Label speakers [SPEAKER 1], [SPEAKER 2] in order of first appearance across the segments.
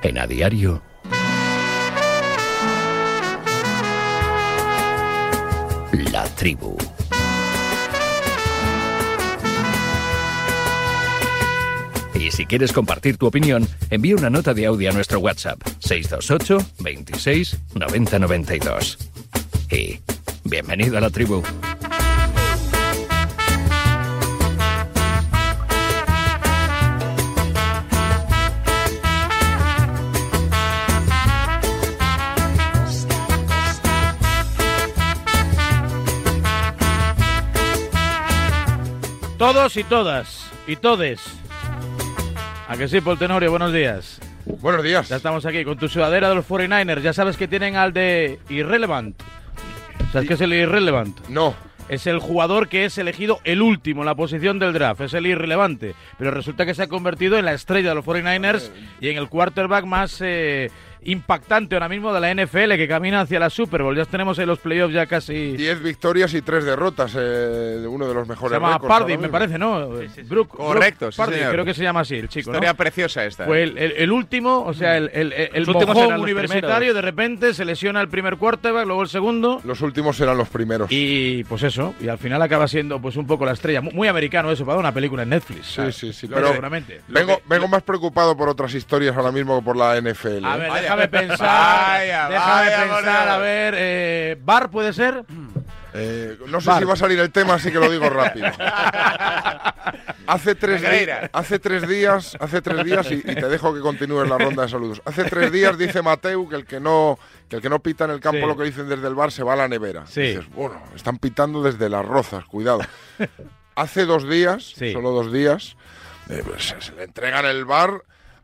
[SPEAKER 1] En A Diario, La Tribu. Y si quieres compartir tu opinión, envía una nota de audio a nuestro WhatsApp 628 26 90 92. Y bienvenido a La Tribu.
[SPEAKER 2] Todos y todas, y todes. ¿A que sí, Paul Tenorio? Buenos días.
[SPEAKER 3] Buenos días.
[SPEAKER 2] Ya estamos aquí con tu sudadera de los 49ers. Ya sabes que tienen al de Irrelevant. ¿Sabes qué es el Irrelevant?
[SPEAKER 3] No.
[SPEAKER 2] Es el jugador que es elegido el último en la posición del draft. Es el irrelevante. Pero resulta que se ha convertido en la estrella de los 49ers y en el quarterback más impactante ahora mismo de la NFL, que camina hacia la Super Bowl. Ya tenemos en los playoffs ya casi...
[SPEAKER 3] 10 victorias y 3 derrotas, uno de los mejores
[SPEAKER 2] Se llama
[SPEAKER 3] récords
[SPEAKER 2] Pardee, me parece, ¿no?
[SPEAKER 4] Sí.
[SPEAKER 2] Correcto,
[SPEAKER 4] Correcto, sí,
[SPEAKER 2] Pardee,
[SPEAKER 4] señor.
[SPEAKER 2] creo que se llama así el chico,
[SPEAKER 4] Historia
[SPEAKER 2] ¿no?
[SPEAKER 4] preciosa esta.
[SPEAKER 2] Fue el último, o sea, el
[SPEAKER 5] últimos
[SPEAKER 2] mojón
[SPEAKER 5] eran los
[SPEAKER 2] universitario,
[SPEAKER 5] primeros.
[SPEAKER 2] de repente se lesiona el primer quarterback, luego el segundo...
[SPEAKER 3] Los últimos eran los primeros.
[SPEAKER 2] Y pues eso, y al final acaba siendo pues un poco la estrella. Muy americano eso, para una película en Netflix.
[SPEAKER 3] Sí,
[SPEAKER 2] ¿sabes?
[SPEAKER 3] sí.
[SPEAKER 2] Pero
[SPEAKER 3] Pero
[SPEAKER 2] seguramente.
[SPEAKER 3] vengo más preocupado por otras historias ahora mismo que por la NFL.
[SPEAKER 2] A ver,
[SPEAKER 4] Vaya.
[SPEAKER 2] déjame pensar.
[SPEAKER 4] Vaya,
[SPEAKER 2] déjame
[SPEAKER 4] vaya,
[SPEAKER 2] pensar,
[SPEAKER 4] Moreno.
[SPEAKER 2] a ver. ¿Bar puede ser?
[SPEAKER 3] No sé si va a salir el tema, así que lo digo rápido. Hace 3 días, y te dejo que continúes la ronda de saludos. Hace 3 días dice Mateu que el que no pita en el campo
[SPEAKER 2] Sí.
[SPEAKER 3] lo que dicen desde el bar se va a la nevera.
[SPEAKER 2] Sí.
[SPEAKER 3] Dices, bueno, están pitando desde las Rozas, cuidado. Hace 2 días,
[SPEAKER 2] Sí.
[SPEAKER 3] solo 2 días, pues, se le entregan el bar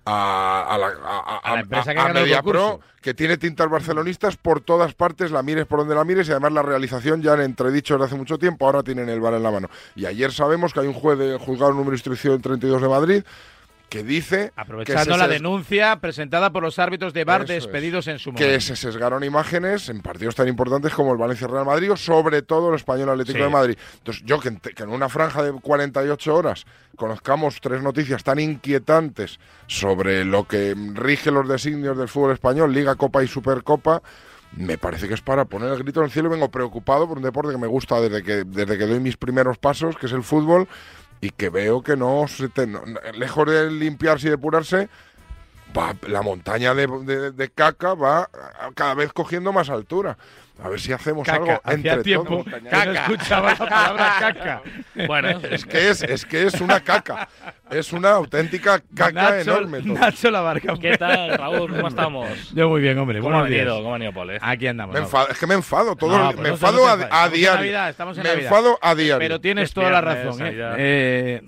[SPEAKER 3] a
[SPEAKER 2] la empresa que ganó el
[SPEAKER 3] MediaPro,
[SPEAKER 2] concurso.
[SPEAKER 3] que tiene tintas barcelonistas por todas partes, la mires por donde la mires, y además la realización ya han entredicho desde hace mucho tiempo, ahora tienen el bar en la mano. Y ayer sabemos que hay un juez del juzgado número de instrucción 32 de Madrid que dice
[SPEAKER 2] Aprovechando la denuncia presentada por los árbitros de VAR
[SPEAKER 3] Eso es.
[SPEAKER 2] despedidos en su momento.
[SPEAKER 3] que se sesgaron imágenes en partidos tan importantes como el Valencia-Real Madrid o sobre todo el Español Atlético
[SPEAKER 2] Sí.
[SPEAKER 3] de Madrid. Entonces yo que en una franja de 48 horas conozcamos 3 noticias tan inquietantes sobre lo que rige los designios del fútbol español, Liga, Copa y Supercopa, me parece que es para poner el grito en el cielo. Vengo preocupado por un deporte que me gusta desde que doy mis primeros pasos, que es el fútbol, y que veo que lejos de limpiarse y depurarse, la montaña de caca va cada vez cogiendo más altura. A ver si hacemos algo
[SPEAKER 2] Caca, hacía
[SPEAKER 3] entre
[SPEAKER 2] tiempo
[SPEAKER 3] todos.
[SPEAKER 2] que no escuchaba la palabra caca.
[SPEAKER 5] Bueno,
[SPEAKER 3] Es que es una caca. Es una auténtica caca enorme. todo.
[SPEAKER 2] Nacho Labarca.
[SPEAKER 5] ¿qué tal, Raúl? ¿Cómo estamos?
[SPEAKER 2] Yo muy bien, hombre.
[SPEAKER 5] ¿Cómo ha
[SPEAKER 2] Buenos días.
[SPEAKER 5] venido? ¿Cómo ha venido, Paul?
[SPEAKER 2] Aquí andamos.
[SPEAKER 3] Es que me enfado todo.
[SPEAKER 2] No, pues
[SPEAKER 3] me
[SPEAKER 2] no
[SPEAKER 3] enfado
[SPEAKER 2] te
[SPEAKER 3] a
[SPEAKER 2] enfades. Estamos en
[SPEAKER 3] diario.
[SPEAKER 2] Navidad, estamos en
[SPEAKER 3] Me
[SPEAKER 2] Navidad.
[SPEAKER 3] enfado a diario.
[SPEAKER 2] Pero tienes
[SPEAKER 5] Es
[SPEAKER 2] toda la
[SPEAKER 5] viernes,
[SPEAKER 2] razón.
[SPEAKER 5] Navidad.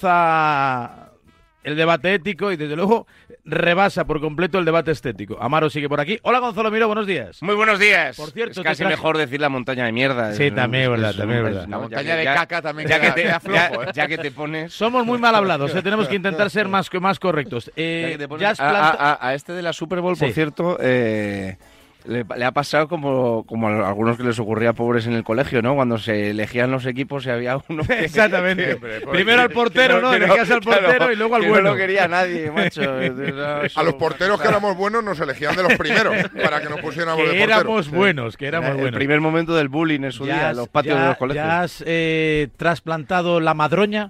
[SPEAKER 2] Roza el debate ético y desde luego rebasa por completo el debate estético. Amaro sigue por aquí. Hola, Gonzalo Miró, buenos días.
[SPEAKER 4] Muy buenos días.
[SPEAKER 2] Por cierto,
[SPEAKER 4] es
[SPEAKER 2] te
[SPEAKER 4] casi
[SPEAKER 2] traje-
[SPEAKER 4] mejor decir la montaña de mierda.
[SPEAKER 2] Sí, también es verdad, también es verdad.
[SPEAKER 4] ¿no?
[SPEAKER 6] La montaña
[SPEAKER 4] Ya que-
[SPEAKER 6] de
[SPEAKER 4] ya-
[SPEAKER 6] caca también
[SPEAKER 4] ya que
[SPEAKER 6] queda-
[SPEAKER 4] te
[SPEAKER 6] queda flojo,
[SPEAKER 4] ya que te pones.
[SPEAKER 2] Somos muy mal hablados, tenemos que intentar ser más correctos.
[SPEAKER 4] Ya que te pones-
[SPEAKER 2] ya has planta-
[SPEAKER 4] a este de la Super Bowl, por
[SPEAKER 2] Sí.
[SPEAKER 4] cierto, le ha pasado como a algunos que les ocurría a pobres en el colegio, ¿no? Cuando se elegían los equipos y había uno que...
[SPEAKER 2] Exactamente.
[SPEAKER 4] que-
[SPEAKER 2] Primero al portero, ¿no?
[SPEAKER 4] que
[SPEAKER 2] Elegías al portero
[SPEAKER 4] claro,
[SPEAKER 2] y luego al
[SPEAKER 4] que
[SPEAKER 2] bueno.
[SPEAKER 4] No lo quería nadie, macho.
[SPEAKER 3] A los porteros que éramos buenos nos elegían de los primeros para que nos pusiéramos de
[SPEAKER 2] Que
[SPEAKER 3] porteros.
[SPEAKER 2] éramos buenos, que éramos
[SPEAKER 4] El
[SPEAKER 2] buenos.
[SPEAKER 4] primer momento del bullying en su día, en los patios de los colegios.
[SPEAKER 2] ¿Ya has trasplantado la madroña?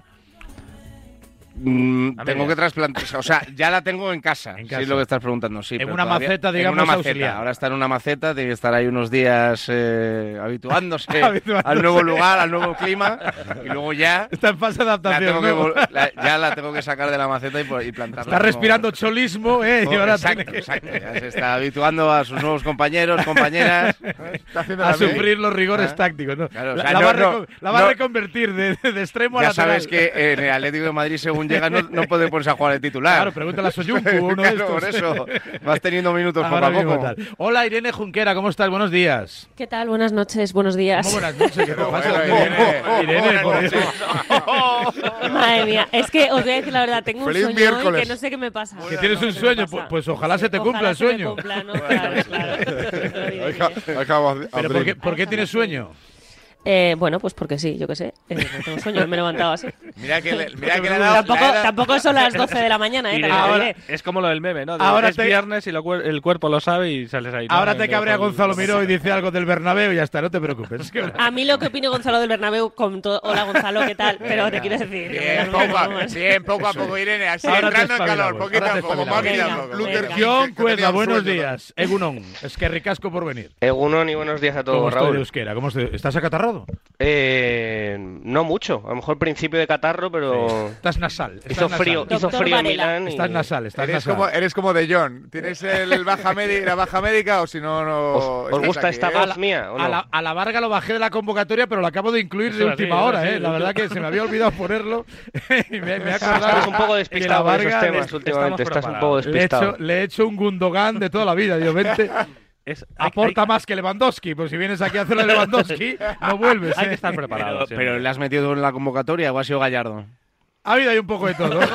[SPEAKER 4] Tengo que trasplantar, o sea, ya la tengo en casa,
[SPEAKER 2] En
[SPEAKER 4] si
[SPEAKER 2] casa.
[SPEAKER 4] es lo que estás preguntando, sí.
[SPEAKER 2] En
[SPEAKER 4] pero
[SPEAKER 2] una
[SPEAKER 4] todavía-
[SPEAKER 2] maceta,
[SPEAKER 4] en
[SPEAKER 2] digamos,
[SPEAKER 4] una maceta.
[SPEAKER 2] auxiliar.
[SPEAKER 4] Ahora está en una maceta, tiene que estar ahí unos días habituándose
[SPEAKER 2] Habituándose.
[SPEAKER 4] al nuevo lugar, al nuevo clima, y luego ya
[SPEAKER 2] Está en fase de
[SPEAKER 4] la
[SPEAKER 2] adaptación,
[SPEAKER 4] tengo que,
[SPEAKER 2] ¿no?
[SPEAKER 4] ya la tengo que sacar de la maceta y plantarla.
[SPEAKER 2] Está respirando cholismo, ¿eh? Y ahora tiene
[SPEAKER 4] Exacto,
[SPEAKER 2] que-
[SPEAKER 4] exacto. Ya se está habituando a sus nuevos compañeros, compañeras.
[SPEAKER 2] a sufrir los rigores tácticos, ¿no?
[SPEAKER 4] Claro, o
[SPEAKER 2] La-
[SPEAKER 4] sea,
[SPEAKER 2] la,
[SPEAKER 4] no,
[SPEAKER 2] va a
[SPEAKER 4] no,
[SPEAKER 2] la va a
[SPEAKER 4] no.
[SPEAKER 2] reconvertir de extremo a
[SPEAKER 4] Ya
[SPEAKER 2] lateral.
[SPEAKER 4] sabes que en el Atlético de Madrid, según llega, no puede ponerse a jugar de titular.
[SPEAKER 2] Claro, pregúntale a Soyuncu, uno de
[SPEAKER 4] Claro,
[SPEAKER 2] estos.
[SPEAKER 4] por eso. Vas teniendo minutos poco
[SPEAKER 2] Ahora
[SPEAKER 4] a
[SPEAKER 2] mismo
[SPEAKER 4] poco.
[SPEAKER 2] tal. Hola, Irene Junquera, ¿cómo estás? Buenos días.
[SPEAKER 7] ¿Qué tal? Buenas noches, buenos días.
[SPEAKER 2] ¿Cómo buenas noches? ¿Qué te pasa?
[SPEAKER 3] bueno,
[SPEAKER 2] Irene, por Dios.
[SPEAKER 7] Madre mía, es que os voy a decir la verdad, tengo un
[SPEAKER 3] Feliz
[SPEAKER 7] sueño
[SPEAKER 3] miércoles.
[SPEAKER 7] hoy que no sé qué me pasa.
[SPEAKER 2] Que tienes un
[SPEAKER 7] No sé qué
[SPEAKER 2] sueño,
[SPEAKER 7] me pasa.
[SPEAKER 2] pues ojalá se te cumpla
[SPEAKER 7] Ojalá
[SPEAKER 2] el
[SPEAKER 7] se me
[SPEAKER 2] sueño.
[SPEAKER 7] cumpla, ¿no? Claro, claro.
[SPEAKER 3] Acabo
[SPEAKER 2] ¿Pero por qué tienes sueño?
[SPEAKER 7] Bueno, pues porque sí, yo qué sé. No tengo sueño, me he levantado así.
[SPEAKER 6] Mira que le ha dado...
[SPEAKER 7] Tampoco son las 12 de la mañana, ¿eh?
[SPEAKER 5] Ahora, es como lo del meme, ¿no?
[SPEAKER 2] Ahora
[SPEAKER 5] es viernes y el cuerpo lo sabe y sales ahí, ¿no?
[SPEAKER 2] Ahora te cabrea Gonzalo Miró y dice algo del Bernabéu y ya está, no te preocupes.
[SPEAKER 7] A mí lo que opine Gonzalo del Bernabéu, hola Gonzalo, ¿qué tal? Pero te quiero decir...
[SPEAKER 6] Bien, poco a poco, Irene, así entrando en calor, poquito a poco,
[SPEAKER 2] John Cuerda, buenos días. Egunon, es que ricasco por venir.
[SPEAKER 8] Egunon y buenos días a todos,
[SPEAKER 2] ¿Cómo estoy
[SPEAKER 8] Raúl.
[SPEAKER 2] de euskera? ¿Estás acatarrado?
[SPEAKER 8] No mucho, a lo mejor principio de catarro, pero...
[SPEAKER 2] Sí. Estás nasal.
[SPEAKER 8] Hizo frío en Milán.
[SPEAKER 2] Estás nasal,
[SPEAKER 6] Eres como de John. ¿Tienes la baja médica o si no...
[SPEAKER 8] ¿Os gusta esta voz mía o no?
[SPEAKER 2] A la Varga lo bajé de la convocatoria, pero lo acabo de incluir de última hora, ¿eh? La verdad que se me había olvidado ponerlo y me he acordado.
[SPEAKER 8] Estás un poco despistado con esos temas últimamente, estás un poco despistado.
[SPEAKER 2] Le he hecho un Gundogan de toda la vida, digo, vente... Aporta más que Lewandowski, pues si vienes aquí a hacerle Lewandowski, no vuelves.
[SPEAKER 5] Hay que estar preparado.
[SPEAKER 4] Pero le has metido en la convocatoria o ha sido Gallardo.
[SPEAKER 2] Ha habido ahí un poco de todo.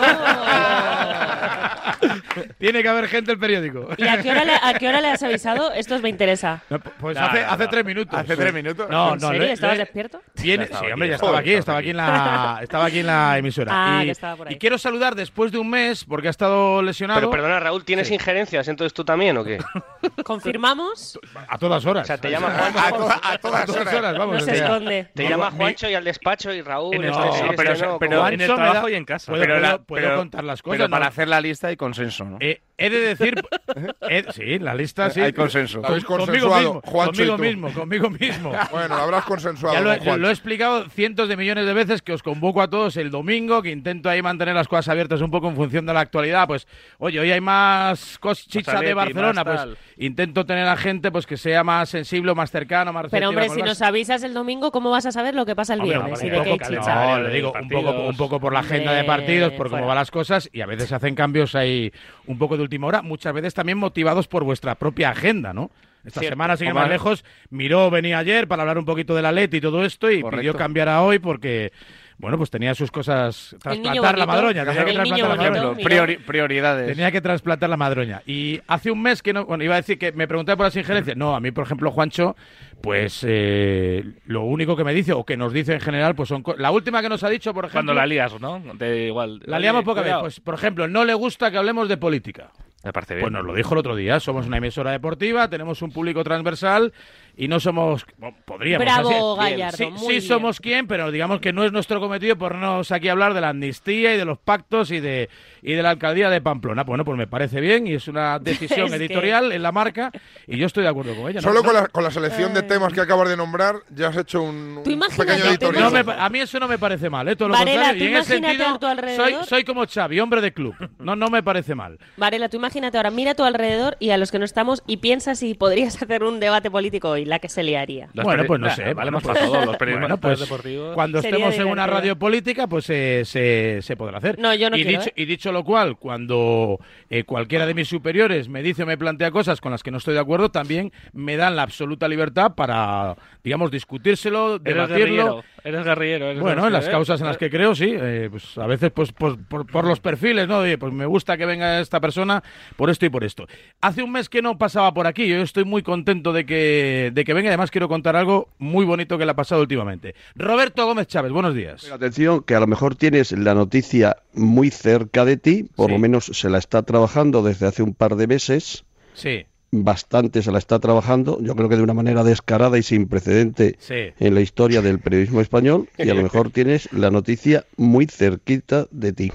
[SPEAKER 2] Tiene que haber gente en el periódico.
[SPEAKER 7] ¿Y a qué hora le has avisado? Esto me interesa.
[SPEAKER 2] No, pues hace 3 minutos.
[SPEAKER 6] ¿Hace 3 minutos?
[SPEAKER 2] No,
[SPEAKER 7] ¿En serio? ¿Estabas despierto?
[SPEAKER 2] Sí, hombre, ya estaba aquí en la emisora.
[SPEAKER 7] Que estaba por ahí.
[SPEAKER 2] Y quiero saludar después de un mes, porque ha estado lesionado.
[SPEAKER 8] Pero perdona, Raúl, ¿tienes injerencias entonces tú también o qué?
[SPEAKER 7] ¿Confirmamos?
[SPEAKER 2] A todas horas.
[SPEAKER 8] O sea, te llama Juancho.
[SPEAKER 6] A todas horas,
[SPEAKER 2] vamos.
[SPEAKER 7] No se esconde.
[SPEAKER 8] Te llama Juancho y al despacho y Raúl.
[SPEAKER 5] Pero en el trabajo y en casa.
[SPEAKER 2] Puedo contar las cosas.
[SPEAKER 4] Pero para hacer la lista hay consenso, ¿no?
[SPEAKER 2] He de decir... sí, la lista sí.
[SPEAKER 4] Hay consenso.
[SPEAKER 3] Habéis consensuado, Juancho y tú.
[SPEAKER 2] Conmigo mismo.
[SPEAKER 3] Bueno, lo habrás consensuado.
[SPEAKER 2] Ya lo he explicado cientos de millones de veces, que os convoco a todos el domingo, que intento ahí mantener las cosas abiertas un poco en función de la actualidad. Pues, oye, hoy hay más chicha de Barcelona, pues intento tener a gente pues que sea más sensible, más cercano, más receptiva.
[SPEAKER 7] Pero hombre, si nos avisas el domingo, ¿cómo vas a saber lo que pasa el viernes? ¿Y de qué hay chicha?
[SPEAKER 2] No, le digo un poco por la agenda de partidos, por cómo van las cosas, y a veces se hacen cambios ahí un poco de última hora, muchas veces también motivados por vuestra propia agenda, ¿no? Esta semana, sin ir más lejos, Miró venía ayer para hablar un poquito de la Leti y todo esto, y pidió cambiar a hoy porque... Bueno, pues tenía sus cosas. Trasplantar la madroña. Tenía que trasplantar la madroña.
[SPEAKER 4] Prioridades.
[SPEAKER 2] Tenía que trasplantar la madroña. Y hace un mes que no. Bueno, iba a decir que me preguntaba por las injerencias. No, a mí, por ejemplo, Juancho, pues lo único que me dice, o que nos dice en general, pues son. La última que nos ha dicho, por ejemplo.
[SPEAKER 5] Cuando la lías, ¿no? Igual.
[SPEAKER 2] La liamos poca vez. Pues, por ejemplo, no le gusta que hablemos de política.
[SPEAKER 5] Me parece bien.
[SPEAKER 2] Pues nos lo dijo el otro día. Somos una emisora deportiva, tenemos un público transversal y no somos... Bueno, podríamos...
[SPEAKER 7] Bravo, Gallardo.
[SPEAKER 2] Sí, somos quien, pero digamos que no es nuestro cometido ponernos aquí a hablar de la amnistía y de los pactos y de la alcaldía de Pamplona. Bueno, pues me parece bien y es una decisión editorial en la Marca y yo estoy de acuerdo con ella.
[SPEAKER 3] Solo con la selección de temas que acabas de nombrar ya has hecho un pequeño editorial.
[SPEAKER 2] A mí eso no me parece mal, todo lo
[SPEAKER 7] Varela,
[SPEAKER 2] contrario. Y en ese sentido
[SPEAKER 7] a tu alrededor.
[SPEAKER 2] soy como Xavi, hombre de club. No me parece mal.
[SPEAKER 7] Varela, tú imagínate ahora, mira a tu alrededor y a los que no estamos y piensa si podrías hacer un debate político hoy, la que se liaría.
[SPEAKER 2] Bueno, pues no sé.
[SPEAKER 5] Valemos para todos los periodistas deportivos.
[SPEAKER 2] Cuando estemos en una radio política, pues se podrá hacer.
[SPEAKER 7] No, yo no quiero.
[SPEAKER 2] Y dicho lo cual, cuando cualquiera de mis superiores me dice o me plantea cosas con las que no estoy de acuerdo, también me dan la absoluta libertad para, digamos, discutírselo, debatirlo.
[SPEAKER 5] Eres guerrillero.
[SPEAKER 2] Bueno, en las causas en las que creo, sí. Pues a veces, pues por los perfiles, ¿no? Oye, pues me gusta que venga esta persona por esto y por esto. Hace un mes que no pasaba por aquí. Yo estoy muy contento de que venga. Además, quiero contar algo muy bonito que le ha pasado últimamente. Roberto Gómez Chávez, buenos días.
[SPEAKER 9] Atención, que a lo mejor tienes la noticia muy cerca de ti, por lo menos se la está trabajando desde hace un par de meses.
[SPEAKER 2] Sí.
[SPEAKER 9] Bastante se la está trabajando, yo creo que de una manera descarada y sin precedente en la historia del periodismo español, y a lo mejor tienes la noticia muy cerquita de ti.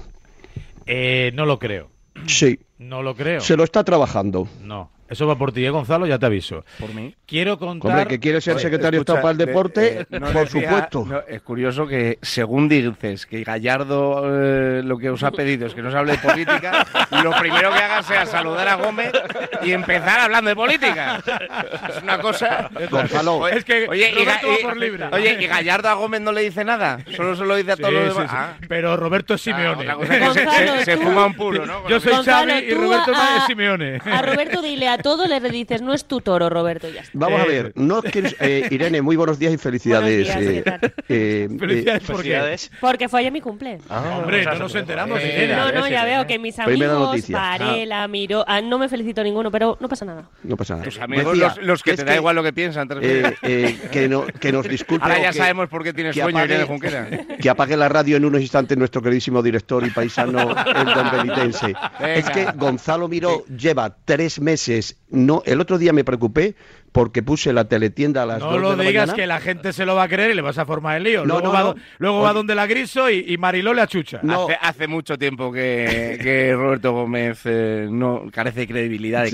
[SPEAKER 2] No lo creo.
[SPEAKER 9] Sí.
[SPEAKER 2] No lo creo.
[SPEAKER 9] Se lo está trabajando.
[SPEAKER 2] No. Eso va por ti, Gonzalo, ya te aviso.
[SPEAKER 4] ¿Por mí?
[SPEAKER 2] Quiero contar...
[SPEAKER 9] Hombre, que quiere ser secretario estatal del deporte, por supuesto.
[SPEAKER 4] No, es curioso que, según dices que Gallardo lo que os ha pedido es que no se hable de política, lo primero que haga sea saludar a Gómez y empezar hablando de política. Es una cosa...
[SPEAKER 9] Gonzalo.
[SPEAKER 2] Es que
[SPEAKER 4] oye,
[SPEAKER 2] Roberto va por libre.
[SPEAKER 4] Oye, ¿y Gallardo a Gómez no le dice nada? Solo se lo dice a todos los demás.
[SPEAKER 2] Sí. Pero Roberto es Simeone.
[SPEAKER 4] Otra cosa es que se fuma un puro, ¿no?
[SPEAKER 2] Yo soy
[SPEAKER 7] Gonzalo,
[SPEAKER 2] Xavi y Roberto es Simeone.
[SPEAKER 7] A Roberto dile a todo le dices, no es tu toro, Roberto, ya está.
[SPEAKER 9] Vamos a ver, no quieres, Irene, muy buenos días y felicidades.
[SPEAKER 7] Buenos días, ¿qué tal?
[SPEAKER 2] Felicidades, ¿por qué?
[SPEAKER 7] Porque fue ayer mi cumple.
[SPEAKER 2] Hombre, no nos enteramos.
[SPEAKER 7] No, ya veo que mis amigos, Varela, Miró, no me felicito ninguno, pero no pasa nada.
[SPEAKER 4] No pasa nada. Tus amigos, los que te da igual lo que piensan.
[SPEAKER 9] Que nos disculpe.
[SPEAKER 4] Ahora ya sabemos por qué tienes sueño, Irene Junquera.
[SPEAKER 9] Que apague la radio en unos instantes nuestro queridísimo director y paisano, el don Benitense. Es que Gonzalo Miró lleva 3 meses. No, el otro día me preocupé porque puse la teletienda a las 2 de la mañana.
[SPEAKER 2] No lo digas, que la gente se lo va a creer y le vas a formar el lío. Luego va donde la Griso y Mariló le achucha.
[SPEAKER 4] Hace mucho tiempo que Roberto Gómez no carece de credibilidad.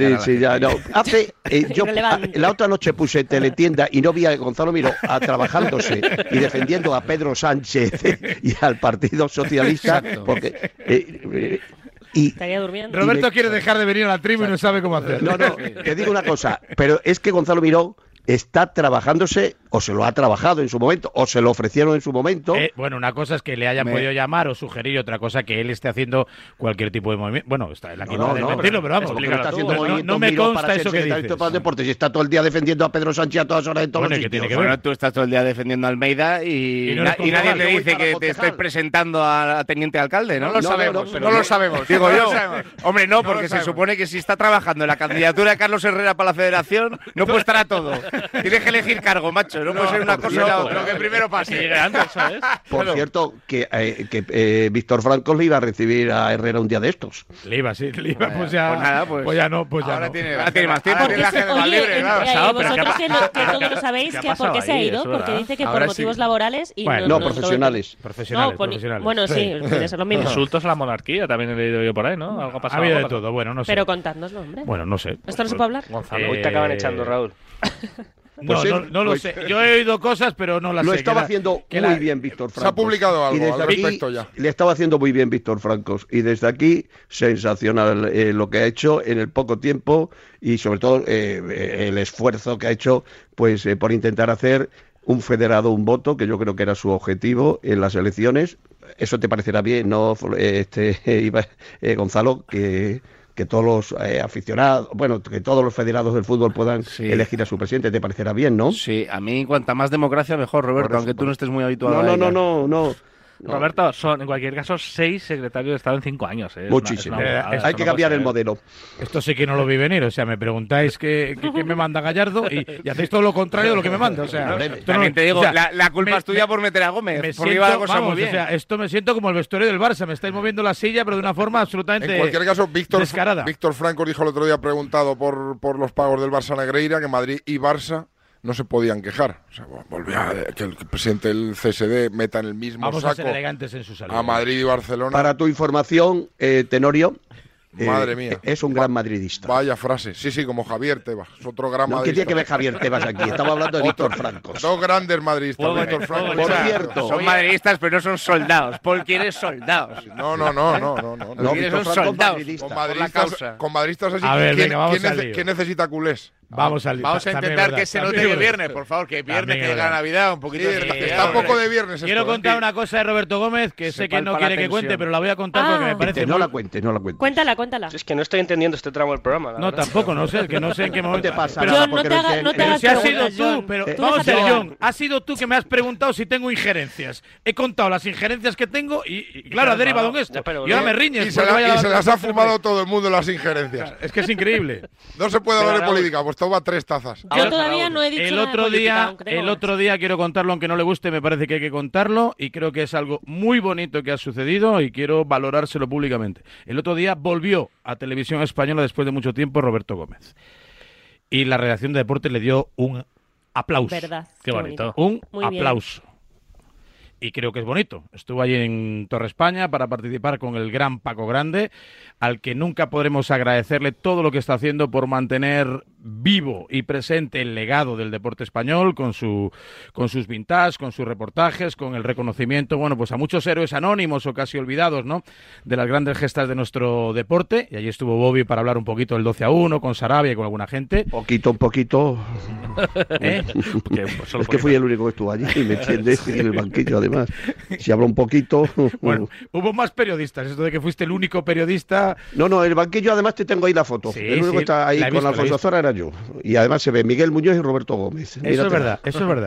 [SPEAKER 9] Yo la otra noche puse teletienda y no vi a Gonzalo Miró trabajándose y defendiendo a Pedro Sánchez y al Partido Socialista.
[SPEAKER 2] Exacto.
[SPEAKER 9] Porque
[SPEAKER 7] estaría durmiendo.
[SPEAKER 2] Roberto quiere dejar de venir a la tribu y no sabe cómo hacer.
[SPEAKER 9] No, te digo una cosa, pero es que Gonzalo Miró está trabajándose, o se lo ha trabajado en su momento, o se lo ofrecieron en su momento.
[SPEAKER 2] Bueno, una cosa es que le hayan podido llamar o sugerir, otra cosa que él esté haciendo cualquier tipo de movimiento. Bueno, está en aquí no mentirlo, pero vamos, no me consta eso que dices.
[SPEAKER 9] Para deportes, y está todo el día defendiendo a Pedro Sánchez a todas horas en todos los sitios.
[SPEAKER 4] Bueno, tú estás todo el día defendiendo a Almeida y nadie te dice que te estés presentando a teniente alcalde, ¿no?
[SPEAKER 6] No lo sabemos.
[SPEAKER 4] Digo yo. Hombre, no, porque se supone que si está trabajando en la candidatura de Carlos Herrera para la federación, no puede estar a todo. Tienes que elegir cargo, macho. No puede ser una cosa o la otra.
[SPEAKER 6] Lo que primero pase.
[SPEAKER 9] Por cierto, que Víctor Francos le iba a recibir a Herrera un día de estos.
[SPEAKER 2] Le iba, pues ya. Pues ya no.
[SPEAKER 6] Ahora tiene más tiempo.
[SPEAKER 7] Vosotros que todos lo sabéis, ¿por qué se ha ido? Porque dice que por motivos laborales y
[SPEAKER 9] no profesionales.
[SPEAKER 7] Bueno, sí, puede ser lo mismo.
[SPEAKER 5] Insultos a la monarquía, también he leído yo por ahí, ¿no? Algo ha pasado.
[SPEAKER 2] Ha habido de todo, bueno, no sé.
[SPEAKER 7] Pero contádnoslo, hombre.
[SPEAKER 2] Bueno, no sé.
[SPEAKER 7] ¿Esto no se puede hablar?
[SPEAKER 8] Gonzalo, hoy te acaban echando, Raúl.
[SPEAKER 2] No lo sé. Yo he oído cosas, pero no las sé.
[SPEAKER 9] Lo estaba haciendo muy bien Víctor Francos.
[SPEAKER 3] Se ha publicado algo al respecto ya.
[SPEAKER 9] Le estaba haciendo muy bien Víctor Francos. Y desde aquí, sensacional lo que ha hecho en el poco tiempo y sobre todo el esfuerzo que ha hecho pues por intentar hacer un federado, un voto, que yo creo que era su objetivo en las elecciones. Eso te parecerá bien, ¿no, Gonzalo? Que todos los aficionados, que todos los federados del fútbol puedan elegir a su presidente, ¿te parecerá bien, no?
[SPEAKER 4] Sí, a mí cuanta más democracia mejor, Roberto, aunque tú no estés muy habituado a ella.
[SPEAKER 5] No. Roberto, son en cualquier caso 6 secretarios de Estado en 5 años.
[SPEAKER 9] Muchísimo. Hay que cambiar el modelo.
[SPEAKER 2] Esto sí que no lo vi venir. O sea, me preguntáis qué me manda Gallardo y hacéis todo lo contrario de lo que me manda. O sea,
[SPEAKER 4] también te digo, la culpa es tuya por meter a Gómez. Porque iba la cosa muy bien.
[SPEAKER 2] O sea, esto me siento como el vestuario del Barça. Me estáis moviendo la silla, pero de una forma absolutamente
[SPEAKER 3] en cualquier caso,
[SPEAKER 2] descarada.
[SPEAKER 3] Víctor Francos dijo el otro día, preguntado por los pagos del Barça Negreira, que Madrid y Barça no se podían quejar. O sea, volvía que el presidente del CSD meta en el mismo saco
[SPEAKER 2] a ser elegantes en su salida.
[SPEAKER 3] A Madrid y Barcelona.
[SPEAKER 9] Para tu información, Tenorio,
[SPEAKER 3] madre mía,
[SPEAKER 9] es un gran madridista.
[SPEAKER 3] Vaya frase. Sí, como Javier Tebas. Es otro gran madridista.
[SPEAKER 9] ¿Qué tiene que ver Javier Tebas aquí? Estamos hablando de Víctor Francos.
[SPEAKER 3] Dos grandes madridistas. Víctor Francos.
[SPEAKER 9] Por cierto,
[SPEAKER 4] son madridistas, pero no son soldados. Paul quiere soldados.
[SPEAKER 3] No.
[SPEAKER 4] Víctor son soldados.
[SPEAKER 3] Con madridistas así.
[SPEAKER 2] A ver,
[SPEAKER 3] ¿quién necesita culés?
[SPEAKER 6] Vamos a intentar que se note que viernes, por favor, que viernes, que llega Navidad, un poquito de...
[SPEAKER 3] Está un poco de viernes.
[SPEAKER 2] Quiero contar una cosa de Roberto Gómez, que sé que no quiere que cuente, pero la voy a contar porque me parece...
[SPEAKER 9] No la cuente.
[SPEAKER 7] Cuéntala.
[SPEAKER 8] Es que no estoy entendiendo este tramo del programa.
[SPEAKER 2] No, tampoco, no sé, que no sé en qué momento...
[SPEAKER 9] te pasa?
[SPEAKER 7] John, no te hagas
[SPEAKER 2] si has sido tú, pero vamos a ver,
[SPEAKER 7] déjate
[SPEAKER 2] John, has sido tú que me has preguntado si tengo injerencias. He contado las injerencias que tengo y claro, ha derivado en esto. Y ahora me riñes.
[SPEAKER 3] Y se las ha fumado todo el mundo las injerencias.
[SPEAKER 2] Es que es increíble.
[SPEAKER 3] No se puede hablar de política, pues toma 3 tazas.
[SPEAKER 7] Yo todavía no he dicho
[SPEAKER 2] el otro día quiero contarlo, aunque no le guste, me parece que hay que contarlo y creo que es algo muy bonito que ha sucedido y quiero valorárselo públicamente. El otro día volvió a Televisión Española después de mucho tiempo Roberto Gómez y la redacción de deportes le dio un aplauso.
[SPEAKER 7] ¿Verdad?
[SPEAKER 5] Qué bonito.
[SPEAKER 2] Un aplauso. Y creo que es bonito. Estuvo allí en Torre España para participar con el gran Paco Grande, al que nunca podremos agradecerle todo lo que está haciendo por mantener vivo y presente el legado del deporte español con sus vintage, con sus reportajes, con el reconocimiento, bueno, pues a muchos héroes anónimos o casi olvidados, ¿no?, de las grandes gestas de nuestro deporte. Y allí estuvo Bobby para hablar un poquito del 12-1 con Sarabia y con alguna gente.
[SPEAKER 9] Un poquito.
[SPEAKER 2] ¿Eh?
[SPEAKER 9] Es que fui el único que estuvo allí, ¿me entiendes? En el banquillo, además. Si hablo un poquito...
[SPEAKER 2] Bueno, hubo más periodistas, esto de que fuiste el único periodista...
[SPEAKER 9] No, el banquillo además te tengo ahí la foto.
[SPEAKER 2] Sí,
[SPEAKER 9] el único que está ahí con Alfonso Azora era yo. Y además se ve Miguel Muñoz y Roberto Gómez.
[SPEAKER 2] Eso es verdad.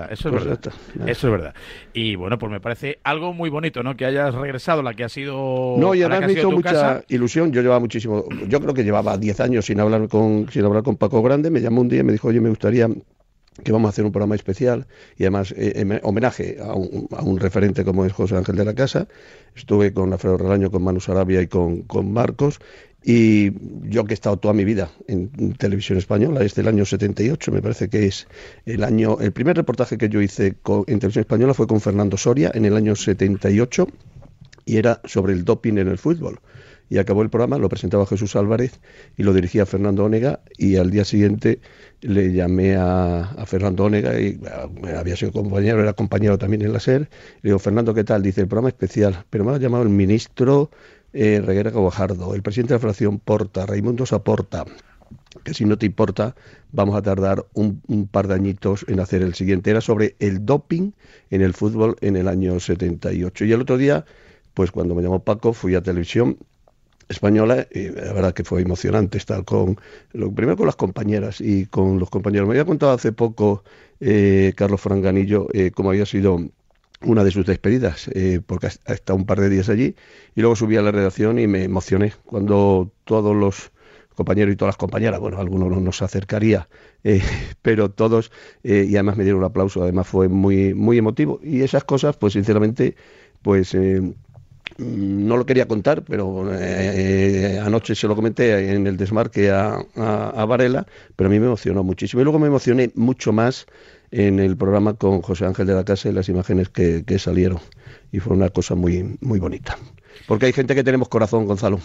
[SPEAKER 2] Eso es verdad. Y bueno, pues me parece algo muy bonito, ¿no?, que hayas regresado, la que ha sido...
[SPEAKER 9] No, y además me hizo mucha
[SPEAKER 2] casa.
[SPEAKER 9] ilusión. Yo llevaba muchísimo... Yo creo que llevaba 10 años sin hablar con Paco Grande. Me llamó un día y me dijo, oye, me gustaría... que vamos a hacer un programa especial y además homenaje a un referente como es José Ángel de la Casa. Estuve con Alfredo Relaño, con Manu Sarabia y con Marcos, y yo que he estado toda mi vida en televisión española, desde el año 78, me parece que es el primer reportaje que yo hice en televisión española fue con Fernando Soria en el año 78 y era sobre el doping en el fútbol. Y acabó el programa, lo presentaba Jesús Álvarez y lo dirigía Fernando Onega, y al día siguiente le llamé a Fernando Onega, y había sido compañero, era compañero también en la SER, le digo, Fernando, ¿qué tal? Dice, el programa especial, pero me ha llamado el ministro Reguera Guajardo, el presidente de la Federación Porta, Raimundo Saporta, que si no te importa vamos a tardar un par de añitos en hacer el siguiente. Era sobre el doping en el fútbol en el año 78. Y el otro día, pues cuando me llamó Paco, fui a televisión española, y la verdad que fue emocionante estar primero con las compañeras y con los compañeros. Me había contado hace poco Carlos Franganillo cómo había sido una de sus despedidas, porque ha estado un par de días allí, y luego subí a la redacción y me emocioné cuando todos los compañeros y todas las compañeras, bueno, algunos no nos acercaría, pero todos, y además me dieron un aplauso, además fue muy, muy emotivo, y esas cosas, pues sinceramente, pues... no lo quería contar, pero anoche se lo comenté en el desmarque a Varela, pero a mí me emocionó muchísimo. Y luego me emocioné mucho más en el programa con José Ángel de la Casa y las imágenes que salieron. Y fue una cosa muy, muy bonita. Porque hay gente que tenemos corazón, Gonzalo.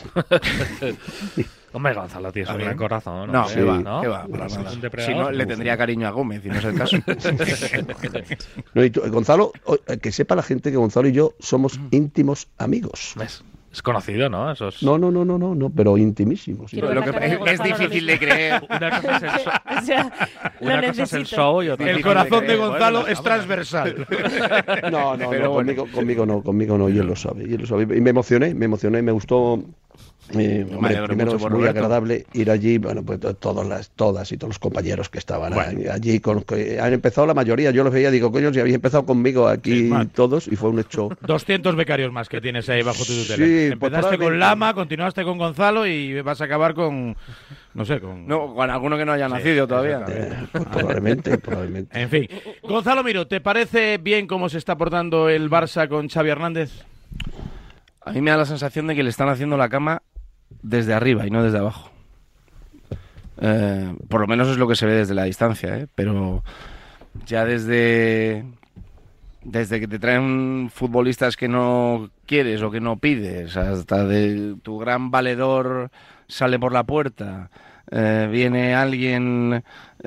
[SPEAKER 5] Hombre, Gonzalo, tío, es un gran corazón.
[SPEAKER 4] No,
[SPEAKER 5] sí,
[SPEAKER 4] ¿qué va?
[SPEAKER 5] ¿no?
[SPEAKER 4] ¿Qué va? Para
[SPEAKER 5] Es
[SPEAKER 4] nada.
[SPEAKER 5] un depredador.
[SPEAKER 4] Si no, le tendría cariño a Gómez, y no es el caso.
[SPEAKER 9] No, y Gonzalo, que sepa la gente que Gonzalo y yo somos íntimos amigos.
[SPEAKER 5] Es conocido, ¿no? Eso es...
[SPEAKER 9] No, pero intimísimos.
[SPEAKER 4] Lo que es difícil de creer.
[SPEAKER 5] Una cosa es el show,
[SPEAKER 7] O sea, lo
[SPEAKER 5] una cosa es el
[SPEAKER 7] necesito.
[SPEAKER 5] show y otra
[SPEAKER 2] El
[SPEAKER 5] es
[SPEAKER 2] corazón de
[SPEAKER 5] bueno,
[SPEAKER 2] Gonzalo
[SPEAKER 5] bueno,
[SPEAKER 2] es transversal.
[SPEAKER 9] No,
[SPEAKER 4] Pero bueno.
[SPEAKER 9] conmigo no, y él lo sabe. Y me emocioné, me gustó. Hombre,
[SPEAKER 4] alegro
[SPEAKER 9] primero
[SPEAKER 4] mucho
[SPEAKER 9] es
[SPEAKER 4] por
[SPEAKER 9] muy
[SPEAKER 4] Roberto.
[SPEAKER 9] agradable ir allí, bueno, pues todas y todos los compañeros que estaban allí, que han empezado la mayoría, yo los veía, digo, coño, si habéis empezado conmigo aquí todos, y fue un hecho.
[SPEAKER 2] 200 becarios más que tienes ahí bajo tu tutela.
[SPEAKER 9] Sí,
[SPEAKER 2] Empezaste con Lama, continuaste con Gonzalo y vas a acabar con, no sé, con...
[SPEAKER 4] No, con alguno que no haya nacido todavía.
[SPEAKER 9] Pues probablemente.
[SPEAKER 2] En fin. Gonzalo Miró, ¿te parece bien cómo se está portando el Barça con Xavi Hernández?
[SPEAKER 4] A mí me da la sensación de que le están haciendo la cama desde arriba y no desde abajo. Por lo menos es lo que se ve desde la distancia, pero ya desde que te traen futbolistas que no quieres o que no pides, hasta de tu gran valedor sale por la puerta, viene alguien,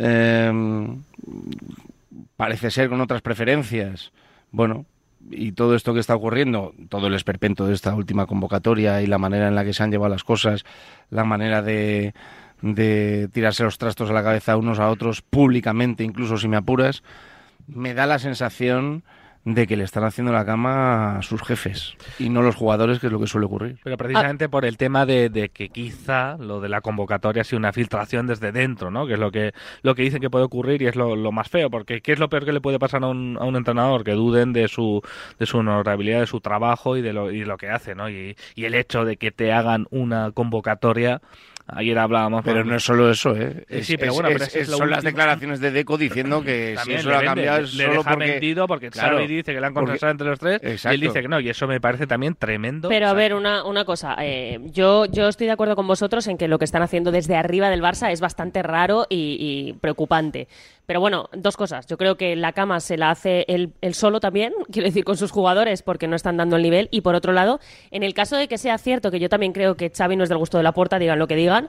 [SPEAKER 4] parece ser con otras preferencias, bueno... Y todo esto que está ocurriendo, todo el esperpento de esta última convocatoria y la manera en la que se han llevado las cosas, la manera de tirarse los trastos a la cabeza unos a otros públicamente, incluso si me apuras, me da la sensación de que le están haciendo la cama a sus jefes y no los jugadores, que es lo que suele ocurrir.
[SPEAKER 5] Pero precisamente por el tema de que quizá lo de la convocatoria ha sido una filtración desde dentro, ¿no? Que es lo que dicen que puede ocurrir y es lo más feo, porque ¿qué es lo peor que le puede pasar a un entrenador? Que duden de su honorabilidad, de su trabajo y de lo que hace, ¿no? Y el hecho de que te hagan una convocatoria... Ayer hablábamos...
[SPEAKER 4] Pero no es solo eso,
[SPEAKER 5] Sí, pero bueno, pero
[SPEAKER 4] son las declaraciones de Deco diciendo que si eso lo ha cambiado es
[SPEAKER 5] le
[SPEAKER 4] solo
[SPEAKER 5] deja
[SPEAKER 4] porque...
[SPEAKER 5] mentido porque
[SPEAKER 4] claro,
[SPEAKER 5] Xavi dice que le han contrastado entre los tres.
[SPEAKER 4] Exacto.
[SPEAKER 5] Y él dice que no, y eso me parece también tremendo.
[SPEAKER 7] Pero a ver, una cosa, yo estoy de acuerdo con vosotros en que lo que están haciendo desde arriba del Barça es bastante raro y preocupante. Pero bueno, dos cosas. Yo creo que la cama se la hace él solo también, quiero decir, con sus jugadores, porque no están dando el nivel. Y por otro lado, en el caso de que sea cierto, que yo también creo que Xavi no es del gusto de Laporta, digan lo que digan,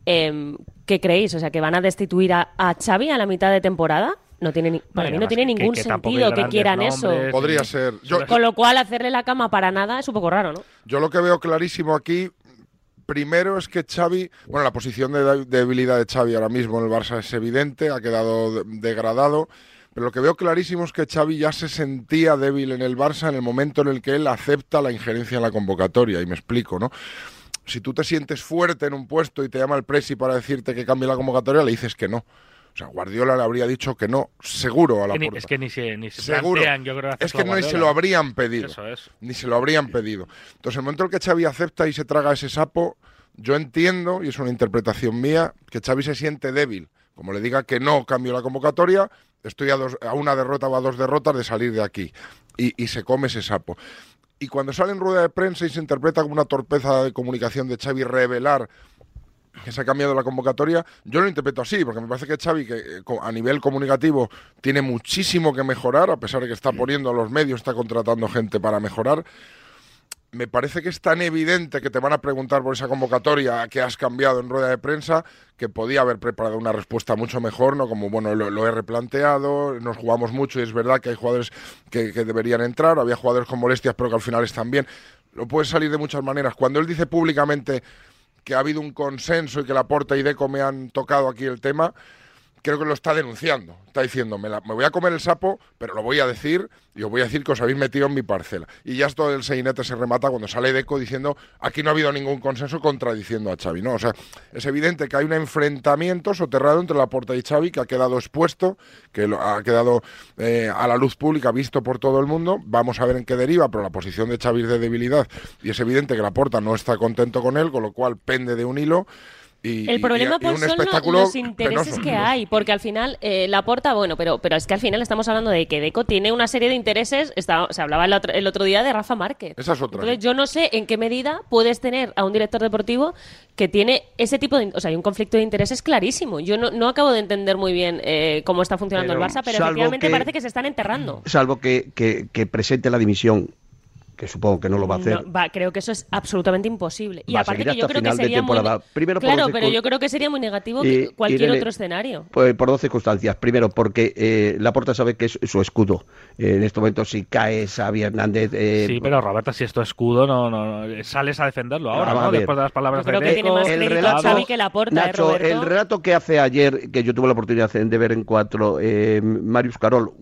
[SPEAKER 7] ¿qué creéis? O sea, ¿que van a destituir a Xavi a la mitad de temporada? Para mí no tiene ningún sentido que quieran eso.
[SPEAKER 3] Podría ser.
[SPEAKER 7] Con lo cual, hacerle la cama para nada es un poco raro, ¿no?
[SPEAKER 3] Yo lo que veo clarísimo aquí, primero es que Xavi, bueno, la posición de debilidad de Xavi ahora mismo en el Barça es evidente, ha quedado degradado, pero lo que veo clarísimo es que Xavi ya se sentía débil en el Barça en el momento en el que él acepta la injerencia en la convocatoria, y me explico, ¿no? Si tú te sientes fuerte en un puesto y te llama el presi para decirte que cambie la convocatoria, le dices que no. O sea, Guardiola le habría dicho que no, seguro a la puerta.
[SPEAKER 5] Es que ni se
[SPEAKER 3] seguro.
[SPEAKER 5] plantean, yo creo.
[SPEAKER 3] Es que no se lo habrían pedido.
[SPEAKER 5] Eso es.
[SPEAKER 3] Ni se lo habrían pedido. Entonces, el momento en el que Xavi acepta y se traga ese sapo, yo entiendo, y es una interpretación mía, que Xavi se siente débil. Como le diga que no cambio la convocatoria, estoy a una derrota o a 2 derrotas de salir de aquí. Y se come ese sapo. Y cuando sale en rueda de prensa y se interpreta como una torpeza de comunicación de Xavi revelar que se ha cambiado la convocatoria, yo lo interpreto así, porque me parece que Xavi, que a nivel comunicativo tiene muchísimo que mejorar, a pesar de que está poniendo a los medios, está contratando gente para mejorar. Me parece que es tan evidente que te van a preguntar por esa convocatoria que has cambiado en rueda de prensa, que podía haber preparado una respuesta mucho mejor, ¿no? Como, bueno, lo he replanteado, nos jugamos mucho y es verdad que hay jugadores que deberían entrar, había jugadores con molestias pero que al final están bien. Lo puede salir de muchas maneras. Cuando él dice públicamente que ha habido un consenso y que Laporta y Deco me han tocado aquí el tema, creo que lo está denunciando. Está diciendo, me voy a comer el sapo, pero lo voy a decir, y os voy a decir que os habéis metido en mi parcela. Y ya todo el seinete se remata cuando sale Deco diciendo, aquí no ha habido ningún consenso, contradiciendo a Xavi, ¿no? O sea, es evidente que hay un enfrentamiento soterrado entre Laporta y Xavi que ha quedado expuesto, que ha quedado a la luz pública, visto por todo el mundo. Vamos a ver en qué deriva, pero la posición de Xavi es de debilidad, y es evidente que Laporta no está contento con él, con lo cual pende de un hilo.
[SPEAKER 7] El problema Paul, son los intereses que hay, porque al final Laporta, bueno, pero es que al final estamos hablando de que Deco tiene una serie de intereses. Se hablaba el otro día de Rafa Márquez.
[SPEAKER 3] Esa es otra.
[SPEAKER 7] Entonces yo no sé en qué medida puedes tener a un director deportivo que tiene ese tipo de... O sea, hay un conflicto de intereses clarísimo. Yo no acabo de entender muy bien cómo está funcionando el Barça, pero efectivamente parece que se están enterrando.
[SPEAKER 9] Salvo que presente la dimisión, que supongo que no lo va a hacer.
[SPEAKER 7] Creo que eso es absolutamente imposible. Y aparte que yo creo que
[SPEAKER 9] sería muy...
[SPEAKER 7] Claro, pero yo creo que sería muy negativo cualquier otro escenario.
[SPEAKER 9] Pues por 2 circunstancias. Primero, porque Laporta sabe que es su escudo. En este momento, si cae Xavi Hernández...
[SPEAKER 5] sí, pero Roberto, si es tu escudo, no sales a defenderlo ahora, ¿no? Después de las palabras de Deco.
[SPEAKER 7] Creo que tiene más crédito Xavi que Laporta,
[SPEAKER 9] Nacho,
[SPEAKER 7] Roberto.
[SPEAKER 9] el relato que hace ayer, que yo tuve la oportunidad de ver en 4, Marius Carol,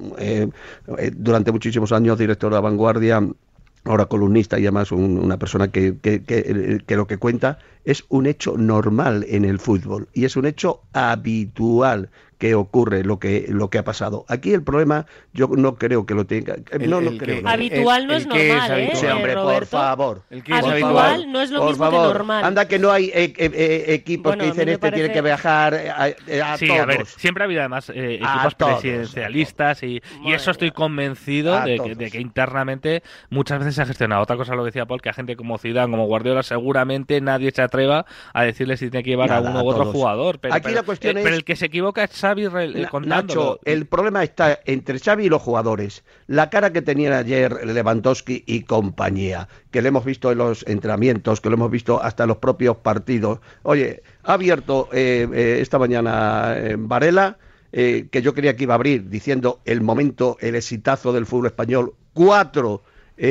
[SPEAKER 9] durante muchísimos años director de La Vanguardia, ahora columnista y además una persona que lo que cuenta es un hecho normal en el fútbol y es un hecho habitual que ocurre lo que ha pasado. Aquí el problema yo no creo que lo tenga.
[SPEAKER 7] Habitual no es normal,
[SPEAKER 9] sí, hombre,
[SPEAKER 7] Roberto.
[SPEAKER 9] por favor.
[SPEAKER 7] Habitual no es lo mismo que normal.
[SPEAKER 9] Anda que no hay equipos que dicen tiene que viajar a
[SPEAKER 5] sí,
[SPEAKER 9] todos.
[SPEAKER 5] A ver, siempre ha habido además equipos presidencialistas y eso estoy convencido de que internamente muchas veces se ha gestionado. Otra cosa lo decía Paul, que a gente como Zidane, como Guardiola, seguramente nadie se atreva a decirle si tiene que llevar a uno u otro jugador. Pero
[SPEAKER 9] la cuestión es...
[SPEAKER 5] Pero el que se equivoca es Xavi contándolo.
[SPEAKER 9] Nacho, el problema está entre Xavi y los jugadores. La cara que tenían ayer Lewandowski y compañía, que lo hemos visto en los entrenamientos, que lo hemos visto hasta en los propios partidos. Oye, ha abierto esta mañana Varela, que yo creía que iba a abrir, diciendo el exitazo del fútbol español. 4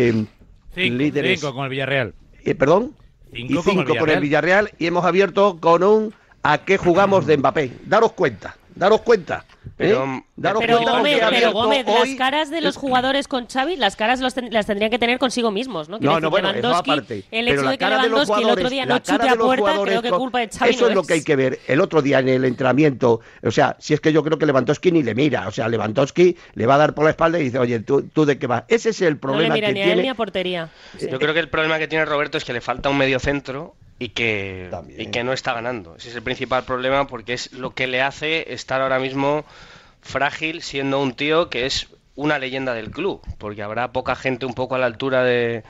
[SPEAKER 9] líderes.
[SPEAKER 2] 5 con el Villarreal.
[SPEAKER 9] ¿Perdón? 5 con el Villarreal, y hemos abierto con un ¿a qué jugamos de Mbappé? Daros cuenta. Pero
[SPEAKER 7] Gómez, las caras de los jugadores con Xavi, las caras las tendrían que tener consigo mismos, ¿no?
[SPEAKER 9] Bueno, eso aparte.
[SPEAKER 7] El hecho de que Lewandowski el otro día no chute a puerta, creo que culpa de Xavi
[SPEAKER 9] eso es lo que hay que ver. El otro día en el entrenamiento, o sea, si es que yo creo que Lewandowski ni le mira, o sea, Lewandowski le va a dar por la espalda y dice, oye, ¿tú de qué vas? Ese es el problema que tiene.
[SPEAKER 7] No le mira ni a él ni a portería.
[SPEAKER 8] Sí. Yo creo que el problema que tiene Roberto es que le falta un medio centro y que no está ganando. Ese es el principal problema, porque es lo que le hace estar ahora mismo frágil, siendo un tío que es una leyenda del club, porque habrá poca gente un poco a la altura de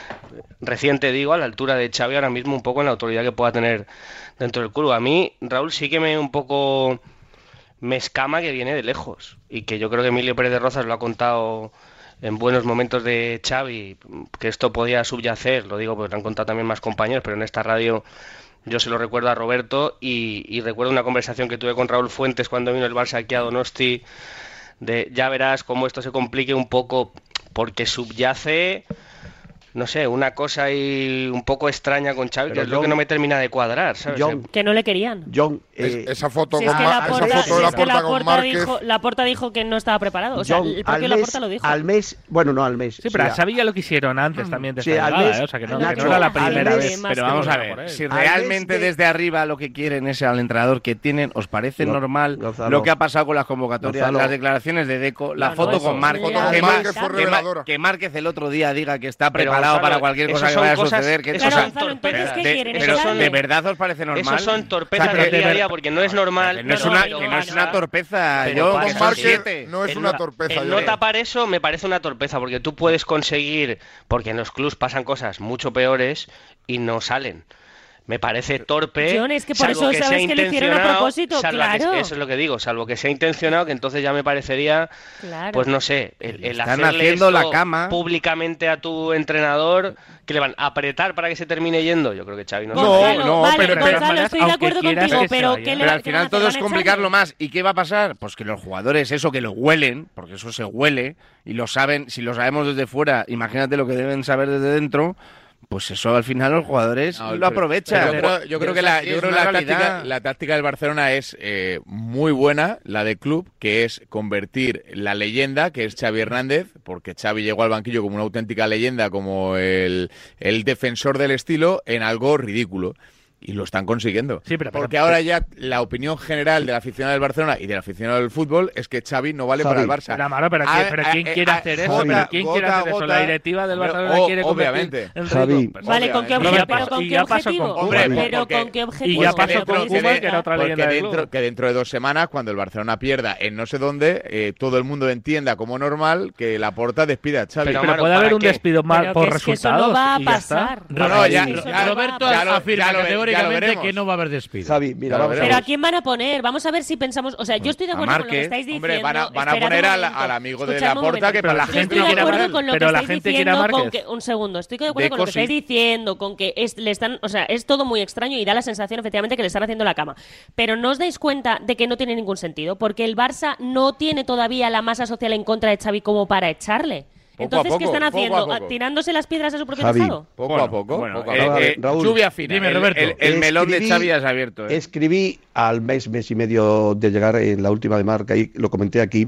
[SPEAKER 8] a la altura de Xavi ahora mismo, un poco en la autoridad que pueda tener dentro del club. A mí, Raúl, sí que me me escama que viene de lejos. Y que yo creo que Emilio Pérez de Rozas lo ha contado en buenos momentos de Xavi, que esto podía subyacer, lo digo porque lo han contado también más compañeros, pero en esta radio yo se lo recuerdo a Roberto y recuerdo una conversación que tuve con Raúl Fuentes cuando vino el Barça aquí a Donosti, de ya verás cómo esto se complique un poco, porque subyace, no sé, una cosa ahí un poco extraña con Xavi, pero que es lo que no me termina de cuadrar, ¿sabes?
[SPEAKER 7] Que no le querían.
[SPEAKER 3] Esa foto
[SPEAKER 7] Si
[SPEAKER 3] con
[SPEAKER 7] es que
[SPEAKER 3] esa foto de Laporta con Márquez.
[SPEAKER 7] Laporta dijo que no estaba preparado. O sea, el propio Laporta lo dijo.
[SPEAKER 9] Al mes, bueno, no al mes.
[SPEAKER 5] Sí, pero a Xavi ya lo quisieron antes también de
[SPEAKER 9] Sí,
[SPEAKER 5] esta
[SPEAKER 9] al
[SPEAKER 5] llegada,
[SPEAKER 9] mes,
[SPEAKER 5] o sea, que no
[SPEAKER 9] Nacho,
[SPEAKER 5] era la primera
[SPEAKER 9] al
[SPEAKER 5] vez.
[SPEAKER 9] mes,
[SPEAKER 4] Pero vamos a ver, si realmente desde arriba lo que quieren es al entrenador que tienen, ¿os parece normal lo que ha pasado con las convocatorias, las declaraciones de Deco, la foto con Márquez? Que Márquez el otro día diga que está preparado para cualquier cosa que vaya a suceder. ¿De verdad os parece normal?
[SPEAKER 8] Eso son torpezas del día a día, porque no es normal.
[SPEAKER 4] Que no es una torpeza.
[SPEAKER 3] Yo con Márquez no es una torpeza.
[SPEAKER 8] El no tapar eso me parece una torpeza, porque tú puedes conseguir, porque en los clubs pasan cosas mucho peores y no salen. Me parece torpe.
[SPEAKER 7] John, es que por eso sabes que lo hicieron a propósito, claro.
[SPEAKER 8] Eso es lo que digo, salvo que sea intencionado, que entonces ya me parecería, pues no sé, el hacerle esto la cama públicamente a tu entrenador, que le van a apretar para que se termine yendo. Yo creo que Xavi no
[SPEAKER 7] pero Gonzalo, estoy de acuerdo contigo, pero
[SPEAKER 4] al final todo es complicarlo más. ¿Y qué va a pasar? Pues que los jugadores, eso que lo huelen, porque eso se huele, y lo saben, si lo sabemos desde fuera, imagínate lo que deben saber desde dentro. Pues eso al final los jugadores lo aprovechan.
[SPEAKER 6] Yo creo que la táctica del Barcelona es muy buena, la del club, que es convertir la leyenda, que es Xavi Hernández, porque Xavi llegó al banquillo como una auténtica leyenda, como el defensor del estilo, en algo ridículo. Y lo están consiguiendo. Sí, porque ahora ya la opinión general del aficionado del Barcelona y del aficionado del fútbol es que Xavi no vale para el Barça.
[SPEAKER 5] Pero ¿quién quiere hacer eso? ¿Quién quiere hacer eso? La directiva del Barcelona quiere convertir en ridículo.
[SPEAKER 7] Vale, ¿con qué objetivo? Pero ¿con qué objetivo?
[SPEAKER 5] Y ya pasó con Koeman, que era otra leyenda del club.
[SPEAKER 6] Que dentro de 2 semanas, cuando el Barcelona pierda en no sé dónde, todo el mundo entienda como normal que Laporta despide a Xavi.
[SPEAKER 5] Pero puede haber un despido mal por resultados.
[SPEAKER 7] Eso no va a pasar.
[SPEAKER 2] Roberto afirma categóricamente que no va a haber despido.
[SPEAKER 9] Javi, mira,
[SPEAKER 7] pero ¿a quién van a poner? Vamos a ver si pensamos... O sea, yo estoy de acuerdo con lo que estáis diciendo.
[SPEAKER 6] Hombre, van a poner al amigo de Laporta, que para la gente
[SPEAKER 7] quiere a Márquez.
[SPEAKER 5] Pero la gente quiere a Márquez.
[SPEAKER 7] Un segundo, estoy de acuerdo con lo que estáis diciendo, con que le están... O sea, es todo muy extraño y da la sensación, efectivamente, que le están haciendo la cama. Pero ¿no os dais cuenta de que no tiene ningún sentido? Porque el Barça no tiene todavía la masa social en contra de Xavi como para echarle. Entonces, ¿qué están haciendo? ¿Tirándose las piedras a su propio tejado?
[SPEAKER 6] Poco a poco.
[SPEAKER 9] Raúl,
[SPEAKER 6] lluvia fina.
[SPEAKER 2] Dime, Roberto.
[SPEAKER 4] El melón de Xavi ya se ha abierto.
[SPEAKER 9] Escribí al mes y medio de llegar en la última de Marca, y lo comenté aquí,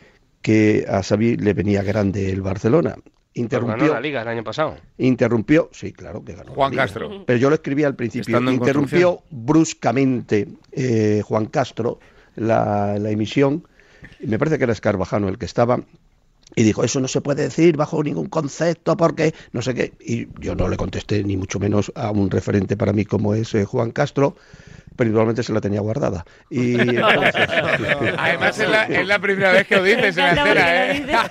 [SPEAKER 9] que a Xavi le venía grande el Barcelona.
[SPEAKER 8] Ganó la Liga el año pasado.
[SPEAKER 9] Interrumpió, sí, claro que ganó.
[SPEAKER 6] Juan Castro.
[SPEAKER 9] Pero yo lo escribí al principio. Interrumpió bruscamente Juan Castro la emisión. Me parece que era Escarvajano el que estaba. Y dijo, eso no se puede decir bajo ningún concepto porque no sé qué. Y yo no le contesté ni mucho menos a un referente para mí como es Juan Castro, pero igualmente se la tenía guardada. Y entonces,
[SPEAKER 6] además es la primera vez que lo dices en la escena,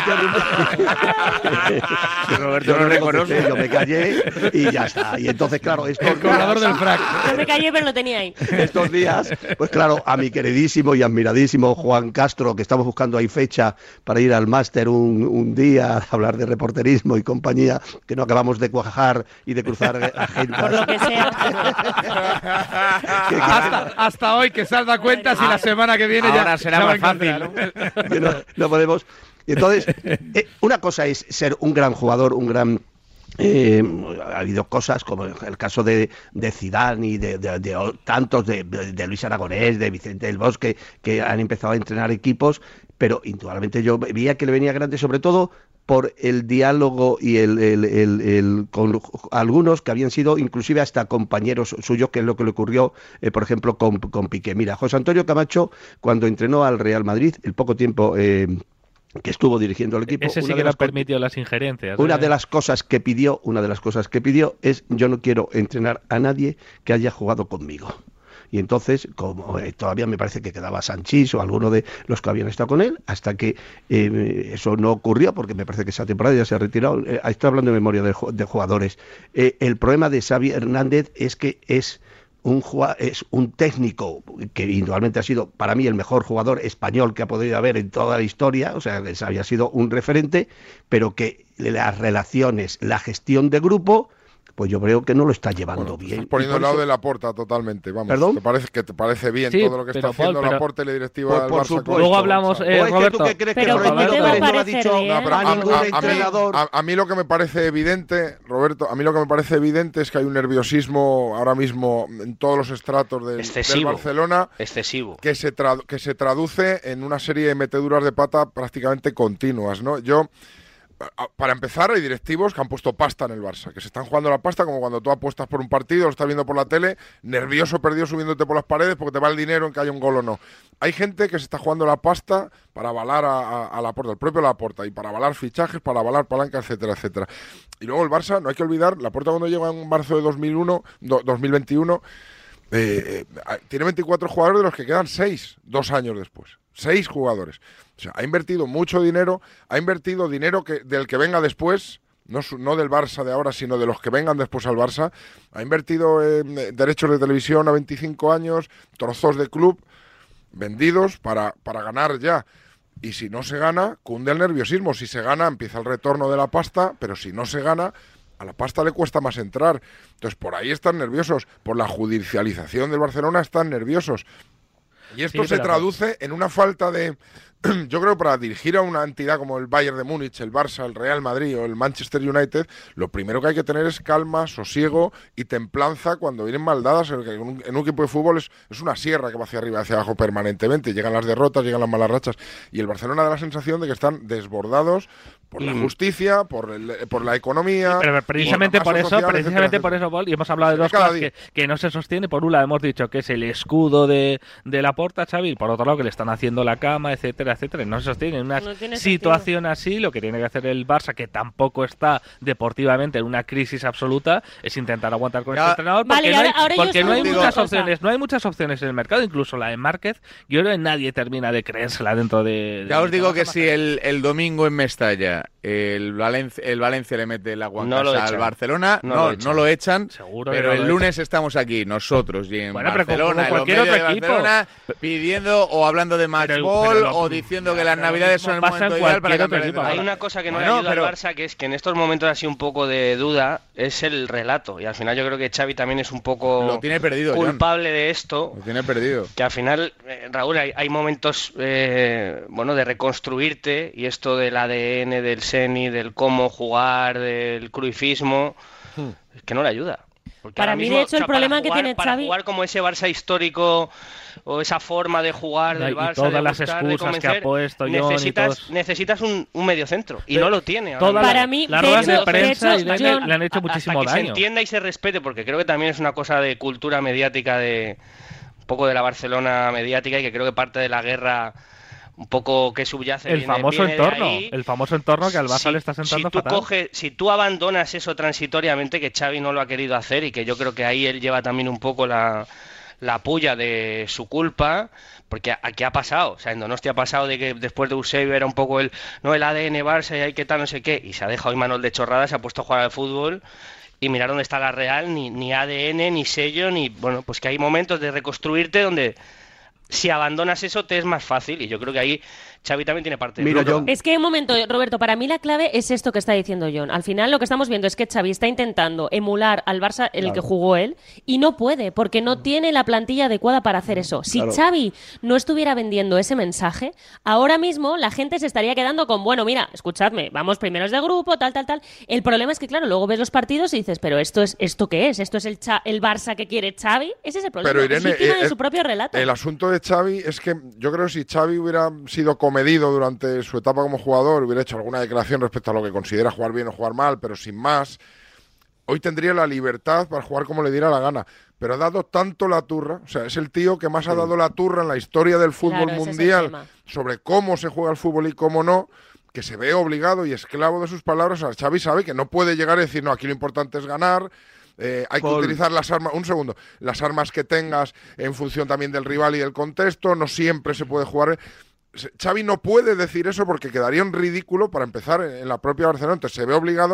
[SPEAKER 4] Roberto no reconoce.
[SPEAKER 9] Yo me callé y ya está. Y entonces, claro,
[SPEAKER 2] el cobrador del frac.
[SPEAKER 7] Yo me callé, pero lo tenía ahí.
[SPEAKER 9] Estos días, pues claro, a mi queridísimo y admiradísimo Juan Castro, que estamos buscando ahí fecha para ir al máster un día a hablar de reporterismo y compañía, que no acabamos de cuajar y de cruzar agendas.
[SPEAKER 7] Por lo que sea.
[SPEAKER 2] Hasta hoy que salda cuentas y la semana que viene
[SPEAKER 4] ahora
[SPEAKER 2] ya
[SPEAKER 4] será más fácil, ¿no?
[SPEAKER 9] No podemos. Y entonces, una cosa es ser un gran jugador, un gran... ha habido cosas como el caso de Zidane y de tantos de Luis Aragonés, de Vicente del Bosque, que han empezado a entrenar equipos, pero indudablemente yo veía que le venía grande sobre todo por el diálogo y el con algunos que habían sido inclusive hasta compañeros suyos, que es lo que le ocurrió, por ejemplo, con Piqué. Mira, José Antonio Camacho, cuando entrenó al Real Madrid, el poco tiempo que estuvo dirigiendo el equipo...
[SPEAKER 5] Ese sí que nos permitió las injerencias.
[SPEAKER 9] Una de las cosas que pidió es: yo no quiero entrenar a nadie que haya jugado conmigo. Y entonces, como todavía me parece que quedaba Sanchís o alguno de los que habían estado con él, hasta que eso no ocurrió, porque me parece que esa temporada ya se ha retirado. Estoy hablando de memoria de jugadores. El problema de Xavi Hernández es que es es un técnico que indudablemente ha sido para mí el mejor jugador español que ha podido haber en toda la historia, o sea, había sido un referente, pero que las relaciones, la gestión de grupo, pues yo creo que no lo está llevando bien.
[SPEAKER 3] Estás poniendo al lado de Laporta totalmente, vamos.
[SPEAKER 9] ¿Perdón?
[SPEAKER 3] ¿Te parece bien
[SPEAKER 5] Sí,
[SPEAKER 3] todo lo que está haciendo Laporta y la directiva del Barça?
[SPEAKER 9] supuesto.
[SPEAKER 5] Luego hablamos,
[SPEAKER 9] ¿Tú
[SPEAKER 5] Roberto.
[SPEAKER 9] qué crees
[SPEAKER 7] Pero
[SPEAKER 9] que
[SPEAKER 7] ¿cómo te va a parecer bien?
[SPEAKER 3] No, pero
[SPEAKER 9] a ningún entrenador?
[SPEAKER 3] a mí lo que me parece evidente, Roberto, a mí lo que me parece evidente es que hay un nerviosismo ahora mismo en todos los estratos del Barcelona
[SPEAKER 8] excesivo,
[SPEAKER 3] que se traduce en una serie de meteduras de pata prácticamente continuas, ¿no? Para empezar, hay directivos que han puesto pasta en el Barça, que se están jugando la pasta como cuando tú apuestas por un partido, lo estás viendo por la tele, nervioso, perdido, subiéndote por las paredes porque te va el dinero en que haya un gol o no. Hay gente que se está jugando la pasta para avalar a Laporta, el propio Laporta, y para avalar fichajes, para avalar palancas, etcétera, etcétera. Y luego el Barça, no hay que olvidar, Laporta cuando llega en marzo de 2021, tiene 24 jugadores de los que quedan 6, 2 años después. 6 jugadores. O sea, ha invertido mucho dinero, del que venga después, no del Barça de ahora, sino de los que vengan después al Barça. Ha invertido derechos de televisión a 25 años, trozos de club vendidos para ganar ya. Y si no se gana, cunde el nerviosismo. Si se gana, empieza el retorno de la pasta, pero si no se gana, a la pasta le cuesta más entrar. Entonces, por ahí están nerviosos. Por la judicialización del Barcelona están nerviosos. Y esto se traduce en una falta de... Yo creo que para dirigir a una entidad como el Bayern de Múnich, el Barça, el Real Madrid o el Manchester United, lo primero que hay que tener es calma, sosiego y templanza cuando vienen mal dadas. En un equipo de fútbol es una sierra que va hacia arriba, hacia abajo permanentemente. Llegan las derrotas, llegan las malas rachas. Y el Barcelona da la sensación de que están desbordados por la justicia, por la economía.
[SPEAKER 5] Pero precisamente por eso, Paul, y hemos hablado de dos cosas que no se sostiene. Por un lado hemos dicho que es el escudo de Laporta, Xavi, y por otro lado que le están haciendo la cama, etcétera, y no se sostiene. En una situación así, lo que tiene que hacer el Barça, que tampoco está deportivamente en una crisis absoluta, es intentar aguantar con este entrenador, porque no hay muchas opciones. No hay muchas opciones en el mercado, incluso la de Márquez. Yo creo que nadie termina de creérsela dentro de...
[SPEAKER 6] Ya os digo que si el domingo en Mestalla el Valencia le mete la guancasa al Barcelona, no lo echan,
[SPEAKER 5] seguro,
[SPEAKER 6] pero el lunes estamos aquí nosotros y en Barcelona, en los medios de Barcelona, pidiendo o hablando de match ball o diciendo que las Navidades son el momento ideal para cambiar de entrenador.
[SPEAKER 8] Hay una cosa que no le ayuda al Barça, que es que en estos momentos así un poco de duda es el relato, y al final yo creo que Xavi también es un poco
[SPEAKER 6] lo tiene perdido,
[SPEAKER 8] culpable de esto.
[SPEAKER 6] Lo tiene perdido.
[SPEAKER 8] Que al final, Raúl, hay momentos de reconstruirte, y esto del ADN, del Seni, del cómo jugar, del cruifismo, es que no le ayuda. Porque
[SPEAKER 7] para mí, de hecho, el problema que tiene Xavi...
[SPEAKER 8] Para jugar como ese Barça histórico, o esa forma de jugar del Barça,
[SPEAKER 5] y todas las excusas que ha puesto
[SPEAKER 8] necesitas un mediocentro, y no lo tiene.
[SPEAKER 7] Para mí,
[SPEAKER 5] las ruedas de prensa le han hecho muchísimo daño.
[SPEAKER 8] Que se entienda y se respete, porque creo que también es una cosa de cultura mediática, un poco de la Barcelona mediática, y que creo que parte de la guerra un poco que subyace
[SPEAKER 5] el famoso entorno que al Barça le está sentando fatal.
[SPEAKER 8] Si tú abandonas eso transitoriamente, que Xavi no lo ha querido hacer, y que yo creo que ahí él lleva también un poco la puya de su culpa, porque aquí ha pasado, o sea, en Donosti ha pasado de que después de Eusebio era un poco el ADN Barça y hay que tal, no sé qué, y se ha dejado Imanol de chorrada, se ha puesto a jugar al fútbol, y mirar dónde está la Real, ni ADN, ni sello, pues que hay momentos de reconstruirte donde si abandonas eso te es más fácil, y yo creo que ahí Xavi también tiene parte de culpa.
[SPEAKER 7] Es que un momento, Roberto, para mí la clave es esto que está diciendo John. Al final lo que estamos viendo es que Xavi está intentando emular al Barça en el que jugó él, y no puede, porque no tiene la plantilla adecuada para hacer eso. Si Xavi no estuviera vendiendo ese mensaje, ahora mismo la gente se estaría quedando con, bueno, mira, escuchadme, vamos primeros de grupo, tal. El problema es que, claro, luego ves los partidos y dices, pero ¿esto qué es? ¿Esto es el Barça que quiere Xavi? Ese es el problema.
[SPEAKER 3] Pero Irene,
[SPEAKER 7] de su propio relato.
[SPEAKER 3] El asunto de Xavi es que yo creo que si Xavi hubiera sido comedido durante su etapa como jugador, hubiera hecho alguna declaración respecto a lo que considera jugar bien o jugar mal, pero sin más, hoy tendría la libertad para jugar como le diera la gana. Pero ha dado tanto la turra, o sea, es el tío que más ha dado la turra en la historia del fútbol mundial sobre cómo se juega el fútbol y cómo no, que se ve obligado y esclavo de sus palabras. O sea, Xavi sabe que no puede llegar y decir, no, aquí lo importante es ganar. Hay que utilizar las armas, las armas que tengas en función también del rival y del contexto, no siempre se puede jugar. Xavi no puede decir eso porque quedaría en ridículo para empezar en la propia Barcelona, entonces se ve obligado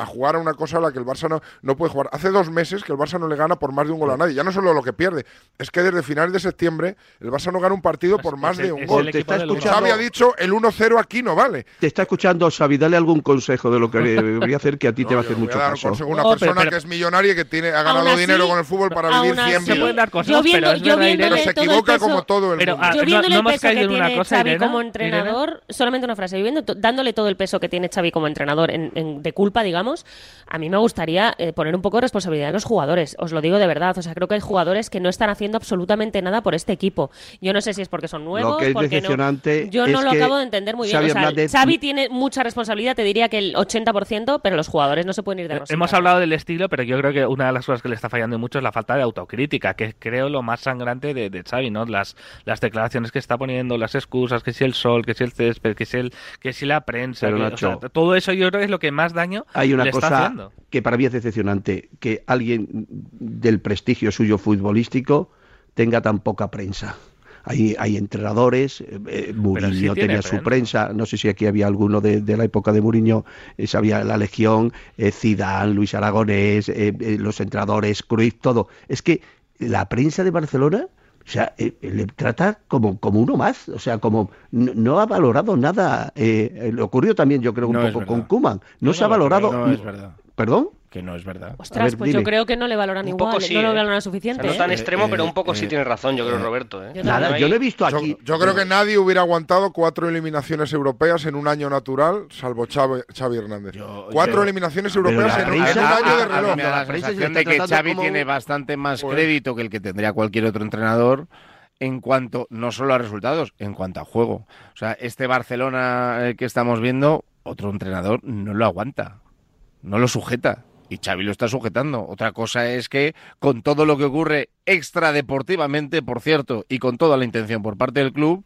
[SPEAKER 3] a jugar a una cosa a la que el Barça no puede jugar. Hace 2 meses que el Barça no le gana por más de un gol a nadie. Ya no solo lo que pierde, es que desde finales de septiembre el Barça no gana un partido por más de un gol.
[SPEAKER 9] Te está escuchando,
[SPEAKER 3] Xavi ha dicho el 1-0 aquí no vale.
[SPEAKER 9] Te está escuchando Xavi, dale algún consejo de lo que debería hacer que a ti te va a hacer mucho caso.
[SPEAKER 3] Consejo a una persona que es millonaria y que ha ganado dinero con el fútbol para vivir 100
[SPEAKER 5] se pueden dar cosas,
[SPEAKER 3] pero se equivoca como todo el mundo.
[SPEAKER 7] Yo viéndole el peso que tiene Xavi como entrenador, solamente una frase, dándole todo el peso que tiene Xavi como entrenador de culpa, digamos, a mí me gustaría poner un poco de responsabilidad en los jugadores, os lo digo de verdad, o sea, creo que hay jugadores que no están haciendo absolutamente nada por este equipo. Yo no sé si es porque son nuevos,
[SPEAKER 9] lo que es
[SPEAKER 7] porque
[SPEAKER 9] decepcionante
[SPEAKER 7] yo no lo acabo de entender muy bien. O sea, Xavi tiene mucha responsabilidad, te diría que el 80%, pero los jugadores no se pueden ir de rosita.
[SPEAKER 5] Hemos hablado del estilo, pero yo creo que una de las cosas que le está fallando mucho es la falta de autocrítica, que es, creo, lo más sangrante de Xavi, ¿no? Las declaraciones que está poniendo, las excusas, que si el sol, que si el césped, que si la prensa, o sea, todo eso yo creo que es lo que más daño
[SPEAKER 9] hay una
[SPEAKER 5] le
[SPEAKER 9] cosa
[SPEAKER 5] está haciendo.
[SPEAKER 9] Que para mí es decepcionante, que alguien del prestigio suyo futbolístico tenga tan poca prensa. Hay entrenadores, Mourinho tenía su prensa, no sé si aquí había alguno de la época de Mourinho, sabía la Legión, Zidane, Luis Aragonés, los entrenadores, Cruyff, todo. Es que la prensa de Barcelona, o sea, le trata como uno más, o sea, como no ha valorado nada. Le ocurrió también, yo creo, un poco con Koeman. No se ha valorado.
[SPEAKER 6] No es verdad.
[SPEAKER 9] ¿Perdón?
[SPEAKER 6] Que no es verdad.
[SPEAKER 7] Ostras,
[SPEAKER 9] ver,
[SPEAKER 7] pues
[SPEAKER 9] dile.
[SPEAKER 7] Yo creo que no le valoran igual,
[SPEAKER 8] poco sí,
[SPEAKER 7] no lo valoran suficiente.
[SPEAKER 8] No tan extremo, pero un poco sí tiene razón, yo creo, Roberto.
[SPEAKER 9] Nada, yo lo he visto aquí.
[SPEAKER 3] Yo creo que nadie hubiera aguantado 4 eliminaciones europeas en un año natural, salvo Xavi Hernández. 4 eliminaciones europeas en un año de reloj.
[SPEAKER 6] Me da la sensación de que Xavi tiene bastante más crédito que el que tendría cualquier otro entrenador en cuanto, no solo a resultados, en cuanto a juego. O sea, este Barcelona que estamos viendo, otro entrenador no lo aguanta, no lo sujeta. Y Xavi lo está sujetando. Otra cosa es que con todo lo que ocurre extradeportivamente, por cierto, y con toda la intención por parte del club,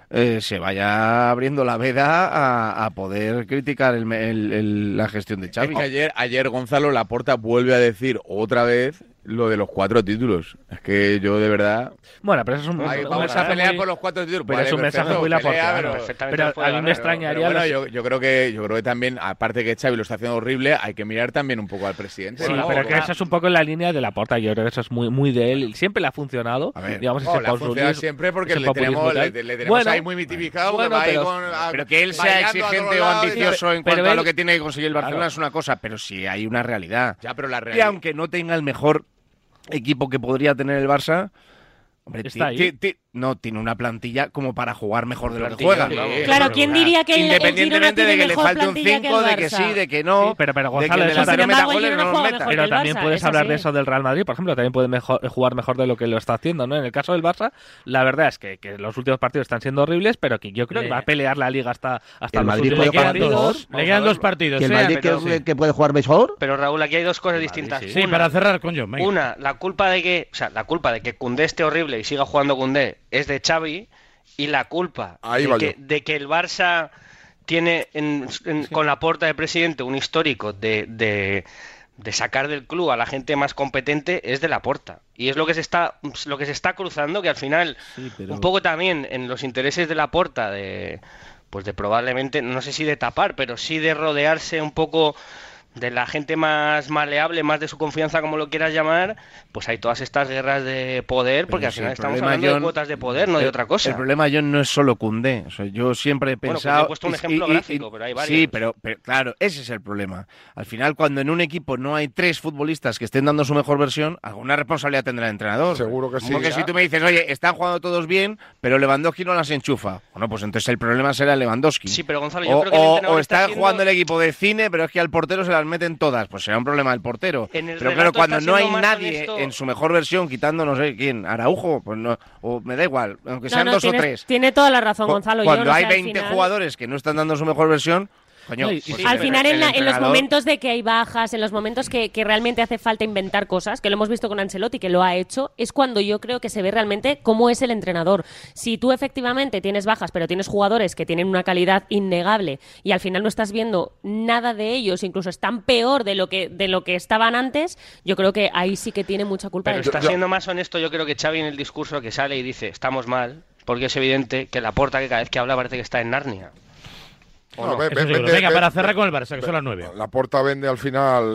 [SPEAKER 6] se vaya abriendo la veda a poder criticar la gestión de Xavi.
[SPEAKER 10] Es que ayer Gonzalo Laporta vuelve a decir otra vez lo de los 4 títulos. Es que yo de verdad...
[SPEAKER 5] Bueno, pero eso es un
[SPEAKER 10] vamos a pelear por los 4 títulos.
[SPEAKER 5] Pero
[SPEAKER 10] vale,
[SPEAKER 5] es un mensaje muy laporteano. Pero a mí me extrañaría...
[SPEAKER 10] Bueno, yo creo que también, aparte que Xavi lo está haciendo horrible, hay que mirar también un poco al presidente.
[SPEAKER 5] Sí, pero que eso es un poco en la línea de Laporta. Yo creo que eso es muy de él. Siempre le ha funcionado.
[SPEAKER 10] A ver,
[SPEAKER 5] digamos,
[SPEAKER 10] le ha funcionado siempre porque le tenemos ahí muy mitificado.
[SPEAKER 6] Pero que él sea exigente o ambicioso en cuanto a lo que tiene que conseguir el Barcelona es una cosa, pero sí hay una realidad.
[SPEAKER 10] Ya, pero la
[SPEAKER 6] Y
[SPEAKER 10] realidad...
[SPEAKER 6] aunque no tenga el mejor equipo que podría tener el Barça, hombre, no tiene una plantilla como para jugar mejor de lo que juega.
[SPEAKER 7] Claro, ¿quién diría que
[SPEAKER 6] independientemente de que le falte un 5, de que sí, de que no,
[SPEAKER 5] pero Gonzalo,
[SPEAKER 6] de que el Barça no meta goles, no los meta.
[SPEAKER 5] Pero también puedes hablar de eso del Real Madrid, por ejemplo, también puede jugar mejor de lo que lo está haciendo, ¿no? En el caso del Barça, la verdad es que los últimos partidos están siendo horribles, pero que yo creo que va a pelear la Liga hasta
[SPEAKER 9] el
[SPEAKER 5] los
[SPEAKER 9] Madrid
[SPEAKER 5] últimos
[SPEAKER 9] puede
[SPEAKER 5] partidos.
[SPEAKER 2] Le quedan 2 partidos.
[SPEAKER 9] ¿Que el Madrid que puede jugar mejor?
[SPEAKER 8] Pero Raúl, aquí hay 2 cosas distintas.
[SPEAKER 2] Sí, para cerrar con John.
[SPEAKER 8] Una, la culpa de que Koundé esté horrible y siga jugando Koundé es de Xavi. Y la culpa de que el Barça tiene con Laporta de presidente un histórico de sacar del club a la gente más competente es de Laporta. Y es lo que se está cruzando, que al final, un poco también en los intereses de Laporta de probablemente, no sé si de tapar, pero sí de rodearse un poco de la gente más maleable, más de su confianza, como lo quieras llamar, pues hay todas estas guerras de poder, porque al final estamos hablando de cuotas de poder, no de otra cosa.
[SPEAKER 6] El problema, John, no es solo Koundé. O sea, yo siempre he pensado...
[SPEAKER 8] He puesto un ejemplo gráfico, pero hay varios.
[SPEAKER 6] Sí, pero claro, ese es el problema. Al final, cuando en un equipo no hay 3 futbolistas que estén dando su mejor versión, alguna responsabilidad tendrá el entrenador.
[SPEAKER 3] Seguro que sí.
[SPEAKER 6] Porque si tú me dices, oye, están jugando todos bien, pero Lewandowski no las enchufa. Bueno, pues entonces el problema será Lewandowski.
[SPEAKER 8] Sí, pero Gonzalo, yo creo que el entrenador
[SPEAKER 6] está jugando el equipo de cine, pero es que al portero se las meten todas. Pues será un problema del portero. Pero claro, cuando no hay nadie en su mejor versión, quitando no sé quién, Araujo, pues no, o me da igual, aunque sean 2 o 3.
[SPEAKER 7] Tiene toda la razón, Gonzalo.
[SPEAKER 6] Cuando hay 20 jugadores que no están dando su mejor versión, coño,
[SPEAKER 7] pues al final en los momentos de que hay bajas, en los momentos que realmente hace falta inventar cosas, que lo hemos visto con Ancelotti, que lo ha hecho, es cuando yo creo que se ve realmente cómo es el entrenador. Si tú efectivamente tienes bajas, pero tienes jugadores que tienen una calidad innegable y al final no estás viendo nada de ellos, incluso están peor de lo que estaban antes, yo creo que ahí sí que tiene mucha culpa.
[SPEAKER 8] Pero está siendo más honesto, yo creo que Xavi en el discurso que sale y dice, estamos mal, porque es evidente que Laporta, que cada vez que habla parece que está en Narnia.
[SPEAKER 2] Venga, para cerrar con el Barça, que son las 9.
[SPEAKER 3] Laporta vende al final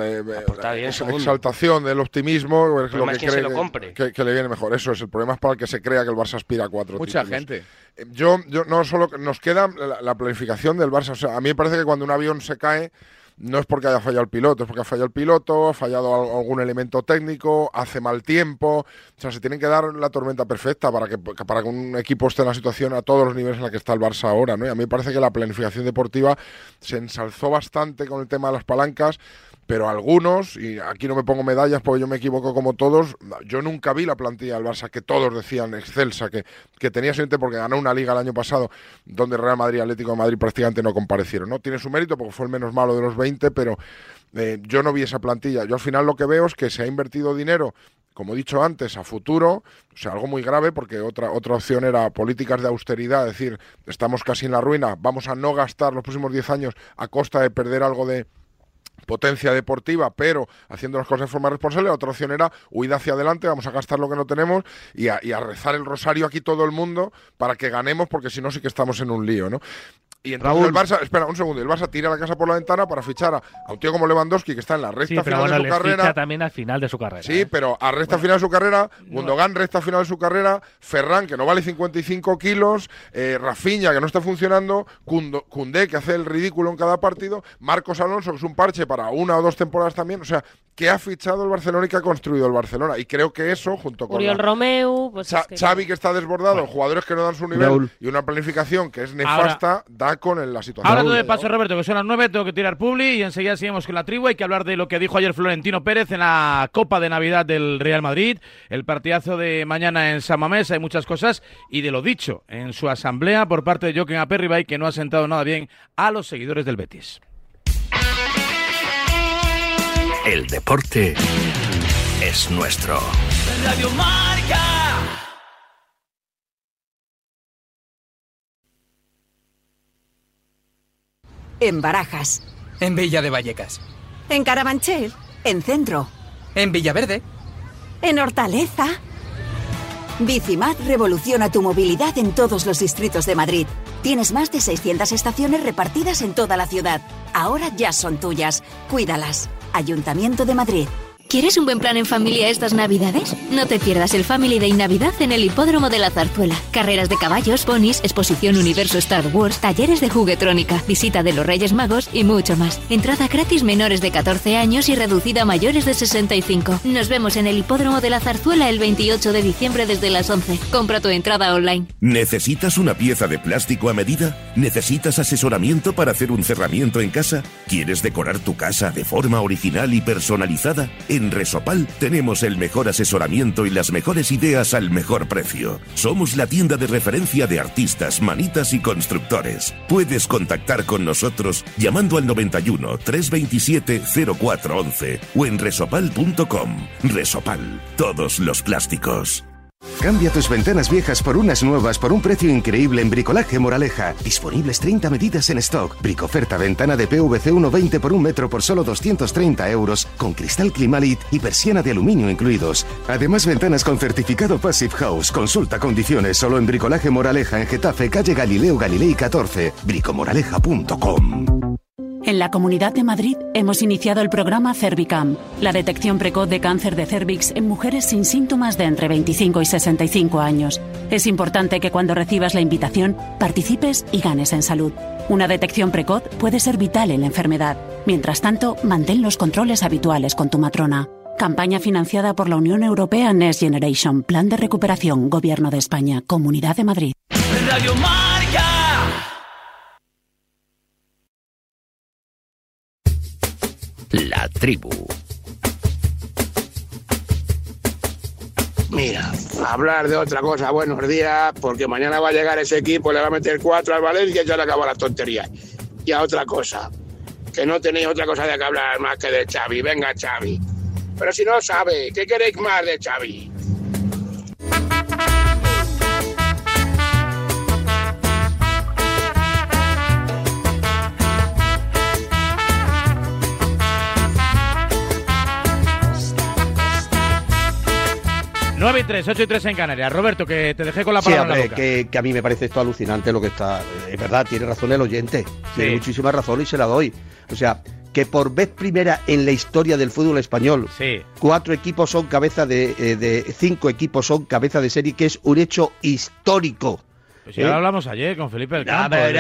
[SPEAKER 3] exaltación del optimismo, es lo que cree que le viene mejor. Eso es, el problema es para el que se crea que el Barça aspira a 4
[SPEAKER 6] Mucha
[SPEAKER 3] títulos.
[SPEAKER 6] gente.
[SPEAKER 3] Yo no solo nos queda la planificación del Barça. O sea, a mí me parece que cuando un avión se cae no es porque haya fallado el piloto, es porque ha fallado el piloto, ha fallado algún elemento técnico, hace mal tiempo. O sea, se tienen que dar la tormenta perfecta para que un equipo esté en la situación a todos los niveles en la que está el Barça ahora, ¿no? Y a mí me parece que la planificación deportiva se ensalzó bastante con el tema de las palancas, pero algunos, y aquí no me pongo medallas porque yo me equivoco como todos, yo nunca vi la plantilla del Barça que todos decían excelsa, que tenía suerte porque ganó una liga el año pasado donde Real Madrid y Atlético de Madrid prácticamente no comparecieron, ¿no? Tiene su mérito porque fue el menos malo de los 20, pero yo no vi esa plantilla. Yo al final lo que veo es que se ha invertido dinero, como he dicho antes, a futuro, o sea, algo muy grave, porque otra opción era políticas de austeridad, es decir, estamos casi en la ruina, vamos a no gastar los próximos 10 años a costa de perder algo de potencia deportiva, pero haciendo las cosas de forma responsable. La otra opción era huida hacia adelante, vamos a gastar lo que no tenemos y a rezar el rosario aquí todo el mundo para que ganemos, porque si no sí que estamos en un lío, ¿no? Y entonces el Barça, espera un segundo, el Barça tira la casa por la ventana para fichar a un tío como Lewandowski, que está en la recta final de su carrera.
[SPEAKER 5] Ficha también al final de su carrera.
[SPEAKER 3] Sí, pero a recta final de su carrera, Gundogan recta final de su carrera, Ferran, que no vale 55 kilos, Rafinha, que no está funcionando, Koundé, que hace el ridículo en cada partido, Marcos Alonso, que es un parche para 1 o 2 temporadas también. O sea, ¿qué ha fichado el Barcelona y qué ha construido el Barcelona? Y creo que eso, junto con
[SPEAKER 7] Oriol Romeu, pues
[SPEAKER 3] Xavi, que está desbordado, jugadores que no dan su nivel, y una planificación que es nefasta, da con la situación.
[SPEAKER 2] Ahora todo de paso, Roberto, que son las 9, tengo que tirar publi y enseguida seguimos con la tribu. Hay que hablar de lo que dijo ayer Florentino Pérez en la Copa de Navidad del Real Madrid, el partidazo de mañana en San Mamés, hay muchas cosas, y de lo dicho en su asamblea por parte de Joaquín Aperribay, que no ha sentado nada bien a los seguidores del Betis.
[SPEAKER 1] El deporte es nuestro.
[SPEAKER 11] Radio Marca.
[SPEAKER 12] En Barajas.
[SPEAKER 13] En Villa de Vallecas.
[SPEAKER 12] En Carabanchel. En Centro.
[SPEAKER 13] En Villaverde.
[SPEAKER 12] En Hortaleza. Bicimad revoluciona tu movilidad en todos los distritos de Madrid. Tienes más de 600 estaciones repartidas en toda la ciudad. Ahora ya son tuyas. Cuídalas. Ayuntamiento de Madrid.
[SPEAKER 14] ¿Quieres un buen plan en familia estas Navidades? No te pierdas el Family Day Navidad en el Hipódromo de la Zarzuela. Carreras de caballos, ponis, exposición Universo Star Wars, talleres de juguetrónica, visita de los Reyes Magos y mucho más. Entrada gratis menores de 14 años y reducida a mayores de 65. Nos vemos en el Hipódromo de la Zarzuela el 28 de diciembre desde las 11. Compra tu entrada online.
[SPEAKER 15] ¿Necesitas una pieza de plástico a medida? ¿Necesitas asesoramiento para hacer un cerramiento en casa? ¿Quieres decorar tu casa de forma original y personalizada? En Resopal tenemos el mejor asesoramiento y las mejores ideas al mejor precio. Somos la tienda de referencia de artistas, manitas y constructores. Puedes contactar con nosotros llamando al 91 327 0411 o en resopal.com. Resopal, todos los plásticos.
[SPEAKER 16] Cambia tus ventanas viejas por unas nuevas por un precio increíble en Bricolaje Moraleja. Disponibles 30 medidas en stock. Bricoferta ventana de PVC 1,20 por 1 metro por solo 230 euros, con cristal Climalit y persiana de aluminio incluidos. Además, ventanas con certificado Passive House. Consulta condiciones solo en Bricolaje Moraleja en Getafe, calle Galileo Galilei 14. bricomoraleja.com.
[SPEAKER 17] En la Comunidad de Madrid hemos iniciado el programa Cervicam, la detección precoz de cáncer de cérvix en mujeres sin síntomas de entre 25 y 65 años. Es importante que cuando recibas la invitación participes y ganes en salud. Una detección precoz puede ser vital en la enfermedad. Mientras tanto, mantén los controles habituales con tu matrona. Campaña financiada por la Unión Europea Next Generation, Plan de Recuperación, Gobierno de España, Comunidad de Madrid.
[SPEAKER 11] Radio Marca.
[SPEAKER 1] La tribu.
[SPEAKER 18] Mira, hablar de otra cosa, buenos días, porque mañana va a llegar ese equipo, le va a meter 4 al Valencia y ya le acabó la tontería. Y a otra cosa, que no tenéis otra cosa de que hablar más que de Xavi. Venga, Xavi. Pero si no sabe, ¿qué queréis más de Xavi?
[SPEAKER 2] 9:03, 8:03 en Canarias. Roberto, que te dejé con la palabra en la boca.
[SPEAKER 9] Que a mí me parece esto alucinante lo que está... Es verdad, tiene razón el oyente. Tiene muchísima razón y se la doy. O sea, que por vez primera en la historia del fútbol español, 4 equipos son cabeza de 5 equipos son cabeza de serie, que es un hecho histórico.
[SPEAKER 2] Pues ya lo hablamos ayer con Felipe del Campo.
[SPEAKER 9] De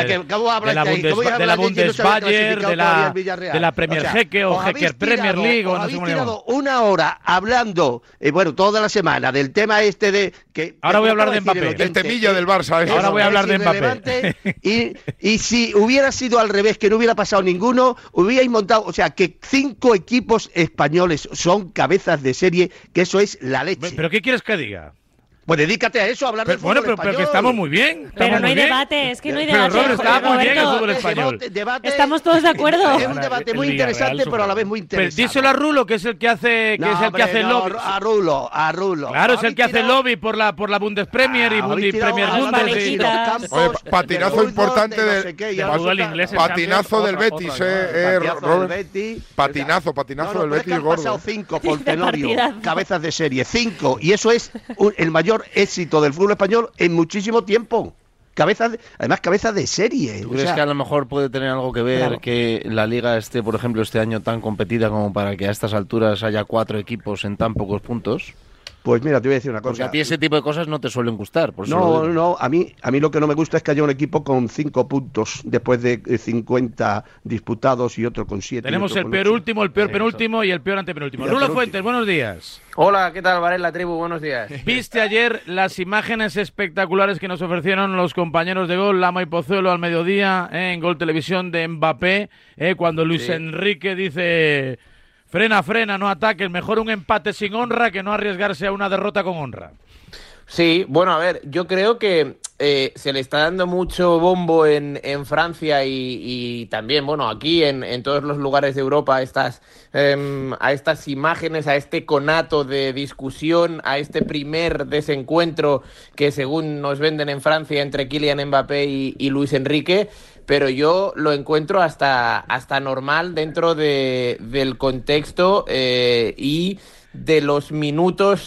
[SPEAKER 2] la Bundesbayer, de la Premier Jeque o Jeque Premier League.
[SPEAKER 9] O no sé cómo tirado una hora hablando, toda la semana, del tema este de... que
[SPEAKER 2] ahora voy a hablar de Mbappé.
[SPEAKER 3] El temilla del Barça.
[SPEAKER 2] Ahora voy a hablar de Mbappé.
[SPEAKER 9] Y si hubiera sido al revés, que no hubiera pasado ninguno, hubierais montado... O sea, que 5 equipos españoles son cabezas de serie, que eso es la leche.
[SPEAKER 2] ¿Pero qué quieres que diga?
[SPEAKER 9] Pues dedícate a eso, a hablar del fútbol español.
[SPEAKER 2] Pero que estamos muy bien.
[SPEAKER 7] Pero no hay debate, es que no hay debate.
[SPEAKER 2] Pero está muy bien el fútbol español.
[SPEAKER 7] Estamos todos de acuerdo.
[SPEAKER 9] Es un debate muy interesante, pero a la vez muy interesante.
[SPEAKER 2] Pero díselo a Rulo, que es el que hace el lobby.
[SPEAKER 9] A Rulo.
[SPEAKER 2] Claro, es el que hace el lobby por la Bundespremier y Premier Bundesliga.
[SPEAKER 3] Oye, patinazo importante patinazo del Betis, Robert. Patinazo del Betis, gordo.
[SPEAKER 9] Han pasado 5 por Tenorio, cabezas de serie, 5, y eso es el mayor éxito del fútbol español en muchísimo tiempo. Además, cabezas de serie.
[SPEAKER 4] ¿Tú crees que a lo mejor puede tener algo que ver que la Liga esté, por ejemplo, este año tan competida como para que a estas alturas haya 4 equipos en tan pocos puntos?
[SPEAKER 9] Pues mira, te voy a decir una cosa.
[SPEAKER 4] Porque a ti ese tipo de cosas no te suelen gustar. Por
[SPEAKER 9] no, a mí lo que no me gusta es que haya un equipo con 5 puntos después de 50 disputados y otro con 7.
[SPEAKER 2] Tenemos el peor último, el peor penúltimo y el peor antepenúltimo. Rulo Fuentes, buenos días.
[SPEAKER 19] Hola, ¿qué tal, Varela Tribu? Buenos días.
[SPEAKER 2] ¿Viste ayer las imágenes espectaculares que nos ofrecieron los compañeros de Gol, Lama y Pozuelo, al mediodía, en Gol Televisión, de Mbappé, cuando Luis Enrique dice... Frena, no ataques, mejor un empate sin honra que no arriesgarse a una derrota con honra?
[SPEAKER 19] Sí, bueno, a ver, yo creo que se le está dando mucho bombo en Francia y también, bueno, aquí en todos los lugares de Europa a estas imágenes, a este conato de discusión, a este primer desencuentro que según nos venden en Francia entre Kylian Mbappé y Luis Enrique. Pero yo lo encuentro hasta normal dentro del contexto y de los minutos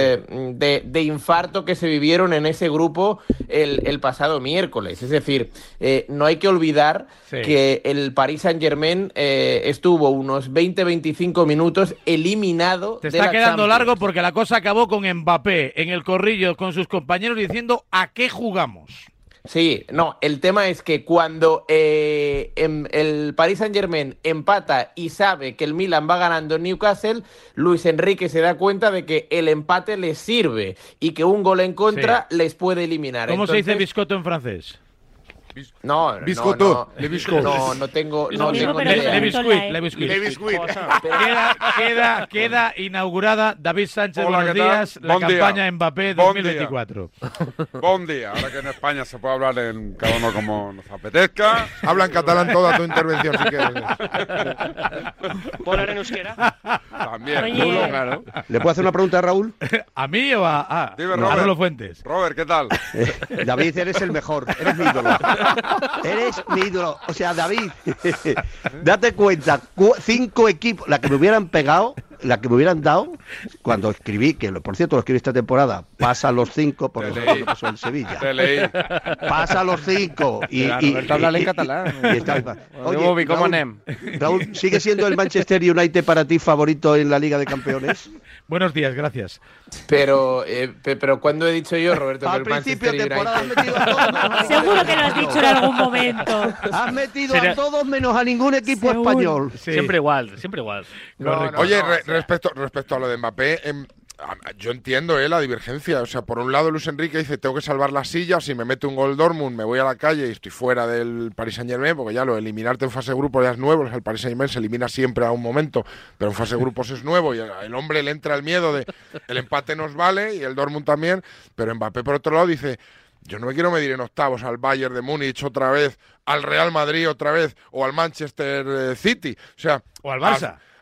[SPEAKER 19] de infarto que se vivieron en ese grupo el pasado miércoles. Es decir, no hay que olvidar que el Paris Saint-Germain estuvo unos 20-25 minutos eliminado.
[SPEAKER 2] Te está quedando largo porque la cosa acabó con Mbappé en el corrillo con sus compañeros diciendo ¿a qué jugamos?
[SPEAKER 19] Sí, no, el tema es que cuando el Paris Saint-Germain empata y sabe que el Milan va ganando en Newcastle, Luis Enrique se da cuenta de que el empate les sirve y que un gol en contra les puede eliminar.
[SPEAKER 2] ¿Cómo se dice biscotto en francés?
[SPEAKER 19] No tengo
[SPEAKER 2] Le biscuit. Queda inaugurada, David Sánchez, buenos días, la campaña Mbappé 2024.
[SPEAKER 20] Buen día, ahora que en España se puede hablar en cada uno como nos apetezca.
[SPEAKER 3] Habla en catalán toda tu intervención si quieres.
[SPEAKER 8] ¿Puedo hablar en euskera?
[SPEAKER 20] También,
[SPEAKER 9] claro. ¿Le puedo hacer una pregunta a Raúl?
[SPEAKER 2] ¿A mí o a Rulo Fuentes?
[SPEAKER 20] Robert, ¿qué tal?
[SPEAKER 9] David, eres el mejor, eres mi ídolo. Eres mi ídolo. O sea, David, date cuenta, 5 equipos, la que me hubieran pegado, la que me hubieran dado, cuando escribí, que por cierto lo escribí esta temporada, pasa a los 5 por lo que pasó en Sevilla.
[SPEAKER 20] Te leí.
[SPEAKER 9] Pasa a los 5.
[SPEAKER 4] Roberto habla en catalán.
[SPEAKER 9] Oye, Raúl, ¿sigue siendo el Manchester United para ti favorito en la Liga de Campeones?
[SPEAKER 2] Buenos días, gracias.
[SPEAKER 19] Pero ¿cuándo he dicho yo, Roberto, que
[SPEAKER 9] al
[SPEAKER 19] el
[SPEAKER 9] principio de temporada has
[SPEAKER 19] United...
[SPEAKER 9] metido a todos.
[SPEAKER 7] Seguro que lo has dicho en algún momento.
[SPEAKER 9] Has metido a todos menos a ningún equipo español.
[SPEAKER 5] Sí. Siempre igual.
[SPEAKER 3] Oye, respecto a lo de Mbappé, yo entiendo la divergencia. O sea, por un lado Luis Enrique dice, tengo que salvar la silla, si me mete un gol Dortmund me voy a la calle y estoy fuera del Paris Saint-Germain, porque ya eliminarte en fase de grupos ya es nuevo. El Paris Saint-Germain se elimina siempre a un momento, pero en fase de grupos es nuevo y el hombre le entra el miedo de el empate nos vale y el Dortmund también, pero Mbappé por otro lado dice, yo no me quiero medir en octavos al Bayern de Múnich otra vez, al Real Madrid otra vez o al Manchester City, o sea,
[SPEAKER 2] o al Barça.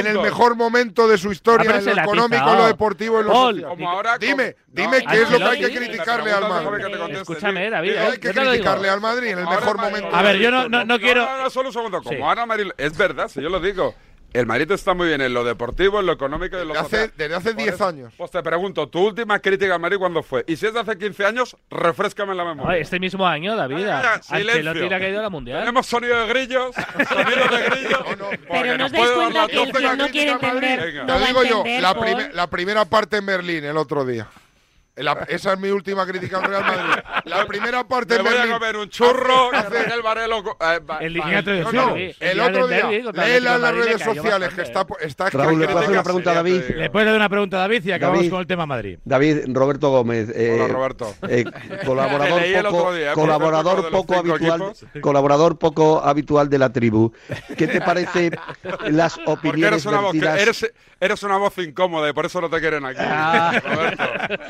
[SPEAKER 3] en el mejor momento de su historia, en lo económico, en lo deportivo, en lo social.
[SPEAKER 20] Como ahora,
[SPEAKER 3] dime qué es lo que hay que criticarle al Madrid.
[SPEAKER 5] Escúchame, David.
[SPEAKER 3] Hay que criticarle al Madrid en el mejor momento.
[SPEAKER 2] A ver, yo no quiero...
[SPEAKER 20] Solo un segundo. Como ahora Madrid... Es verdad, si yo lo digo. El Madrid está muy bien en lo deportivo, en lo económico y en lo social.
[SPEAKER 3] Desde hace 10 años.
[SPEAKER 20] Pues te pregunto, ¿tu última crítica al Madrid cuándo fue? Y si es de hace 15 años, refréscame la memoria.
[SPEAKER 5] Este mismo año, David. Ancelotti le ha caído a la Mundial.
[SPEAKER 20] Tenemos sonido de grillos, sonido de grillos.
[SPEAKER 7] Pero no os dais cuenta que el que no quiere entender no va a
[SPEAKER 3] digo yo,
[SPEAKER 7] entender,
[SPEAKER 3] la primera parte en Berlín el otro día. Esa es mi última crítica al Real Madrid. La primera parte en
[SPEAKER 20] Berlín. Me voy a comer un churro, hacer el Varelo.
[SPEAKER 3] El otro día, léela en las redes sociales que está
[SPEAKER 9] Raúl, ¿le puedo hacer una pregunta a David?
[SPEAKER 2] Le puedes dar una pregunta a David y acabamos con el tema Madrid.
[SPEAKER 9] David, Roberto Gómez.
[SPEAKER 20] Hola, Roberto.
[SPEAKER 9] Colaborador poco habitual de la tribu. ¿Qué te parece las opiniones vertidas?
[SPEAKER 20] Eres una voz incómoda y por eso no te quieren aquí, Roberto.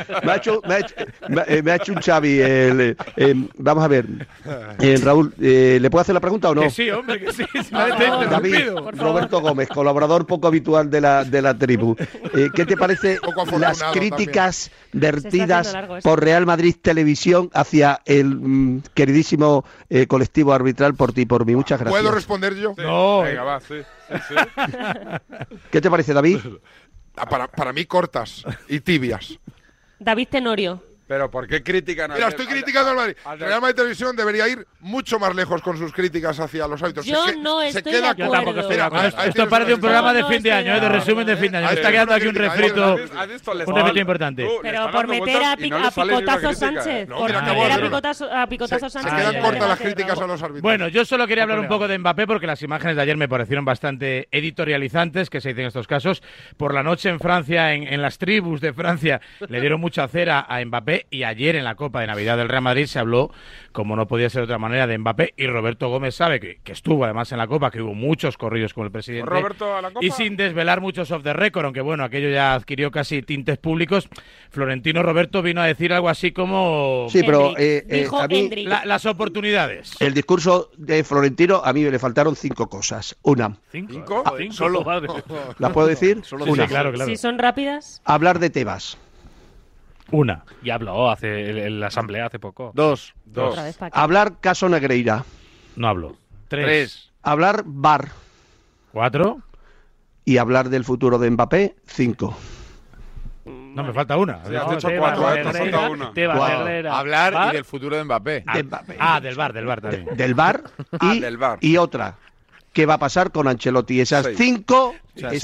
[SPEAKER 9] Me ha hecho un Xavi. Vamos a ver. Raúl, ¿le puedo hacer la pregunta o no?
[SPEAKER 2] Que sí, hombre, que sí.
[SPEAKER 9] David, Roberto Gómez, colaborador poco habitual de la tribu. ¿Qué te parece las críticas vertidas por Real Madrid Televisión hacia el queridísimo colectivo arbitral por ti y por mí? Muchas gracias.
[SPEAKER 3] ¿Puedo responder yo?
[SPEAKER 20] Sí. No. Venga, va, sí.
[SPEAKER 9] ¿Qué te parece, David?
[SPEAKER 3] Para mí cortas y tibias.
[SPEAKER 7] David Tenorio.
[SPEAKER 20] Pero ¿por qué critican a
[SPEAKER 3] Mira, estoy criticando al Madrid. Real Madrid Televisión debería ir mucho más lejos con sus críticas hacia los árbitros.
[SPEAKER 7] Yo no estoy de acuerdo.
[SPEAKER 2] Esto parece un programa de fin de año, de resumen de fin de año. Me está quedando aquí un refrito importante.
[SPEAKER 7] Pero por meter a Picotazo Sánchez. Por meter a Picotazo Sánchez.
[SPEAKER 3] Se quedan cortas las críticas a los árbitros.
[SPEAKER 2] Bueno, yo solo quería hablar un poco de Mbappé porque las imágenes de ayer me parecieron bastante editorializantes, que se dicen en estos casos. Por la noche en Francia, en las tribus de Francia, le dieron mucha cera a Mbappé y ayer en la Copa de Navidad del Real Madrid se habló, como no podía ser de otra manera, de Mbappé, y Roberto Gómez sabe que estuvo además en la Copa, que hubo muchos corrillos con el presidente.
[SPEAKER 20] ¿Roberto a la Copa?
[SPEAKER 2] Y sin desvelar muchos off the record, aunque bueno, aquello ya adquirió casi tintes públicos, Florentino Roberto vino a decir algo así como...
[SPEAKER 9] Sí, pero
[SPEAKER 7] dijo
[SPEAKER 9] a mí,
[SPEAKER 2] las oportunidades.
[SPEAKER 9] El discurso de Florentino, a mí me le faltaron 5 cosas. Una.
[SPEAKER 20] ¿Cinco?
[SPEAKER 9] Solo. ¿Las puedo decir?
[SPEAKER 2] Una. Sí, claro.
[SPEAKER 7] Si son rápidas.
[SPEAKER 9] Hablar de Tebas.
[SPEAKER 2] Una.
[SPEAKER 5] Y habló en la asamblea hace poco.
[SPEAKER 9] Dos. Hablar caso Negreira.
[SPEAKER 2] No hablo.
[SPEAKER 9] 3. Hablar VAR.
[SPEAKER 2] 4.
[SPEAKER 9] Y hablar del futuro de Mbappé. 5.
[SPEAKER 2] No, me falta una.
[SPEAKER 20] Sí, has dicho 4, te falta una.
[SPEAKER 6] Hablar y del futuro de Mbappé.
[SPEAKER 2] Del VAR también.
[SPEAKER 9] Del VAR y otra. ¿Qué va a pasar con Ancelotti? Esas 5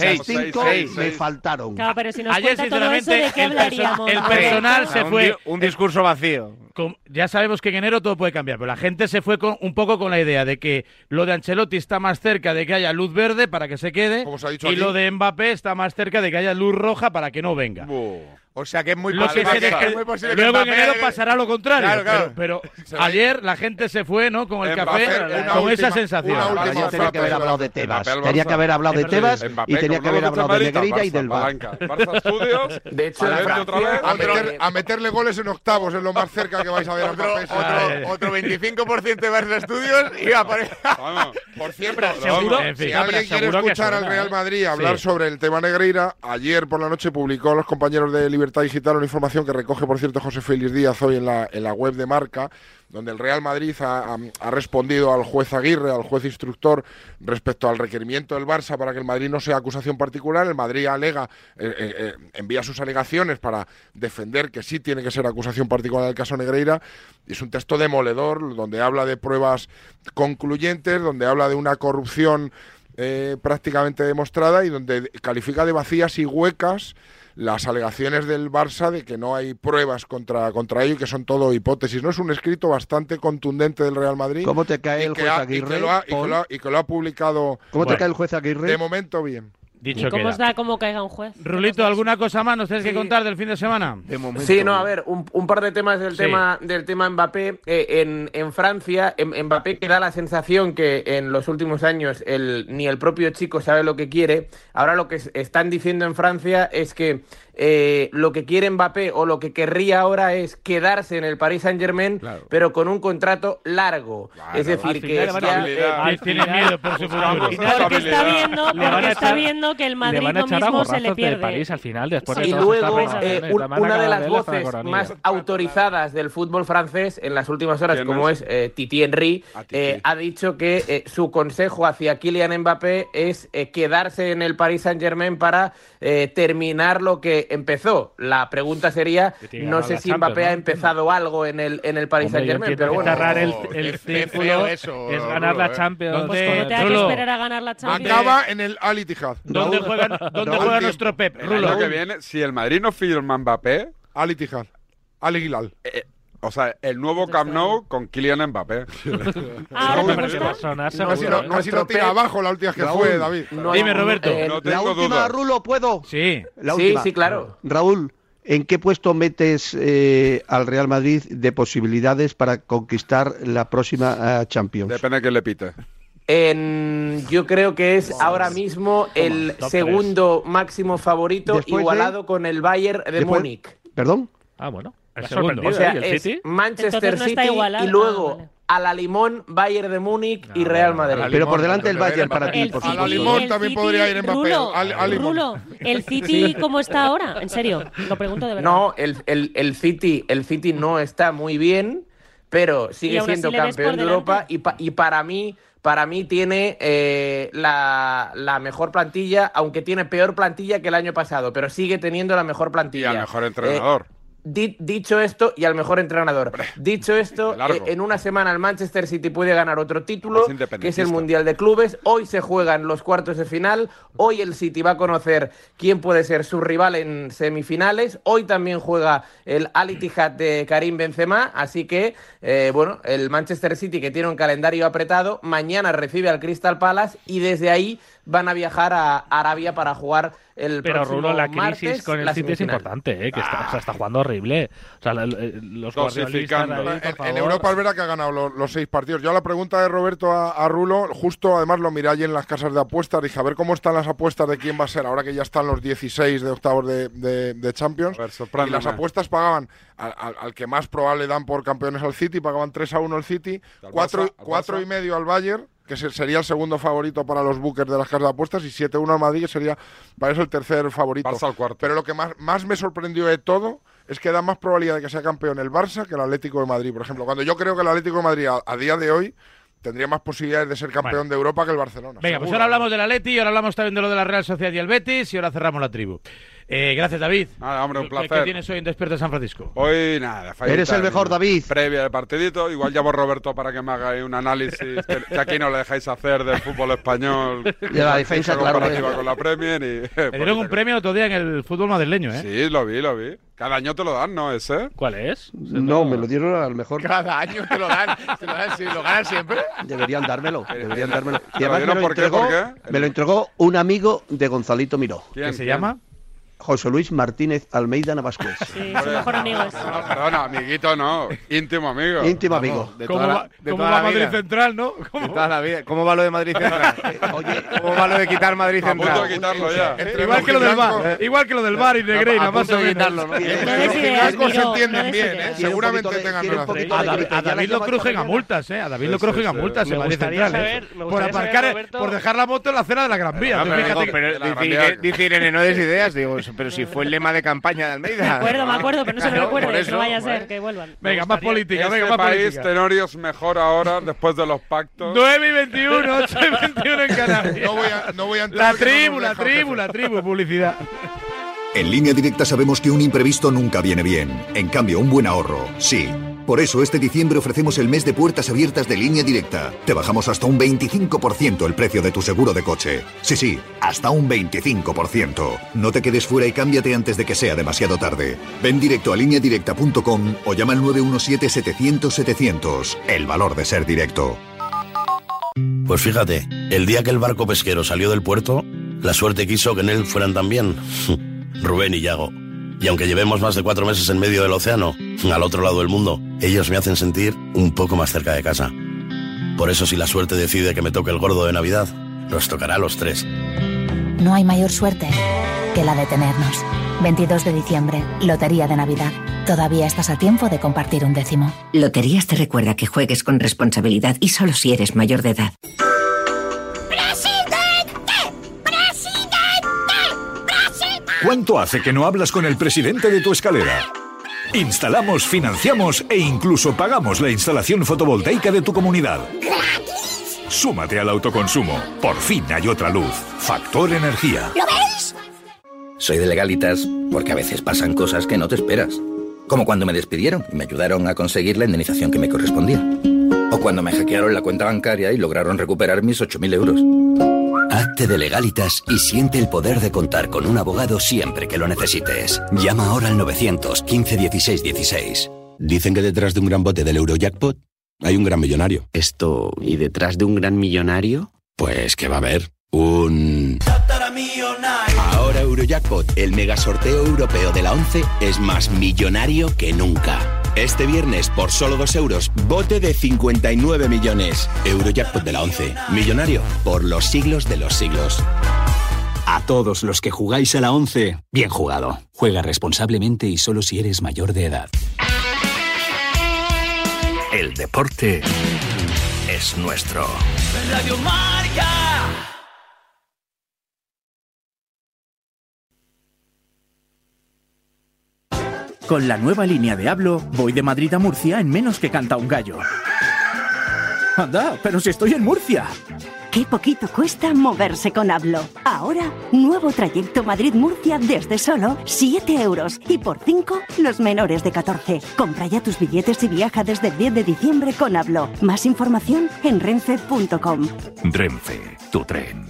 [SPEAKER 9] me faltaron.
[SPEAKER 7] Claro, pero si nos
[SPEAKER 2] ayer,
[SPEAKER 7] cuenta todo eso, ¿de qué hablaríamos?
[SPEAKER 2] El personal se fue...
[SPEAKER 4] Un discurso vacío.
[SPEAKER 2] Ya sabemos que en enero todo puede cambiar, pero la gente se fue un poco con la idea de que lo de Ancelotti está más cerca de que haya luz verde para que se quede, y lo de Mbappé está más cerca de que haya luz roja para que no venga.
[SPEAKER 6] O sea que es muy
[SPEAKER 2] posible que luego en enero pasará lo contrario. Claro. Pero ayer la gente se fue, ¿no? Con el café, con esa sensación.
[SPEAKER 9] Yo tenía que haber hablado de Tebas. Tenía que haber hablado de Tebas y tenía que haber hablado de Negreira y del VAR.
[SPEAKER 6] De hecho,
[SPEAKER 3] a meterle goles en octavos es lo más cerca que vais a ver a Mbappé.
[SPEAKER 6] Otro 25% de Barça Studios y aparece.
[SPEAKER 3] Por cierto, si alguien quiere escuchar al Real Madrid hablar sobre el tema Negreira, ayer por la noche publicó a los compañeros de Libertad Digital una información que recoge, por cierto, José Félix Díaz hoy en la web de Marca, donde el Real Madrid ha respondido al juez Aguirre, al juez instructor, respecto al requerimiento del Barça para que el Madrid no sea acusación particular. El Madrid alega, envía sus alegaciones para defender que sí tiene que ser acusación particular del caso Negreira. Es un texto demoledor, donde habla de pruebas concluyentes, donde habla de una corrupción prácticamente demostrada y donde califica de vacías y huecas las alegaciones del Barça de que no hay pruebas contra ello y que son todo hipótesis. No es un escrito bastante contundente del Real Madrid.
[SPEAKER 9] ¿Cómo te cae el juez Aguirre?
[SPEAKER 3] Y que lo ha publicado.
[SPEAKER 9] ¿Cómo te cae el juez Aguirre?
[SPEAKER 3] De momento bien.
[SPEAKER 7] ¿Y cómo os da cómo caiga un juez?
[SPEAKER 2] Rulito, ¿alguna cosa más nos tienes que contar del fin de semana?
[SPEAKER 19] De momento, sí, no, a ver, un par de temas del tema Mbappé. En Francia, Mbappé que da la sensación que en los últimos años ni el propio chico sabe lo que quiere. Ahora lo que están diciendo en Francia es que lo que quiere Mbappé o lo que querría ahora es quedarse en el Paris Saint-Germain, pero con un contrato largo. Es decir, que
[SPEAKER 2] tiene miedo por su futuro.
[SPEAKER 7] Porque está viendo uno que el Madrid
[SPEAKER 5] le van a echar
[SPEAKER 7] mismo
[SPEAKER 5] a
[SPEAKER 7] se le
[SPEAKER 5] gorrazos
[SPEAKER 7] pierde.
[SPEAKER 5] de París al final, después de
[SPEAKER 19] Y
[SPEAKER 5] todas
[SPEAKER 19] luego,
[SPEAKER 5] estas renovaciones. Van a
[SPEAKER 19] una de
[SPEAKER 5] acabar
[SPEAKER 19] las
[SPEAKER 5] él hasta la
[SPEAKER 19] voces
[SPEAKER 5] coronilla.
[SPEAKER 19] más autorizadas del fútbol francés en las últimas horas,
[SPEAKER 20] ¿Quién
[SPEAKER 19] como
[SPEAKER 20] es?
[SPEAKER 19] es Titi Henry, ha dicho que su consejo hacia Kylian Mbappé es quedarse en el Paris Saint-Germain para terminar lo que empezó. La pregunta sería, no sé si Mbappé ha empezado algo en el Paris Saint-Germain, pero bueno.
[SPEAKER 5] Cerrar el círculo es ganar la Champions.
[SPEAKER 7] Pues como tenga que esperar a ganar la Champions.
[SPEAKER 3] Acaba en el Al Ittihad.
[SPEAKER 2] ¿Dónde juega nuestro Pep?
[SPEAKER 20] El año que viene, si el Madrid no firma a Mbappé,
[SPEAKER 3] Al Ittihad. Al Hilal.
[SPEAKER 20] o sea, el nuevo Camp Nou con Kylian Mbappé.
[SPEAKER 3] No ha sido tira abajo la última que fue, David.
[SPEAKER 2] Dime, Roberto.
[SPEAKER 20] No
[SPEAKER 9] la
[SPEAKER 20] tengo
[SPEAKER 9] última,
[SPEAKER 20] dudas.
[SPEAKER 9] Rulo, ¿puedo?
[SPEAKER 2] Sí.
[SPEAKER 9] La última.
[SPEAKER 19] Sí, claro.
[SPEAKER 9] Raúl, ¿en qué puesto metes al Real Madrid de posibilidades para conquistar la próxima Champions?
[SPEAKER 20] Depende de quién le pite.
[SPEAKER 19] Yo creo que es ahora mismo el segundo máximo favorito,
[SPEAKER 9] Después
[SPEAKER 19] igualado con el Bayern de Múnich.
[SPEAKER 9] ¿Perdón?
[SPEAKER 5] Ah, bueno.
[SPEAKER 19] O sea, es Manchester City y luego a la limón Bayern de Múnich y Real Madrid.
[SPEAKER 9] Pero por delante el Bayern para ti, por
[SPEAKER 3] A la
[SPEAKER 9] supuesto.
[SPEAKER 3] limón también podría ir Mbappé.
[SPEAKER 7] Rulo, ¿el City cómo está ahora? En serio, lo pregunto de verdad.
[SPEAKER 19] No, el City no está muy bien, pero sigue siendo campeón de Europa y para mí tiene la mejor plantilla, aunque tiene peor plantilla que el año pasado, pero sigue teniendo la mejor plantilla.
[SPEAKER 20] Y al mejor entrenador.
[SPEAKER 19] Dicho esto, y al mejor entrenador. Dicho esto, en una semana el Manchester City puede ganar otro título, que es el Mundial de Clubes. Hoy se juegan los cuartos de final. Hoy el City va a conocer quién puede ser su rival en semifinales. Hoy también juega el Al Ittihad de Karim Benzema. Así que, bueno, el Manchester City, que tiene un calendario apretado, mañana recibe al Crystal Palace y desde ahí van a viajar a Arabia para jugar el próximo
[SPEAKER 5] Rulo, la crisis
[SPEAKER 19] martes,
[SPEAKER 5] con el
[SPEAKER 19] la
[SPEAKER 5] City es
[SPEAKER 19] semifinal.
[SPEAKER 5] importante, que está jugando horrible. O sea, los guardiolistas ahí, por favor.
[SPEAKER 3] En Europa es verdad que ha ganado los 6 partidos. Yo la pregunta de Roberto a Rulo, justo además lo miré allí en las casas de apuestas, dije a ver cómo están las apuestas de quién va a ser, ahora que ya están los 16 de octavos de Champions. Y las apuestas pagaban al que más probable dan por campeones al City, pagaban 3-1 al City, 4,5 al Bayern, que sería el segundo favorito para los bookers de las casas de apuestas, y 7-1 al Madrid, que sería para eso el tercer favorito.
[SPEAKER 20] Barça al cuarto.
[SPEAKER 3] Pero lo que más me sorprendió de todo es que da más probabilidad de que sea campeón el Barça que el Atlético de Madrid, por ejemplo. Cuando yo creo que el Atlético de Madrid a día de hoy tendría más posibilidades de ser campeón de Europa que el Barcelona.
[SPEAKER 2] Venga, pues ahora hablamos del Atleti y ahora hablamos también de lo de la Real Sociedad y el Betis y ahora cerramos la tribu. Gracias, David.
[SPEAKER 20] Nada, hombre, un placer.
[SPEAKER 2] ¿Qué tienes hoy en Despierta de San Francisco?
[SPEAKER 20] Hoy nada,
[SPEAKER 9] Eres el mejor, David.
[SPEAKER 20] Previa de partidito, igual llamo a Roberto para que me haga ahí un análisis que aquí no le dejáis hacer del fútbol español.
[SPEAKER 9] De la defensa, claro.
[SPEAKER 20] Comparativa con la Premier y
[SPEAKER 2] Me dieron un premio otro día en el fútbol madrileño, ¿eh?
[SPEAKER 20] Sí, lo vi. Cada año te lo dan, ¿no? ¿Ese?
[SPEAKER 5] ¿Cuál es?
[SPEAKER 9] No, me lo dieron al mejor.
[SPEAKER 6] Cada año te lo dan. ¿Sí, lo ganan siempre?
[SPEAKER 9] Deberían dármelo. Y
[SPEAKER 20] ¿Te lo
[SPEAKER 9] además
[SPEAKER 20] dieron por qué? ¿Por qué?
[SPEAKER 9] me lo entregó un amigo de Gonzalito Miró.
[SPEAKER 2] ¿Qué se llama?
[SPEAKER 9] José Luis Martínez Almeida Navascués.
[SPEAKER 7] Sí, su mejor amigo es.
[SPEAKER 20] No, perdona, amiguito no, íntimo amigo.
[SPEAKER 9] Íntimo amigo.
[SPEAKER 2] ¿Cómo va Madrid Central, no?
[SPEAKER 6] De toda la vida. ¿Cómo va lo de Madrid Central? Oye, ¿cómo va lo de quitar Madrid Central?
[SPEAKER 20] A punto de quitarlo ya.
[SPEAKER 2] Igual que lo del bar y Negreira, más o menos.
[SPEAKER 3] Los se entienden bien, ¿eh? Seguramente tengan relación.
[SPEAKER 2] A David lo crujen a multas, ¿eh? A David lo crujen a multas en Madrid Central. Por aparcar, por dejar la moto en la acera de la Gran Vía.
[SPEAKER 6] Dice Irene, no des ideas. Digo, pero si fue el lema de campaña de Almeida.
[SPEAKER 7] Me acuerdo, pero no se me recuerde. No vaya a ser que vuelvan.
[SPEAKER 2] Venga, más política,
[SPEAKER 20] Este país, Tenorio, es mejor ahora, después de los pactos.
[SPEAKER 2] 9:21, 8:21 en Canarias.
[SPEAKER 3] No voy a entrar.
[SPEAKER 2] La tribu, publicidad.
[SPEAKER 21] En Línea Directa sabemos que un imprevisto nunca viene bien. En cambio, un buen ahorro, sí. Por eso este diciembre ofrecemos el mes de puertas abiertas de Línea Directa. Te bajamos hasta un 25% el precio de tu seguro de coche. Sí, hasta un 25%. No te quedes fuera y cámbiate antes de que sea demasiado tarde. Ven directo a lineadirecta.com o llama al 917-700-700. El valor de ser directo.
[SPEAKER 22] Pues fíjate, el día que el barco pesquero salió del puerto, la suerte quiso que en él fueran también Rubén y Yago. Y aunque llevemos más de 4 meses en medio del océano, al otro lado del mundo, ellos me hacen sentir un poco más cerca de casa. Por eso si la suerte decide que me toque el gordo de Navidad, nos tocará a los 3.
[SPEAKER 23] No hay mayor suerte que la de tenernos. 22 de diciembre, Lotería de Navidad. Todavía estás a tiempo de compartir un décimo.
[SPEAKER 24] Loterías te recuerda que juegues con responsabilidad y solo si eres mayor de edad.
[SPEAKER 11] ¡Presidente! ¡Presidente!
[SPEAKER 10] ¿Cuánto hace que no hablas con el presidente de tu escalera? Instalamos, financiamos e incluso pagamos la instalación fotovoltaica de tu comunidad. ¡Gratis! Súmate al autoconsumo. Por fin hay otra luz. Factor Energía.
[SPEAKER 12] ¿Lo veis? Soy de Legalitas porque a veces pasan cosas que no te esperas. Como cuando me despidieron y me ayudaron a conseguir la indemnización que me correspondía. O cuando me hackearon la cuenta bancaria y lograron recuperar mis 8.000 euros. Hazte de Legalitas y siente el poder de contar con un abogado siempre que lo necesites. Llama ahora al 915 16 16.
[SPEAKER 13] Dicen que detrás de un gran bote del Eurojackpot hay un gran millonario.
[SPEAKER 14] ¿Y detrás de un gran millonario?
[SPEAKER 13] Pues que va a haber un... Ahora Eurojackpot, el mega sorteo europeo de la 11, es más millonario que nunca. Este viernes, por solo 2 euros, bote de 59 millones. Eurojackpot de la 11. Millonario por los siglos de los siglos.
[SPEAKER 25] A todos los que jugáis a la 11, bien jugado. Juega responsablemente y solo si eres mayor de edad.
[SPEAKER 1] El deporte es nuestro.
[SPEAKER 11] Radio Marca.
[SPEAKER 26] Con la nueva línea de Hablo, voy de Madrid a Murcia en menos que canta un gallo. ¡Anda! ¡Pero si estoy en Murcia!
[SPEAKER 27] ¡Qué poquito cuesta moverse con Hablo! Ahora, nuevo trayecto Madrid-Murcia desde solo 7 euros. Y por 5, los menores de 14. Compra ya tus billetes y viaja desde el 10 de diciembre con Hablo. Más información en renfe.com.
[SPEAKER 1] Renfe, tu tren.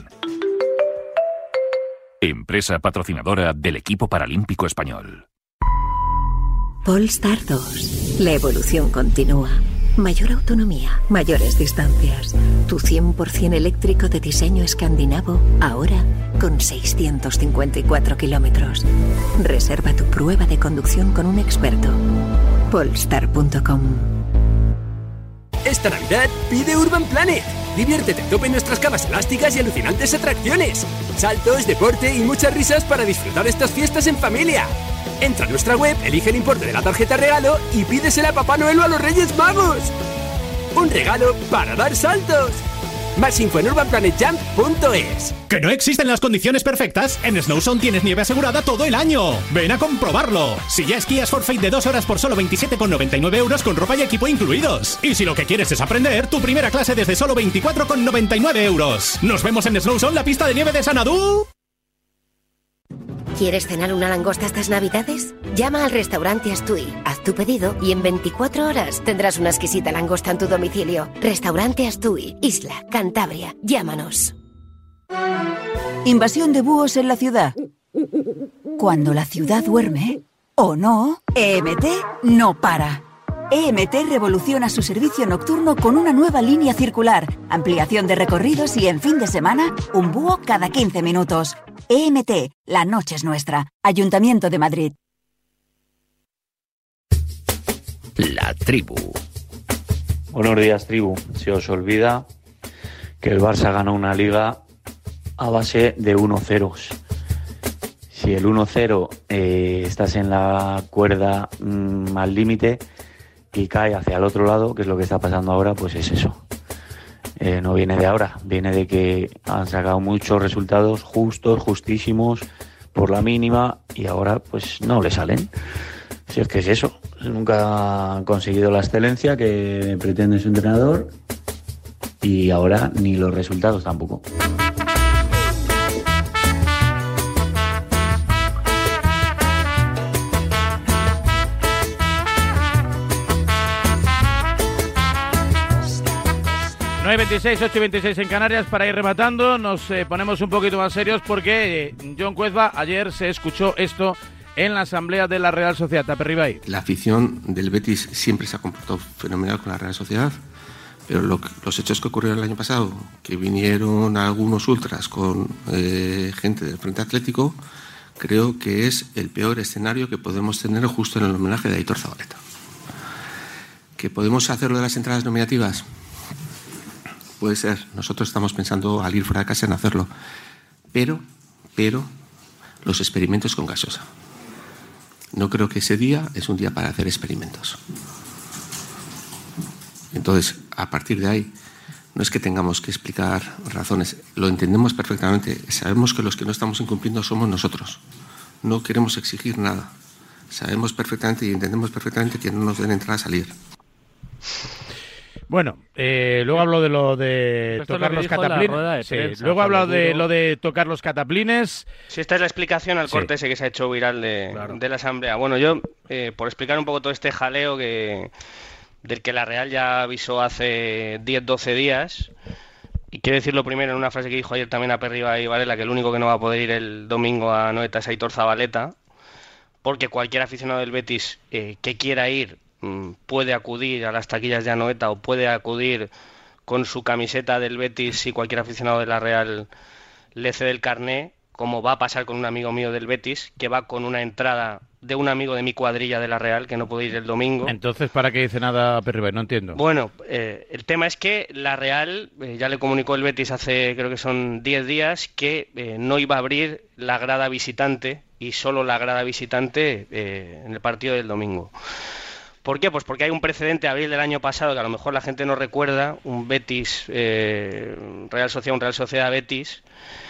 [SPEAKER 1] Empresa patrocinadora del equipo paralímpico español.
[SPEAKER 24] Polestar 2. La evolución continúa. Mayor autonomía, mayores distancias. Tu 100% eléctrico de diseño escandinavo, ahora con 654 kilómetros. Reserva tu prueba de conducción con un experto. Polestar.com.
[SPEAKER 28] Esta Navidad pide Urban Planet. Diviértete a tope en nuestras camas elásticas y alucinantes atracciones. Saltos, deporte y muchas risas para disfrutar estas fiestas en familia. Entra a nuestra web, elige el importe de la tarjeta regalo y pídesela a Papá Noel o a los Reyes Magos. Un regalo para dar saltos. Más info en urbanplanetjump.es.
[SPEAKER 29] ¿Que no existen las condiciones perfectas? En Snowzone tienes nieve asegurada todo el año. ¡Ven a comprobarlo! Si ya esquías Forfait de 2 horas por solo 27,99 euros con ropa y equipo incluidos. Y si lo que quieres es aprender, tu primera clase desde solo 24,99 euros. ¡Nos vemos en Snowzone, la pista de nieve de Sanadú!
[SPEAKER 23] ¿Quieres cenar una langosta estas Navidades? Llama al restaurante Astui, haz tu pedido y en 24 horas tendrás una exquisita langosta en tu domicilio. Restaurante Astui, Isla, Cantabria. Llámanos.
[SPEAKER 30] Invasión de búhos en la ciudad. Cuando la ciudad duerme, o no, EMT no para. EMT revoluciona su servicio nocturno con una nueva línea circular, ampliación de recorridos y en fin de semana, un búho cada 15 minutos. EMT, la noche es nuestra. Ayuntamiento de Madrid.
[SPEAKER 1] La tribu.
[SPEAKER 31] Buenos días, tribu. Se os olvida que el Barça ganó una liga a base de 1-0. Si el 1-0 estás en la cuerda al límite y cae hacia el otro lado, que es lo que está pasando ahora, pues es eso. No viene de ahora, viene de que han sacado muchos resultados justos, justísimos, por la mínima, y ahora pues no le salen. Si es que es eso, nunca han conseguido la excelencia que pretende su entrenador y ahora ni los resultados tampoco.
[SPEAKER 2] ...9.26, 8.26 en Canarias. Para ir rematando, nos ponemos un poquito más serios porque John Cuezba, ayer se escuchó esto en la asamblea de la Real Sociedad. Aperribay.
[SPEAKER 32] La afición del Betis siempre se ha comportado fenomenal con la Real Sociedad, pero los hechos que ocurrieron el año pasado, que vinieron algunos ultras con gente del Frente Atlético, creo que es el peor escenario que podemos tener justo en el homenaje de Aitor Zabaleta. ¿Que podemos hacerlo de las entradas nominativas? Puede ser, nosotros estamos pensando al ir fuera de casa en hacerlo, pero los experimentos con gaseosa. No creo que ese día es un día para hacer experimentos. Entonces, a partir de ahí, no es que tengamos que explicar razones, lo entendemos perfectamente, sabemos que los que no estamos incumpliendo somos nosotros, no queremos exigir nada. Sabemos perfectamente y entendemos perfectamente que no nos den entrada a salir.
[SPEAKER 2] Bueno, luego hablo de lo de tocar los cataplines. Luego hablo de lo de tocar los cataplines.
[SPEAKER 4] Sí, esta es la explicación al corte ese que se ha hecho viral de la Asamblea. Bueno, yo, por explicar un poco todo este jaleo del que la Real ya avisó hace 10-12 días, y quiero decirlo primero en una frase que dijo ayer también a Perriba y Varela, que el único que no va a poder ir el domingo a Anoeta es Aitor Zabaleta, porque cualquier aficionado del Betis que quiera ir puede acudir a las taquillas de Anoeta o puede acudir con su camiseta del Betis si cualquier aficionado de la Real le cede el carné, como va a pasar con un amigo mío del Betis, que va con una entrada de un amigo de mi cuadrilla de la Real, que no puede ir el domingo.
[SPEAKER 2] Entonces, ¿para qué dice nada Perriba? No entiendo.
[SPEAKER 4] Bueno, el tema es que la Real, ya le comunicó el Betis hace, creo que son 10 días, que no iba a abrir la grada visitante, y solo la grada visitante en el partido del domingo. ¿Por qué? Pues porque hay un precedente, abril del año pasado, que a lo mejor la gente no recuerda, un Betis, Real Sociedad Betis,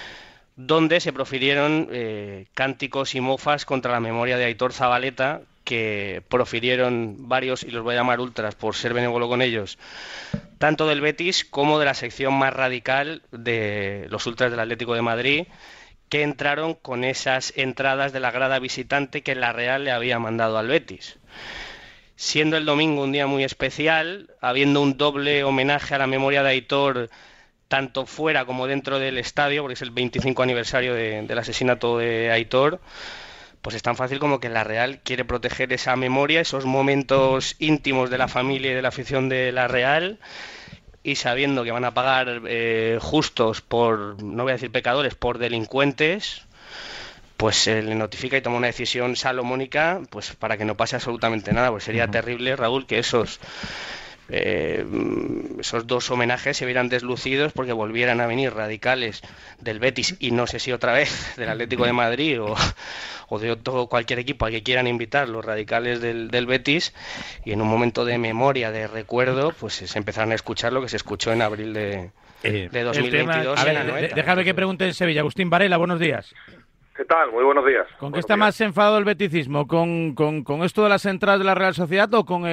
[SPEAKER 4] donde se profirieron cánticos y mofas contra la memoria de Aitor Zabaleta, que profirieron varios, y los voy a llamar ultras por ser benévolo con ellos, tanto del Betis como de la sección más radical de los ultras del Atlético de Madrid, que entraron con esas entradas de la grada visitante que la Real le había mandado al Betis. Siendo el domingo un día muy especial, habiendo un doble homenaje a la memoria de Aitor, tanto fuera como dentro del estadio, porque es el 25 aniversario del asesinato de Aitor, pues es tan fácil como que la Real quiere proteger esa memoria, esos momentos íntimos de la familia y de la afición de la Real, y sabiendo que van a pagar justos por, no voy a decir pecadores, por delincuentes, pues se le notifica y toma una decisión salomónica, pues para que no pase absolutamente nada. Pues sería terrible, Raúl, que esos dos homenajes se vieran deslucidos porque volvieran a venir radicales del Betis, y no sé si otra vez del Atlético de Madrid o de cualquier equipo al que quieran invitar los radicales del Betis, y en un momento de memoria, de recuerdo, pues se empezaron a escuchar lo que se escuchó en abril de 2022 en Anoeta.
[SPEAKER 2] Déjame que pregunte en Sevilla. Agustín Varela, buenos días.
[SPEAKER 5] ¿Qué tal? Muy buenos días.
[SPEAKER 2] ¿Con qué está más enfadado el beticismo? ¿Con esto de las entradas de la Real Sociedad o con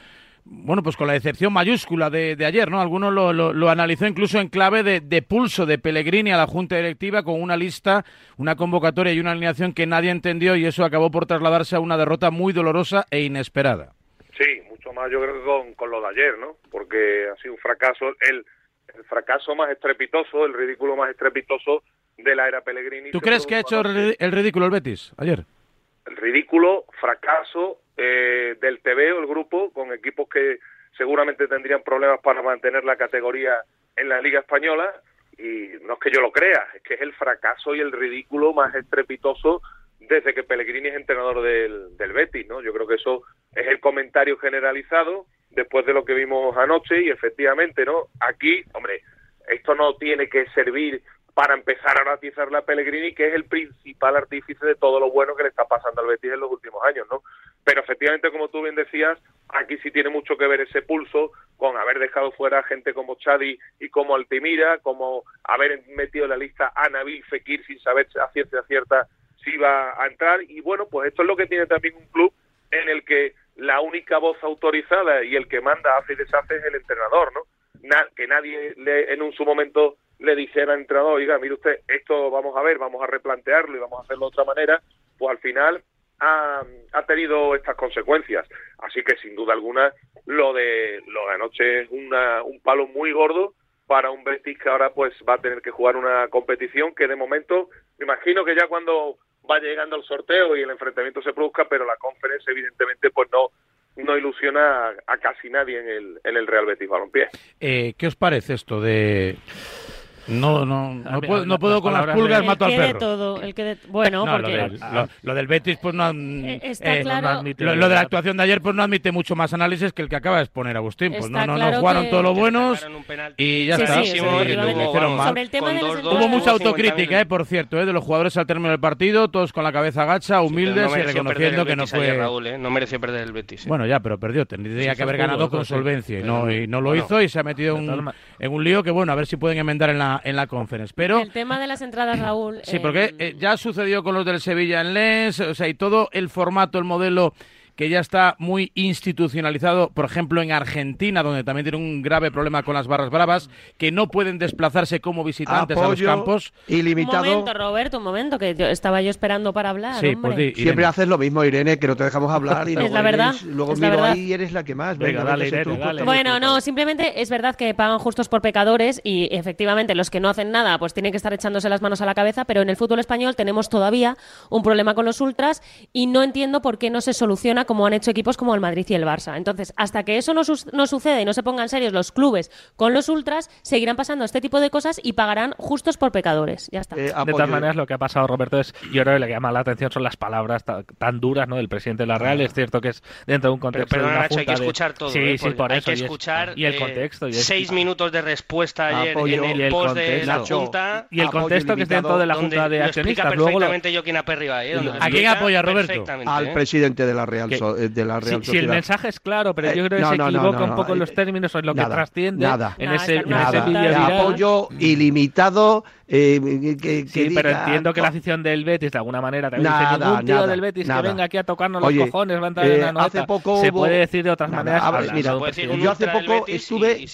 [SPEAKER 2] con la decepción mayúscula de ayer, ¿no? Algunos lo analizó incluso en clave de pulso de Pellegrini a la Junta Directiva, con una lista, una convocatoria y una alineación que nadie entendió, y eso acabó por trasladarse a una derrota muy dolorosa e inesperada.
[SPEAKER 5] Sí, mucho más yo creo que con lo de ayer, ¿no? Porque ha sido un fracaso, el fracaso más estrepitoso, el ridículo más estrepitoso de la era Pellegrini.
[SPEAKER 2] ¿Tú crees que ha hecho el ridículo el Betis ayer?
[SPEAKER 5] El ridículo, fracaso del TVO, el grupo, con equipos que seguramente tendrían problemas para mantener la categoría en la Liga Española, y no es que yo lo crea, es que es el fracaso y el ridículo más estrepitoso desde que Pellegrini es entrenador del Betis, ¿no? Yo creo que eso es el comentario generalizado después de lo que vimos anoche, y efectivamente, ¿no? Aquí, hombre, esto no tiene que servir para empezar a ratizar la Pellegrini, que es el principal artífice de todo lo bueno que le está pasando al Betis en los últimos años, ¿no? Pero efectivamente, como tú bien decías, aquí sí tiene mucho que ver ese pulso con haber dejado fuera gente como Chadi y como Altimira, como haber metido en la lista a Nabil Fekir sin saber a ciencia cierta si iba a entrar. Y bueno, pues esto es lo que tiene también un club en el que la única voz autorizada y el que manda, hace y deshace es el entrenador, ¿no? Que nadie en su momento le dijera al entrenador, oiga, mire usted, esto vamos a ver, vamos a replantearlo y vamos a hacerlo de otra manera, pues al final ha tenido estas consecuencias. Así que sin duda alguna lo de anoche es un palo muy gordo para un Betis que ahora pues va a tener que jugar una competición que de momento, me imagino que ya cuando vaya llegando el sorteo y el enfrentamiento se produzca, pero la Conference evidentemente pues no ilusiona a casi nadie en el Real Betis Balompié.
[SPEAKER 2] ¿Qué os parece esto de... No puedo con las pulgas, mato al perro.
[SPEAKER 6] Bueno,
[SPEAKER 2] no,
[SPEAKER 6] porque...
[SPEAKER 2] Lo del Betis, pues no...
[SPEAKER 6] claro.
[SPEAKER 2] admite, lo de la actuación de ayer, pues no admite mucho más análisis que el que acaba de exponer Agustín. Pues no jugaron todos los buenos y ya está.
[SPEAKER 6] Sobre el tema de
[SPEAKER 2] hubo mucha autocrítica, por cierto, de los jugadores al término del partido, todos con la cabeza agacha, humildes y reconociendo que no fue...
[SPEAKER 4] Ayer, Raúl, no mereció perder el Betis.
[SPEAKER 2] Bueno, ya, pero perdió. Tendría que haber ganado con solvencia y no lo hizo, y se ha metido en un lío que, bueno, a ver si pueden enmendar en la la Conference. Pero
[SPEAKER 6] el tema de las entradas, Raúl...
[SPEAKER 2] Sí, porque ya sucedió con los del Sevilla en Lens, o sea, y todo el formato, el modelo que ya está muy institucionalizado, por ejemplo, en Argentina, donde también tiene un grave problema con las barras bravas, que no pueden desplazarse como visitantes a los campos.
[SPEAKER 3] Ilimitado.
[SPEAKER 6] Un momento, Roberto, un momento, que estaba yo esperando para hablar,
[SPEAKER 2] sí,
[SPEAKER 6] hombre.
[SPEAKER 2] Pues
[SPEAKER 3] siempre haces lo mismo, Irene, que no te dejamos hablar. Y
[SPEAKER 6] es la verdad.
[SPEAKER 3] Luego
[SPEAKER 6] es
[SPEAKER 3] miro
[SPEAKER 6] la verdad.
[SPEAKER 3] ahí y eres la que más.
[SPEAKER 2] Venga, dale, Irene, dale.
[SPEAKER 6] Bueno, no, simplemente es verdad que pagan justos por pecadores y efectivamente los que no hacen nada pues tienen que estar echándose las manos a la cabeza, pero en el fútbol español tenemos todavía un problema con los ultras y no entiendo por qué no se soluciona como han hecho equipos como el Madrid y el Barça. Entonces, hasta que eso no suceda y no se pongan serios los clubes con los ultras, seguirán pasando este tipo de cosas y pagarán justos por pecadores. Ya está.
[SPEAKER 7] De todas maneras, lo que ha pasado, Roberto, es, yo creo que lo que llama la atención son las palabras tan duras, ¿no?, del presidente de la Real. Es cierto que es dentro de un contexto
[SPEAKER 4] pero
[SPEAKER 7] de una
[SPEAKER 4] Nacho,
[SPEAKER 7] junta
[SPEAKER 4] hay que escuchar todo.
[SPEAKER 7] Sí, por
[SPEAKER 4] hay
[SPEAKER 7] eso.
[SPEAKER 4] Que escuchar
[SPEAKER 7] y el contexto.
[SPEAKER 4] 6 minutos de respuesta ayer
[SPEAKER 7] apoyo,
[SPEAKER 4] en el post de la Junta.
[SPEAKER 7] Y el contexto que es dentro de la Junta de Accionistas.
[SPEAKER 4] Lo explica perfectamente Joaquín Aperriba.
[SPEAKER 2] ¿A quién apoya, Roberto?
[SPEAKER 3] Al presidente de la Real Sociedad.
[SPEAKER 7] Si el mensaje es claro, pero yo creo que se equivoca un poco en los términos o en lo que trasciende en ese vídeo viral.
[SPEAKER 3] Apoyo ilimitado.
[SPEAKER 7] Pero entiendo que la afición del Betis de alguna manera también dice ningún tío del Betis que venga aquí a tocarnos los cojones, va a entrar en la Anoeta. Se puede decir de otras maneras.
[SPEAKER 3] Yo hace poco estuve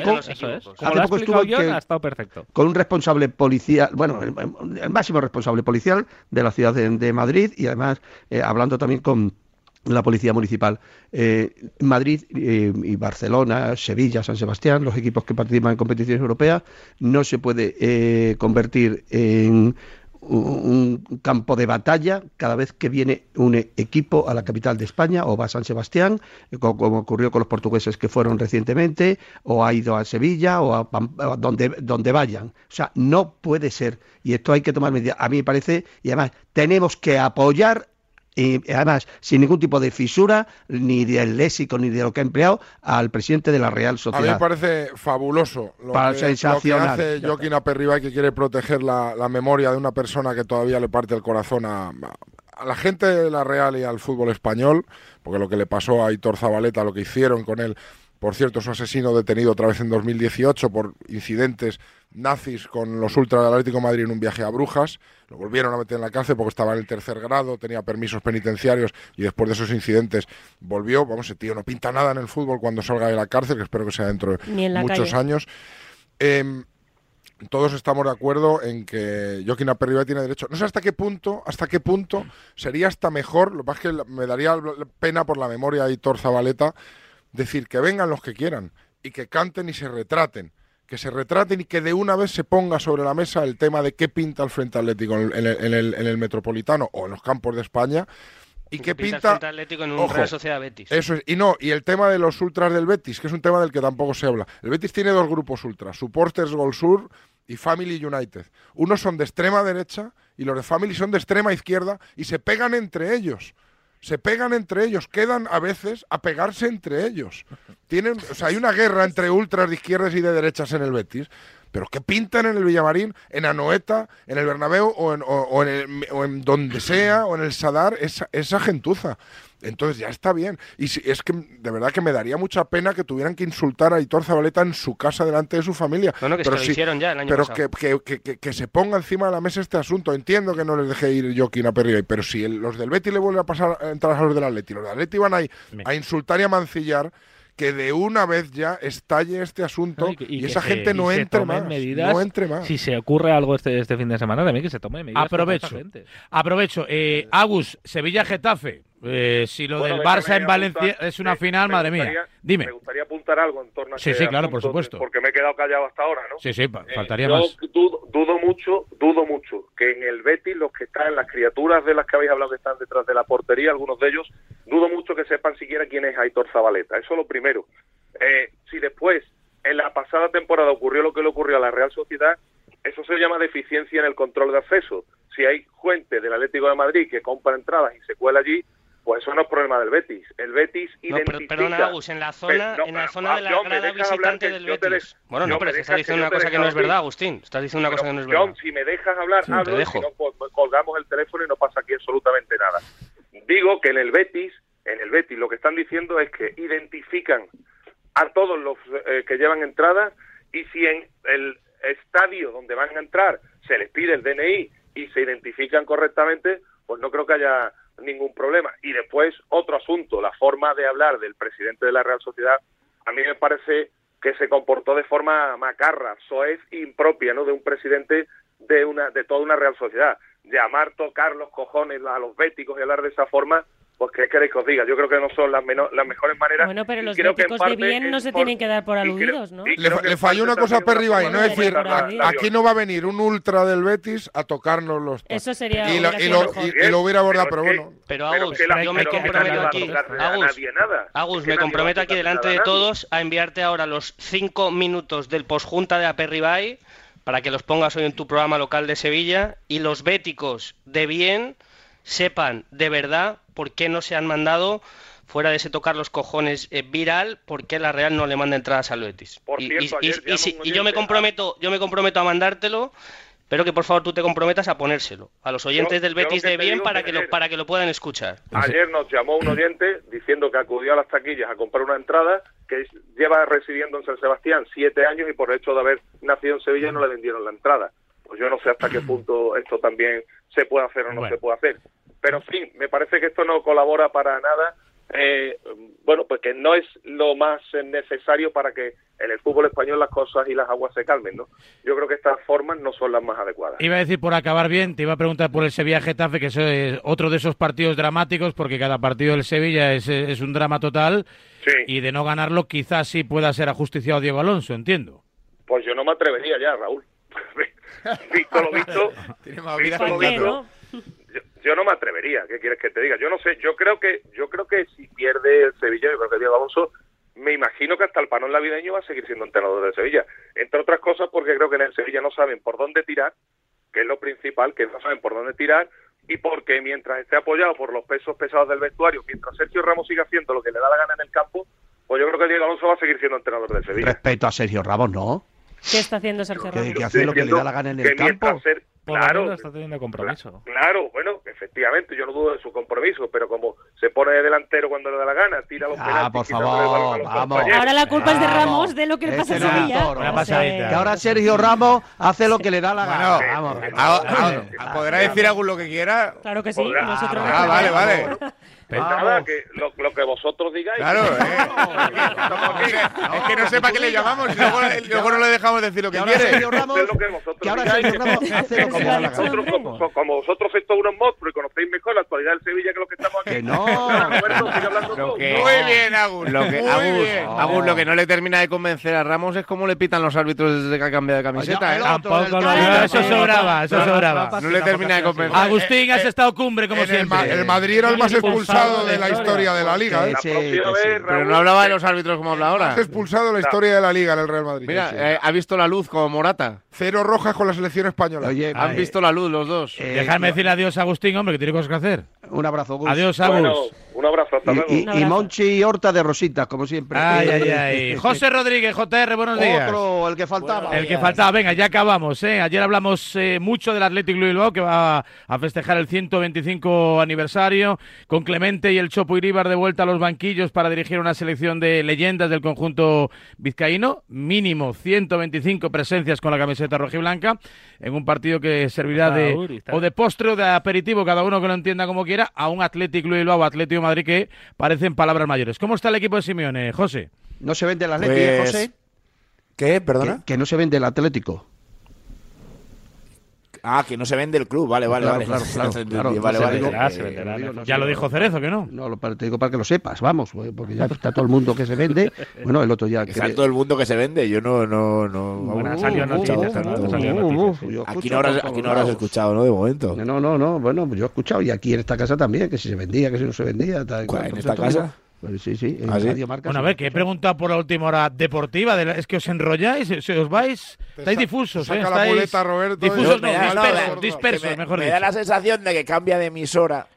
[SPEAKER 7] ha estado perfecto.
[SPEAKER 3] Con un responsable policial, bueno, el máximo responsable policial de la ciudad de Madrid y además hablando también con la policía municipal. Madrid y Barcelona, Sevilla, San Sebastián, los equipos que participan en competiciones europeas, no se puede convertir en un campo de batalla cada vez que viene un equipo a la capital de España o va a San Sebastián, como ocurrió con los portugueses que fueron recientemente, o ha ido a Sevilla o a donde vayan. O sea, no puede ser. Y esto hay que tomar medidas. A mí me parece, y además tenemos que apoyar, y además sin ningún tipo de fisura ni del léxico ni de lo que ha empleado, al presidente de la Real Sociedad.
[SPEAKER 8] A mí me parece fabuloso lo que hace Joaquín Aperriba, que quiere proteger la memoria de una persona que todavía le parte el corazón a la gente de la Real y al fútbol español, porque lo que le pasó a Aitor Zabaleta, lo que hicieron con él, por cierto, es un asesino detenido otra vez en 2018 por incidentes nazis con los ultras del Atlético de Madrid en un viaje a Brujas. Lo volvieron a meter en la cárcel porque estaba en el 3er grado, tenía permisos penitenciarios y después de esos incidentes volvió. Vamos, ese tío no pinta nada en el fútbol cuando salga de la cárcel, que espero que sea dentro de muchos años. Todos estamos de acuerdo en que Joaquín Aperriba tiene derecho. No sé hasta qué punto sería hasta mejor, lo que pasa es que me daría pena por la memoria de Aitor Zabaleta, decir que vengan los que quieran y que canten y se retraten. Que se retraten y que de una vez se ponga sobre la mesa el tema de qué pinta el Frente Atlético en el Metropolitano o en los campos de España y qué pinta
[SPEAKER 4] el Frente Atlético en un Real Sociedad Betis.
[SPEAKER 8] Eso es, y el tema de los ultras del Betis, que es un tema del que tampoco se habla. El Betis tiene 2 grupos ultras, Supporters Gol Sur y Family United. Unos son de extrema derecha y los de Family son de extrema izquierda y se pegan entre ellos. Quedan a veces a pegarse entre ellos. Hay una guerra entre ultras de izquierdas y de derechas en el Betis, pero ¿qué pintan en el Villamarín, en Anoeta, en el Bernabéu o en donde sea, o en el Sadar, esa gentuza? Entonces ya está bien. Y es que de verdad que me daría mucha pena que tuvieran que insultar a Aitor Zabaleta en su casa delante de su familia.
[SPEAKER 4] No, que lo hicieron ya el año pasado.
[SPEAKER 8] Pero que se ponga encima de la mesa este asunto. Entiendo que no les deje ir Joaquín Aperriba, pero si los del Betis le vuelven a pasar a entrar a los del Atleti, los del Atleti van a insultar y a mancillar, que de una vez ya estalle este asunto y esa gente no entre más.
[SPEAKER 7] Si se ocurre algo este fin de semana, también que se tome medidas.
[SPEAKER 2] Aprovecho. Agus, Sevilla-Getafe. Si lo del Barça en Valencia es una final, madre mía. Dime.
[SPEAKER 5] Me gustaría apuntar algo en torno a
[SPEAKER 2] Sí, claro, por supuesto.
[SPEAKER 5] Porque me he quedado callado hasta ahora, ¿no?
[SPEAKER 2] Sí, faltaría más.
[SPEAKER 5] Dudo mucho que en el Betis los que están, las criaturas de las que habéis hablado que están detrás de la portería, algunos de ellos, dudo mucho que sepan siquiera quién es Aitor Zabaleta. Eso es lo primero. Si después, en la pasada temporada, ocurrió lo que le ocurrió a la Real Sociedad, eso se llama deficiencia en el control de acceso. Si hay gente del Atlético de Madrid que compra entradas y se cuela allí, pues eso no es problema del Betis. El Betis identifica...
[SPEAKER 4] Perdona, Agus, en la zona de la grada visitante del Betis. Bueno, pero estás diciendo una cosa que no es verdad, Agustín. Estás diciendo una cosa que no es verdad.
[SPEAKER 5] John, si me dejas hablar, hablo, y si no, colgamos el teléfono y no pasa aquí absolutamente nada. Digo que en el Betis lo que están diciendo es que identifican a todos los que llevan entradas y si en estadio donde van a entrar se les pide el DNI y se identifican correctamente, pues no creo que haya ningún problema. Y después, otro asunto, la forma de hablar del presidente de la Real Sociedad, a mí me parece que se comportó de forma macarra, soez e impropia, ¿no?, de un presidente de toda una Real Sociedad. Llamar, tocar los cojones a los béticos y hablar de esa forma, pues ¿qué queréis que os diga? Yo creo que no son las mejores maneras.
[SPEAKER 6] Bueno, pero los béticos de bien no se tienen que dar por aludidos, ¿no?
[SPEAKER 8] Le falló una cosa a Perribay, ¿no? Es decir, aquí no va a venir un ultra del Betis a tocarnos los tacos.
[SPEAKER 6] Eso sería
[SPEAKER 8] y lo hubiera abordado, pero bueno.
[SPEAKER 4] Pero Agus, yo me comprometo aquí, Agus, me comprometo aquí delante de todos a enviarte ahora los 5 minutos del posjunta de Aperribay para que los pongas hoy en tu programa local de Sevilla y los béticos de bien sepan de verdad por qué no se han mandado, fuera de ese tocar los cojones viral, por qué la Real no le manda entradas al Betis. Y yo me comprometo a mandártelo, pero que por favor tú te comprometas a ponérselo a los oyentes del Betis de bien para que lo puedan escuchar.
[SPEAKER 5] Ayer nos llamó un oyente diciendo que acudió a las taquillas a comprar una entrada, que lleva residiendo en San Sebastián 7 años y por el hecho de haber nacido en Sevilla no le vendieron la entrada. Pues yo no sé hasta qué punto esto también se puede hacer o no se puede hacer. Pero en fin, me parece que esto no colabora para nada, pues que no es lo más necesario para que en el fútbol español las cosas y las aguas se calmen, ¿no? Yo creo que estas formas no son las más adecuadas.
[SPEAKER 2] Iba a decir, por acabar bien, te iba a preguntar por el Sevilla-Getafe, que es otro de esos partidos dramáticos, porque cada partido del Sevilla es un drama total, y de no ganarlo quizás sí pueda ser ajusticiado Diego Alonso, entiendo.
[SPEAKER 5] Pues yo no me atrevería ya, Raúl. Visto lo visto, yo no me atrevería. ¿Qué quieres que te diga? Yo no sé. Yo creo que si pierde el Sevilla, yo creo que Diego Alonso, me imagino que hasta el panón navideño va a seguir siendo entrenador del Sevilla. Entre otras cosas porque creo que en el Sevilla no saben por dónde tirar, que es lo principal, que no saben por dónde tirar, y porque mientras esté apoyado por los pesos pesados del vestuario, mientras Sergio Ramos siga haciendo lo que le da la gana en el campo, pues yo creo que Diego Alonso va a seguir siendo entrenador del Sevilla.
[SPEAKER 3] Respeto a Sergio Ramos, ¿no?
[SPEAKER 6] ¿Qué está haciendo Sergio Ramos?
[SPEAKER 3] Que hace lo que le da la gana en el campo.
[SPEAKER 2] Claro, está teniendo compromiso.
[SPEAKER 5] Claro, bueno, efectivamente, yo no dudo de su compromiso, pero como se pone de delantero cuando le da la gana, tira los penaltis,
[SPEAKER 3] por favor, vamos.
[SPEAKER 6] Ahora la culpa es de Ramos, de lo que le pasa a Sevilla.
[SPEAKER 3] Que ahora Sergio Ramos hace lo que le da la gana.
[SPEAKER 9] Vamos. ¿Podrá decir algo lo que quiera?
[SPEAKER 6] Claro que sí. Nosotros
[SPEAKER 9] vale.
[SPEAKER 5] Pensaba que lo que vosotros digáis.
[SPEAKER 9] Claro, es que no sé para qué le llamamos y luego no le dejamos decir lo que quiere.
[SPEAKER 3] Sergio Ramos, que ahora Sergio Ramos hace lo que le da la gana.
[SPEAKER 5] Como vosotros sois todos unos monstruos y conocéis mejor la actualidad del Sevilla que los que estamos aquí.
[SPEAKER 3] Que no.
[SPEAKER 9] Muy bien, Agus. Agus, lo que no le termina de convencer a Ramos es cómo le pitan los árbitros desde que ha cambiado de camiseta.
[SPEAKER 2] Tampoco eso sobraba.
[SPEAKER 9] No le termina de convencer.
[SPEAKER 2] Agustín, has estado cumbre como siempre.
[SPEAKER 8] El Madrid era el más expulsado de la historia de la Liga.
[SPEAKER 9] Pero no hablaba de los árbitros como habla ahora.
[SPEAKER 8] Has expulsado la historia de la Liga en el Real Madrid.
[SPEAKER 9] Mira, ha visto la luz como Morata.
[SPEAKER 8] 0 rojas con la selección española.
[SPEAKER 9] Han visto la luz los dos.
[SPEAKER 2] Dejadme decir adiós a Agustín, hombre, que tiene cosas que hacer.
[SPEAKER 3] Un abrazo, Gus.
[SPEAKER 2] Adiós, Agus.
[SPEAKER 5] Bueno, un abrazo, hasta luego.
[SPEAKER 3] Y Monchi Horta de Rositas, como siempre.
[SPEAKER 2] Ay. José Rodríguez, JR, buenos días.
[SPEAKER 3] Otro, el que faltaba.
[SPEAKER 2] Venga, ya acabamos, ¿eh? Ayer hablamos mucho del Athletic Club Bilbao, que va a festejar el 125 aniversario, con Clemente y el Chopo Iríbar de vuelta a los banquillos para dirigir una selección de leyendas del conjunto vizcaíno. Mínimo 125 presencias con la camiseta rojiblanca, en un partido que servirá de postre o de aperitivo, cada uno que lo entienda como quiera, a un Athletic Club Bilbao o Atlético de Madrid que parecen palabras mayores. ¿Cómo está el equipo de Simeone, José?
[SPEAKER 3] ¿No se vende el Atlético, José?
[SPEAKER 9] ¿Qué? ¿Perdona?
[SPEAKER 3] Que no se vende el Atlético.
[SPEAKER 9] Que no se vende el club, vale.
[SPEAKER 3] Claro.
[SPEAKER 2] Ya lo dijo Cerezo, ¿que no?
[SPEAKER 3] No, te digo para que lo sepas, vamos, porque ya está todo el mundo que se vende. Bueno, el otro ya...
[SPEAKER 9] Está todo el mundo que se vende, yo no...
[SPEAKER 2] Bueno, salió noticias.
[SPEAKER 9] Aquí no habrás escuchado, ¿no? De momento.
[SPEAKER 3] No, bueno, yo he escuchado, y aquí en esta casa también, que si se vendía, que si no se vendía.
[SPEAKER 9] ¿En esta casa?
[SPEAKER 3] Sí, en Radio Marca.
[SPEAKER 2] Bueno, a ver, que he preguntado por la última hora deportiva, es que os enrolláis, se os vais, estáis difusos,
[SPEAKER 8] saca la muleta, Roberto.
[SPEAKER 2] Difusos, dispersos, mejor dicho.
[SPEAKER 9] Me da la sensación de que cambia de emisora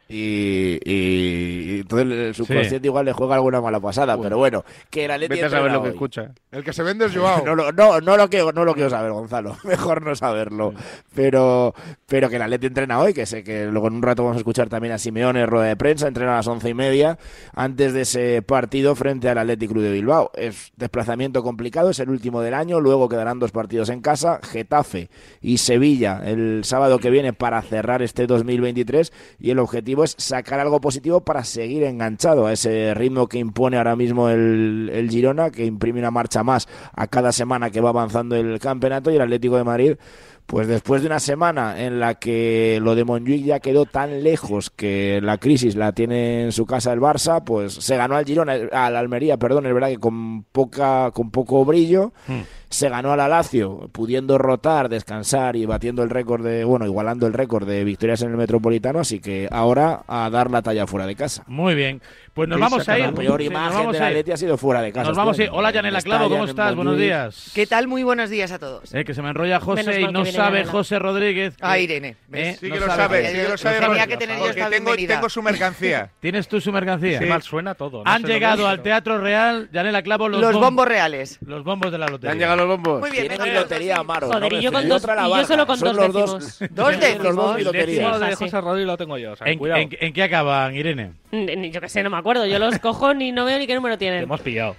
[SPEAKER 10] y entonces el subconsciente igual le juega alguna mala pasada, pero bueno, que el Atleti
[SPEAKER 9] vete a saber lo que escucha.
[SPEAKER 8] El que se vende es Joao.
[SPEAKER 10] No lo quiero saber, Gonzalo. Mejor no saberlo. Pero que el Atleti entrena hoy, que sé que luego en un rato vamos a escuchar también a Simeone en rueda de prensa, entrena a las 11:30 antes de ese partido frente al Athletic Club de Bilbao. Es desplazamiento complicado, es el último del año, luego quedarán 2 partidos en casa, Getafe y Sevilla el sábado que viene para cerrar este 2023, y el objetivo es sacar algo positivo para seguir enganchado a ese ritmo que impone ahora mismo el Girona, que imprime una marcha más a cada semana que va avanzando el campeonato, y el Atlético de Madrid, pues después de una semana en la que lo de Montjuic ya quedó tan lejos que la crisis la tiene en su casa el Barça, pues se ganó al Girona, al Almería, perdón, es verdad que con poco brillo. Se ganó a la Lazio, pudiendo rotar, descansar y batiendo el récord igualando el récord de victorias en el Metropolitano, así que ahora a dar la talla fuera de casa.
[SPEAKER 2] Muy bien, pues nos vamos a ir.
[SPEAKER 10] La peor imagen de la Atleti ha sido fuera de casa.
[SPEAKER 2] Nos vamos a ir. Hola, Yanela Clavo, ¿cómo estás? Buenos días.
[SPEAKER 12] ¿Qué tal? Muy buenos días a todos.
[SPEAKER 2] Que se me enrolla José y no sabe José Rodríguez.
[SPEAKER 12] Irene.
[SPEAKER 8] Sí que lo sabe,
[SPEAKER 12] Tenía que tener yo esta bienvenida.
[SPEAKER 8] Tengo su mercancía.
[SPEAKER 2] ¿Tienes tú su mercancía?
[SPEAKER 7] Sí. Mal suena todo.
[SPEAKER 2] Han llegado al Teatro Real, Yanela Clavo,
[SPEAKER 12] los bombos reales.
[SPEAKER 2] Los bombos de la lotería.
[SPEAKER 9] Han llegado los bombos.
[SPEAKER 12] Muy bien.
[SPEAKER 10] Tienen lotería, Amaro.
[SPEAKER 6] Joder, y yo solo con 2 décimos.
[SPEAKER 12] 2 décimos.
[SPEAKER 10] Los 2 loterías.
[SPEAKER 7] de José Rodríguez lo tengo yo.
[SPEAKER 2] ¿En qué acaban, Irene?
[SPEAKER 6] Yo qué sé, no me acuerdo. Yo los cojo ni no veo ni qué número tienen.
[SPEAKER 7] Te hemos pillado.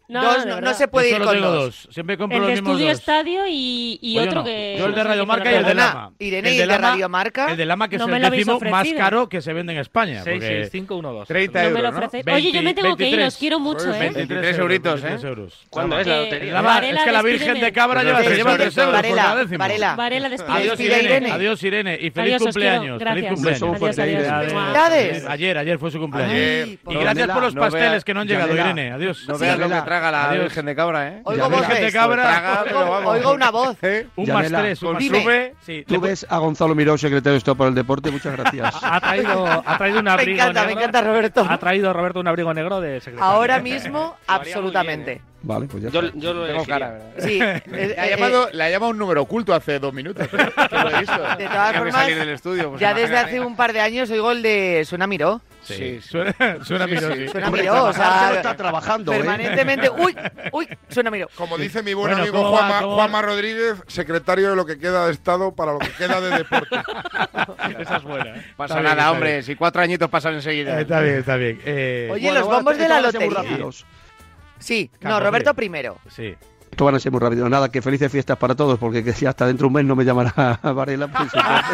[SPEAKER 12] No se puede ir con 2.
[SPEAKER 2] Siempre compro
[SPEAKER 6] el
[SPEAKER 2] los
[SPEAKER 6] de
[SPEAKER 2] mismos
[SPEAKER 6] Estudio
[SPEAKER 2] 2.
[SPEAKER 6] Estadio y otro que...
[SPEAKER 2] Yo el de Radio Marca y el de Lama.
[SPEAKER 12] Irene, ¿y el de Radio Marca?
[SPEAKER 2] El de Lama, que
[SPEAKER 6] no
[SPEAKER 2] es el décimo más caro que se vende en España.
[SPEAKER 7] 66512.
[SPEAKER 2] 30 euros, ¿no?
[SPEAKER 6] Oye, yo me tengo que ir, os quiero mucho,
[SPEAKER 9] 23 euritos, ¿eh?
[SPEAKER 4] ¿Cuándo es la lotería?
[SPEAKER 2] Es que la Virgen de Cabra lleva 3 euros por cada décimo.
[SPEAKER 12] Varela,
[SPEAKER 2] despide. Adiós, Irene. Y feliz cumpleaños. Feliz
[SPEAKER 12] cumpleaños.
[SPEAKER 2] Ayer fue su cumpleaños. Y gracias por los pasteles que no han llegado, Irene. Adiós.
[SPEAKER 9] No veas lo que traga la Virgen de Cabra, ¿eh?
[SPEAKER 12] Oigo voces. Oigo una voz.
[SPEAKER 2] Un más 3, un más sube.
[SPEAKER 3] Tú ves a Gonzalo Miró, secretario de Estado para el Deporte. Muchas gracias.
[SPEAKER 7] Ha traído un abrigo negro.
[SPEAKER 12] Me encanta, Roberto.
[SPEAKER 7] Ha traído Roberto un abrigo negro de secretario.
[SPEAKER 12] Ahora mismo, absolutamente.
[SPEAKER 3] Vale, pues ya
[SPEAKER 4] yo lo
[SPEAKER 9] tengo cara, ¿verdad?
[SPEAKER 12] Sí.
[SPEAKER 8] Le ha llamado un número oculto hace 2 minutos.
[SPEAKER 12] De todas formas,
[SPEAKER 9] salir del estudio, pues
[SPEAKER 12] ya desde hace un par de años oigo el de Suena Miró.
[SPEAKER 2] Sí, suena Miró.
[SPEAKER 12] Suena Miró, o sea,
[SPEAKER 3] está trabajando,
[SPEAKER 12] permanentemente. Uy, suena Miró.
[SPEAKER 8] Como dice mi buen amigo Juanma Rodríguez, secretario de lo que queda de Estado para lo que queda de deporte.
[SPEAKER 7] Esa es buena.
[SPEAKER 9] Pasa nada, hombre, si 4 añitos pasan enseguida.
[SPEAKER 2] Está bien.
[SPEAKER 12] Oye, los bombos de la lotería. Sí, no, Roberto primero.
[SPEAKER 2] Sí.
[SPEAKER 3] Esto van a ser muy rápido. Nada, que felices fiestas para todos, porque que si hasta dentro de un mes no me llamará Varela. Pues,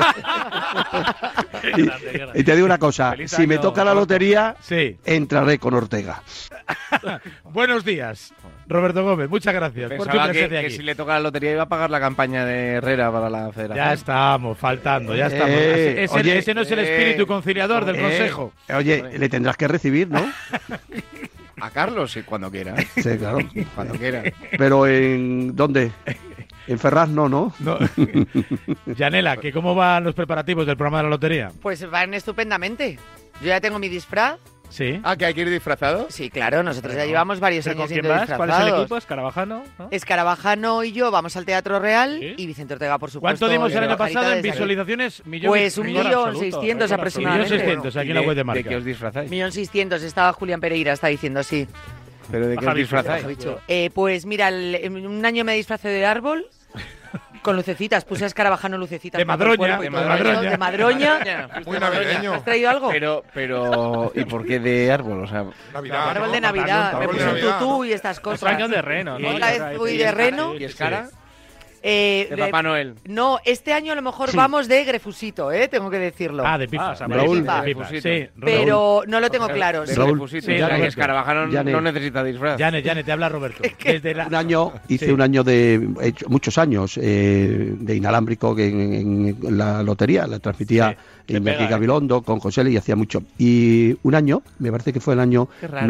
[SPEAKER 3] y te digo una cosa, si me toca la lotería, entraré con Ortega.
[SPEAKER 2] Buenos días, Roberto Gómez, muchas gracias por tu presencia aquí.
[SPEAKER 9] Que si le toca la lotería iba a pagar la campaña de Herrera para la federación.
[SPEAKER 2] Ya estamos, faltando, ya estamos. Ese no es el espíritu conciliador del Consejo.
[SPEAKER 3] Oye, le tendrás que recibir, ¿no?
[SPEAKER 9] A Carlos, sí, cuando quiera.
[SPEAKER 3] Sí, claro.
[SPEAKER 9] Cuando quiera.
[SPEAKER 3] Pero ¿en dónde? En Ferraz no.
[SPEAKER 2] Yanela, ¿cómo van los preparativos del programa de la lotería?
[SPEAKER 12] Pues van estupendamente. Yo ya tengo mi disfraz.
[SPEAKER 2] Sí.
[SPEAKER 8] ¿Que hay que ir disfrazado?
[SPEAKER 12] Sí, claro, nosotros ya llevamos varios años siendo disfrazados.
[SPEAKER 7] ¿Cuál es el equipo? ¿Escarabajano? ¿No?
[SPEAKER 12] Escarabajano y yo vamos al Teatro Real y Vicente Ortega, por supuesto.
[SPEAKER 2] ¿Cuánto dimos el año pasado en visualizaciones?
[SPEAKER 12] Pues 1.600.000 aproximadamente.
[SPEAKER 2] 1.600.000 aquí en la web de Marca.
[SPEAKER 9] ¿De qué os disfrazáis?
[SPEAKER 12] 1.600.000, estaba Julián Pereira, está diciendo así.
[SPEAKER 9] ¿Pero de qué os disfrazáis?
[SPEAKER 12] Pues mira, un año me disfracé de árbol. Con lucecitas, puse a Escarabajano lucecitas.
[SPEAKER 2] De Madroña.
[SPEAKER 12] De Madroña.
[SPEAKER 8] Muy navideño.
[SPEAKER 12] ¿Has traído algo?
[SPEAKER 9] Pero ¿y por qué de árbol? O sea,
[SPEAKER 12] Navidad, árbol de Navidad. Me puse un tutú y estas cosas.
[SPEAKER 7] Otro año de reno, ¿no?
[SPEAKER 12] Otra vez fui de reno.
[SPEAKER 9] ¿Y Escara?
[SPEAKER 12] De
[SPEAKER 9] Papá Noel.
[SPEAKER 12] No, este año a lo mejor vamos de Grefusito, tengo que decirlo.
[SPEAKER 2] De pipa.
[SPEAKER 12] Raúl.
[SPEAKER 2] Sí,
[SPEAKER 12] pero no lo tengo claro.
[SPEAKER 9] Grefusito. Escarabajano no necesita disfraz.
[SPEAKER 2] Yane, te habla Roberto.
[SPEAKER 3] Hice un año muchos años de inalámbrico en la lotería, la transmitía Iñaki Gabilondo con José y hacía mucho. Y un año, me parece que fue el año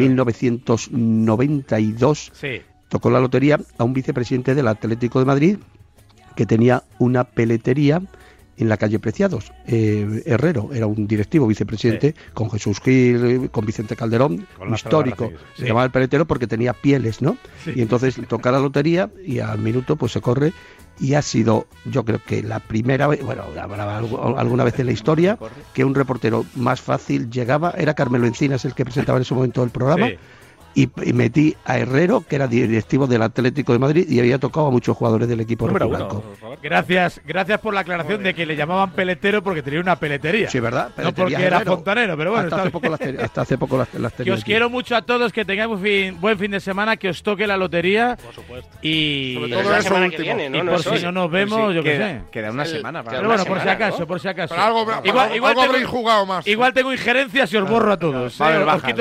[SPEAKER 3] 1992, tocó la lotería a un vicepresidente del Atlético de Madrid que tenía una peletería en la calle Preciados. Herrero era un directivo vicepresidente, con Jesús Gil, con Vicente Calderón, un histórico. Se llamaba el peletero porque tenía pieles, ¿no? Sí. Y entonces toca la lotería y al minuto pues se corre. Y ha sido, yo creo que la primera vez, bueno, habrá alguna vez en la historia, que un reportero más fácil llegaba, era Carmelo Encinas el que presentaba en ese momento el programa, y metí a Herrero, que era directivo del Atlético de Madrid, y había tocado a muchos jugadores del equipo rojiblanco.
[SPEAKER 2] Gracias por la aclaración de que le llamaban peletero porque tenía una peletería.
[SPEAKER 3] Sí, ¿verdad?
[SPEAKER 2] No porque era fontanero, pero bueno.
[SPEAKER 3] Hasta hace poco las tenía.
[SPEAKER 2] Que os quiero mucho a todos, que tengáis buen fin de semana, que os toque la lotería. Por supuesto. Y
[SPEAKER 4] sobre todo la semana que viene, ¿no?
[SPEAKER 2] Y por si no nos vemos, yo qué sé.
[SPEAKER 9] Queda una semana.
[SPEAKER 2] Pero bueno, por si acaso.
[SPEAKER 8] Pero algo habréis jugado más.
[SPEAKER 2] Igual tengo injerencias y os borro a todos. Os quito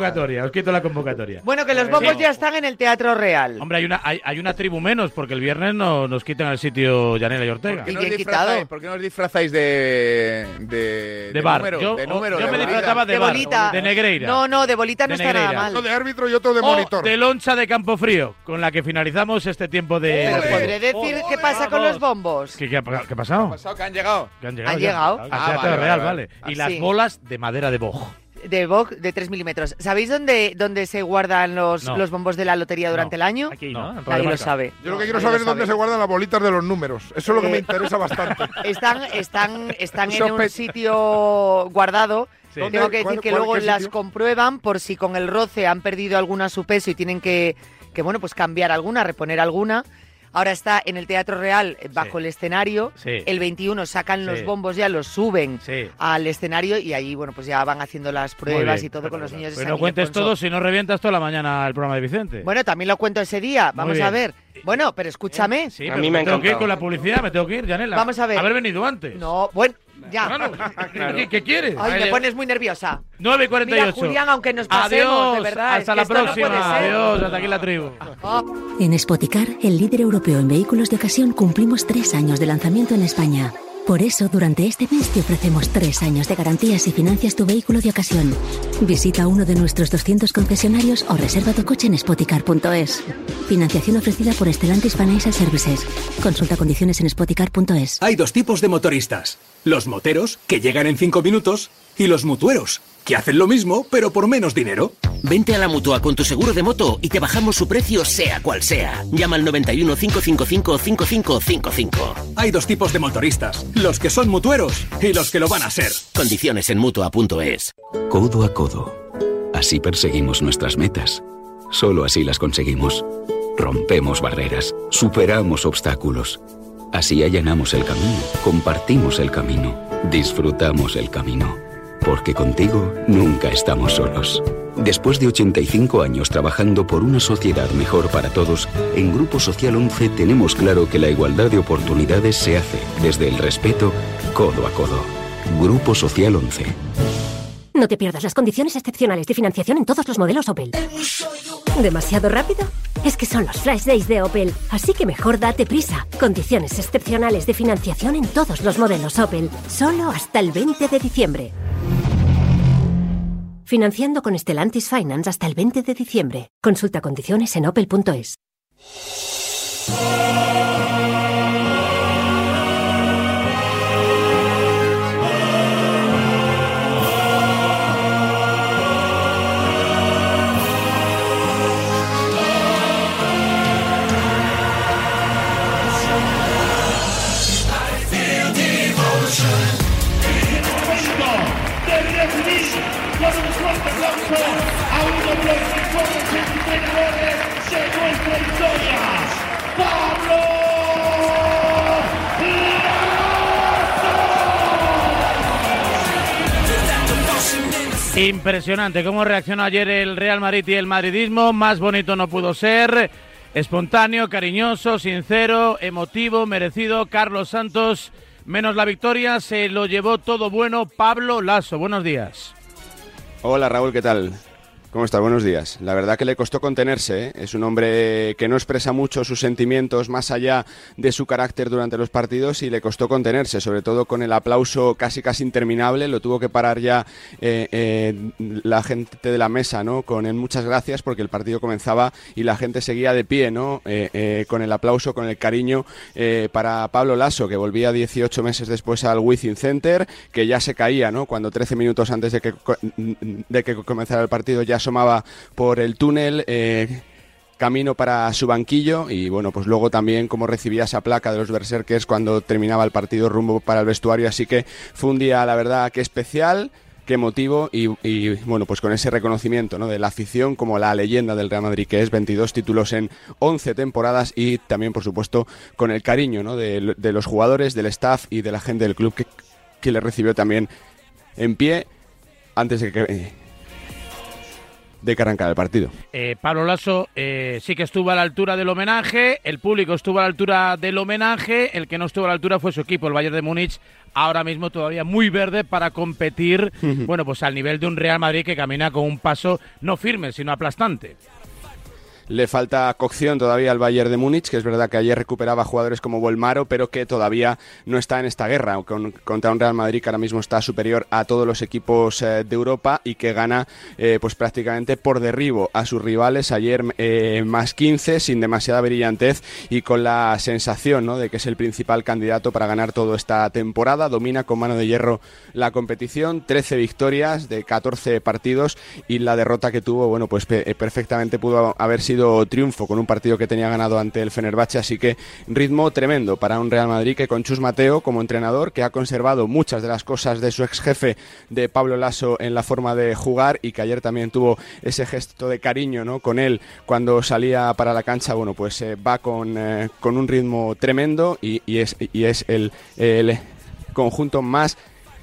[SPEAKER 2] la convocatoria.
[SPEAKER 12] Bueno, que los bombos ya están en el Teatro Real.
[SPEAKER 2] Hombre, hay una tribu menos, porque el viernes nos quitan el sitio Yanela y Ortega.
[SPEAKER 9] ¿Por qué no os disfrazáis de
[SPEAKER 2] bar? Yo me disfrazaba de bar,
[SPEAKER 12] bolita.
[SPEAKER 2] de Negreira.
[SPEAKER 12] No, de bolita no está nada mal.
[SPEAKER 8] Uno de árbitro y otro de monitor.
[SPEAKER 2] De loncha de Campofrío, con la que finalizamos este tiempo de...
[SPEAKER 12] Pero podré decir qué pasa con los bombos.
[SPEAKER 2] ¿Qué ha pasado?
[SPEAKER 9] Que han llegado.
[SPEAKER 12] Han llegado.
[SPEAKER 2] Al Teatro Real, vale. Y las bolas de madera de boj.
[SPEAKER 12] De Vogue de 3 milímetros. ¿Sabéis dónde se guardan los bombos de la lotería durante el año?
[SPEAKER 2] Aquí no.
[SPEAKER 12] Nadie lo sabe.
[SPEAKER 8] Yo lo que quiero saber es dónde se guardan las bolitas de los números. Eso es lo que me interesa bastante.
[SPEAKER 12] Están en un sitio guardado. Sí. Tengo que decir que luego las comprueban por si con el roce han perdido alguna su peso y tienen que pues cambiar alguna, reponer alguna. Ahora está en el Teatro Real bajo el escenario. Sí. El 21 sacan los bombos, ya los suben al escenario y ahí, bueno, pues ya van haciendo las pruebas y todo con los niños.
[SPEAKER 2] Pero no cuentes todo, si no revientas toda la mañana el programa de Vicente.
[SPEAKER 12] Bueno, también lo cuento ese día. Vamos a ver. Bueno, pero escúchame.
[SPEAKER 2] Sí, a mí me tengo que ir con la publicidad, me tengo que ir, Yanela.
[SPEAKER 12] Vamos a ver.
[SPEAKER 2] Haber venido antes.
[SPEAKER 12] No, bueno, ya.
[SPEAKER 2] Claro. ¿Qué quieres?
[SPEAKER 12] Ay, me pones muy nerviosa.
[SPEAKER 2] 9:48.
[SPEAKER 12] Mira, Julián, aunque nos pasemos,
[SPEAKER 2] adiós,
[SPEAKER 12] de verdad.
[SPEAKER 2] Hasta la próxima.
[SPEAKER 12] No
[SPEAKER 2] adiós, hasta aquí la tribu.
[SPEAKER 30] En Spoticar, el líder europeo en vehículos de ocasión, cumplimos 3 años de lanzamiento en España. Por eso, durante este mes te ofrecemos 3 años de garantías y financias tu vehículo de ocasión. Visita uno de nuestros 200 concesionarios o reserva tu coche en spoticar.es. Financiación ofrecida por Stellantis Financial Services. Consulta condiciones en spoticar.es.
[SPEAKER 29] Hay 2 tipos de motoristas. Los moteros, que llegan en 5 minutos, y los mutueros, que hacen lo mismo, pero por menos dinero.
[SPEAKER 11] Vente a la Mutua con tu seguro de moto y te bajamos su precio sea cual sea. Llama al 91 555 5555.
[SPEAKER 29] Hay 2 tipos de motoristas, los que son mutueros y los que lo van a ser.
[SPEAKER 11] Condiciones en Mutua.es.
[SPEAKER 13] Codo a codo. Así perseguimos nuestras metas. Solo así las conseguimos. Rompemos barreras, superamos obstáculos. Así allanamos el camino, compartimos el camino, disfrutamos el camino. Porque contigo nunca estamos solos. Después de 85 años trabajando por una sociedad mejor para todos, en Grupo Social 11 tenemos claro que la igualdad de oportunidades se hace desde el respeto, codo a codo. Grupo Social 11.
[SPEAKER 30] No te pierdas las condiciones excepcionales de financiación en todos los modelos Opel. ¿Demasiado rápido? Es que son los Flash Days de Opel, así que mejor date prisa. Condiciones excepcionales de financiación en todos los modelos Opel, solo hasta el 20 de diciembre. Financiando con Stellantis Finance hasta el 20 de diciembre. Consulta condiciones en opel.es.
[SPEAKER 14] Con un fuerte aplauso a uno de los mejores entrenadores de nuestra historia, Pablo
[SPEAKER 2] Lasso. Impresionante cómo reaccionó ayer el Real Madrid y el madridismo. Más bonito no pudo ser. Espontáneo, cariñoso, sincero, emotivo, merecido. Carlos Santos, menos la victoria, se lo llevó todo bueno Pablo Lasso. Buenos días.
[SPEAKER 15] Hola Raúl, ¿qué tal? ¿Cómo está? Buenos días. La verdad que le costó contenerse, ¿eh? Es un hombre que no expresa mucho sus sentimientos más allá de su carácter durante los partidos y le costó contenerse, sobre todo con el aplauso casi interminable. Lo tuvo que parar ya la gente de la mesa, ¿no? Con el muchas gracias, porque el partido comenzaba y la gente seguía de pie, ¿no? Con el aplauso, con el cariño para Pablo Laso, que volvía 18 meses después al Wizzing Center, que ya se caía, ¿no? Cuando 13 minutos antes de que comenzara el partido ya asomaba por el túnel camino para su banquillo. Y bueno, pues luego también cómo recibía esa placa de los Berserkers cuando terminaba el partido rumbo para el vestuario. Así que fue un día, la verdad, que especial, que emotivo y bueno, pues con ese reconocimiento, ¿no? De la afición como la leyenda del Real Madrid, que es 22 títulos en 11 temporadas, y también, por supuesto, con el cariño, ¿no? de los jugadores, del staff y de la gente del club que le recibió también en pie antes de que arrancara el partido.
[SPEAKER 2] Pablo Laso sí que estuvo a la altura del homenaje, el público estuvo a la altura del homenaje, el que no estuvo a la altura fue su equipo, el Bayern de Múnich, ahora mismo todavía muy verde para competir, bueno, pues al nivel de un Real Madrid que camina con un paso no firme, sino aplastante.
[SPEAKER 15] Le falta cocción todavía al Bayern de Múnich, que es verdad que ayer recuperaba jugadores como Volmaro, pero que todavía no está en esta guerra contra un Real Madrid que ahora mismo está superior a todos los equipos de Europa y que gana pues prácticamente por derribo a sus rivales. Ayer más 15, sin demasiada brillantez y con la sensación, ¿no? de que es el principal candidato para ganar toda esta temporada. Domina con mano de hierro la competición, 13 victorias de 14 partidos, y la derrota que tuvo, bueno, pues perfectamente pudo haber sido triunfo con un partido que tenía ganado ante el Fenerbahce. Así que ritmo tremendo para un Real Madrid que con Chus Mateo como entrenador, que ha conservado muchas de las cosas de su ex jefe de Pablo Laso en la forma de jugar, y que ayer también tuvo ese gesto de cariño, ¿no? con él cuando salía para la cancha. Bueno, pues va con un ritmo tremendo y es el conjunto más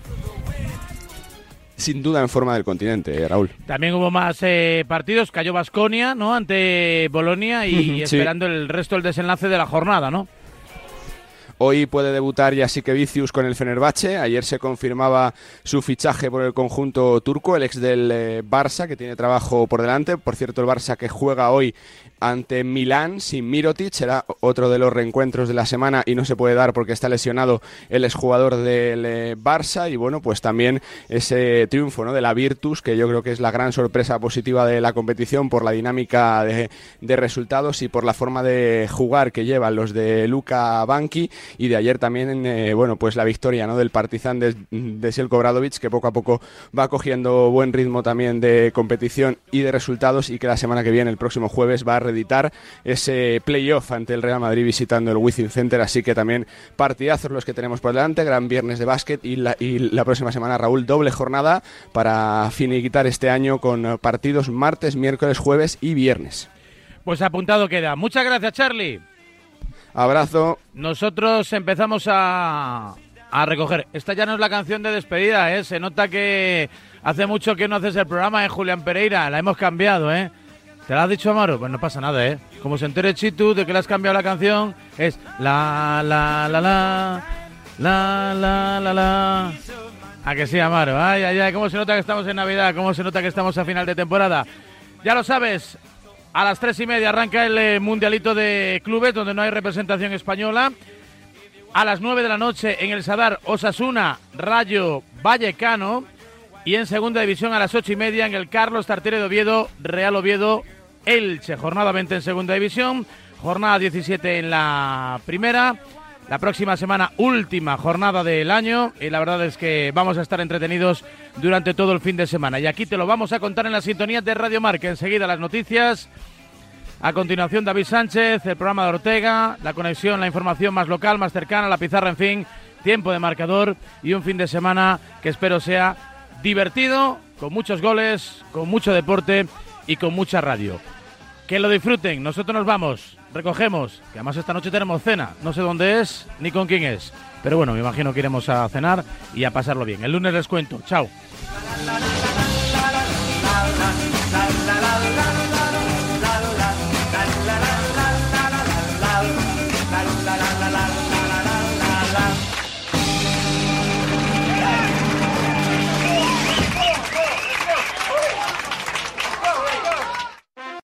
[SPEAKER 15] sin duda en forma del continente, Raúl.
[SPEAKER 2] También hubo más partidos, cayó Baskonia, ¿no? ante Bolonia y esperando el resto del desenlace de la jornada, ¿no?
[SPEAKER 15] Hoy puede debutar Jasikevicius con el Fenerbahce. Ayer se confirmaba su fichaje por el conjunto turco, el ex del Barça, que tiene trabajo por delante. Por cierto, el Barça que juega hoy ante Milán sin Mirotic, será otro de los reencuentros de la semana y no se puede dar porque está lesionado el exjugador del Barça. Y bueno, pues también ese triunfo, ¿no? de la Virtus, que yo creo que es la gran sorpresa positiva de la competición por la dinámica de resultados y por la forma de jugar que llevan los de Luka Banki. Y de ayer también, bueno, pues la victoria, ¿no? del Partizan de Željko Obradović, que poco a poco va cogiendo buen ritmo también de competición y de resultados, y que la semana que viene, el próximo jueves, va a reeditar ese playoff ante el Real Madrid visitando el Wizzing Center. Así que también partidazos los que tenemos por delante, gran viernes de básquet y la próxima semana, Raúl, doble jornada para finiquitar este año con partidos martes, miércoles, jueves y viernes.
[SPEAKER 2] Pues apuntado queda. Muchas gracias, Charlie.
[SPEAKER 15] Abrazo.
[SPEAKER 2] Nosotros empezamos a recoger. Esta ya no es la canción de despedida, ¿eh? Se nota que hace mucho que no haces el programa, Julián Pereira. La hemos cambiado, ¿eh? ¿Te la has dicho, Amaro? Pues no pasa nada, ¿eh? Como se entere Chitu de que le has cambiado la canción, es la. ¿A que sí, Amaro? Ay, ay, ay, cómo se nota que estamos en Navidad, cómo se nota que estamos a final de temporada. Ya lo sabes. A las 3:30 arranca el Mundialito de Clubes, donde no hay representación española. A las 9 de la noche en el Sadar, Osasuna, Rayo Vallecano. Y en segunda división a las 8:30 en el Carlos Tartiere de Oviedo, Real Oviedo, Elche. Jornada 20 en segunda división, jornada 17 en la primera. La próxima semana, última jornada del año, y la verdad es que vamos a estar entretenidos durante todo el fin de semana. Y aquí te lo vamos a contar en la sintonía de Radio Marca. Enseguida las noticias, a continuación David Sánchez, el programa de Ortega, la conexión, la información más local, más cercana, la pizarra, en fin, tiempo de marcador y un fin de semana que espero sea divertido, con muchos goles, con mucho deporte y con mucha radio. Que lo disfruten, nosotros nos vamos, recogemos, que además esta noche tenemos cena, no sé dónde es ni con quién es, pero bueno, me imagino que iremos a cenar y a pasarlo bien. El lunes les cuento, chao.
[SPEAKER 14] La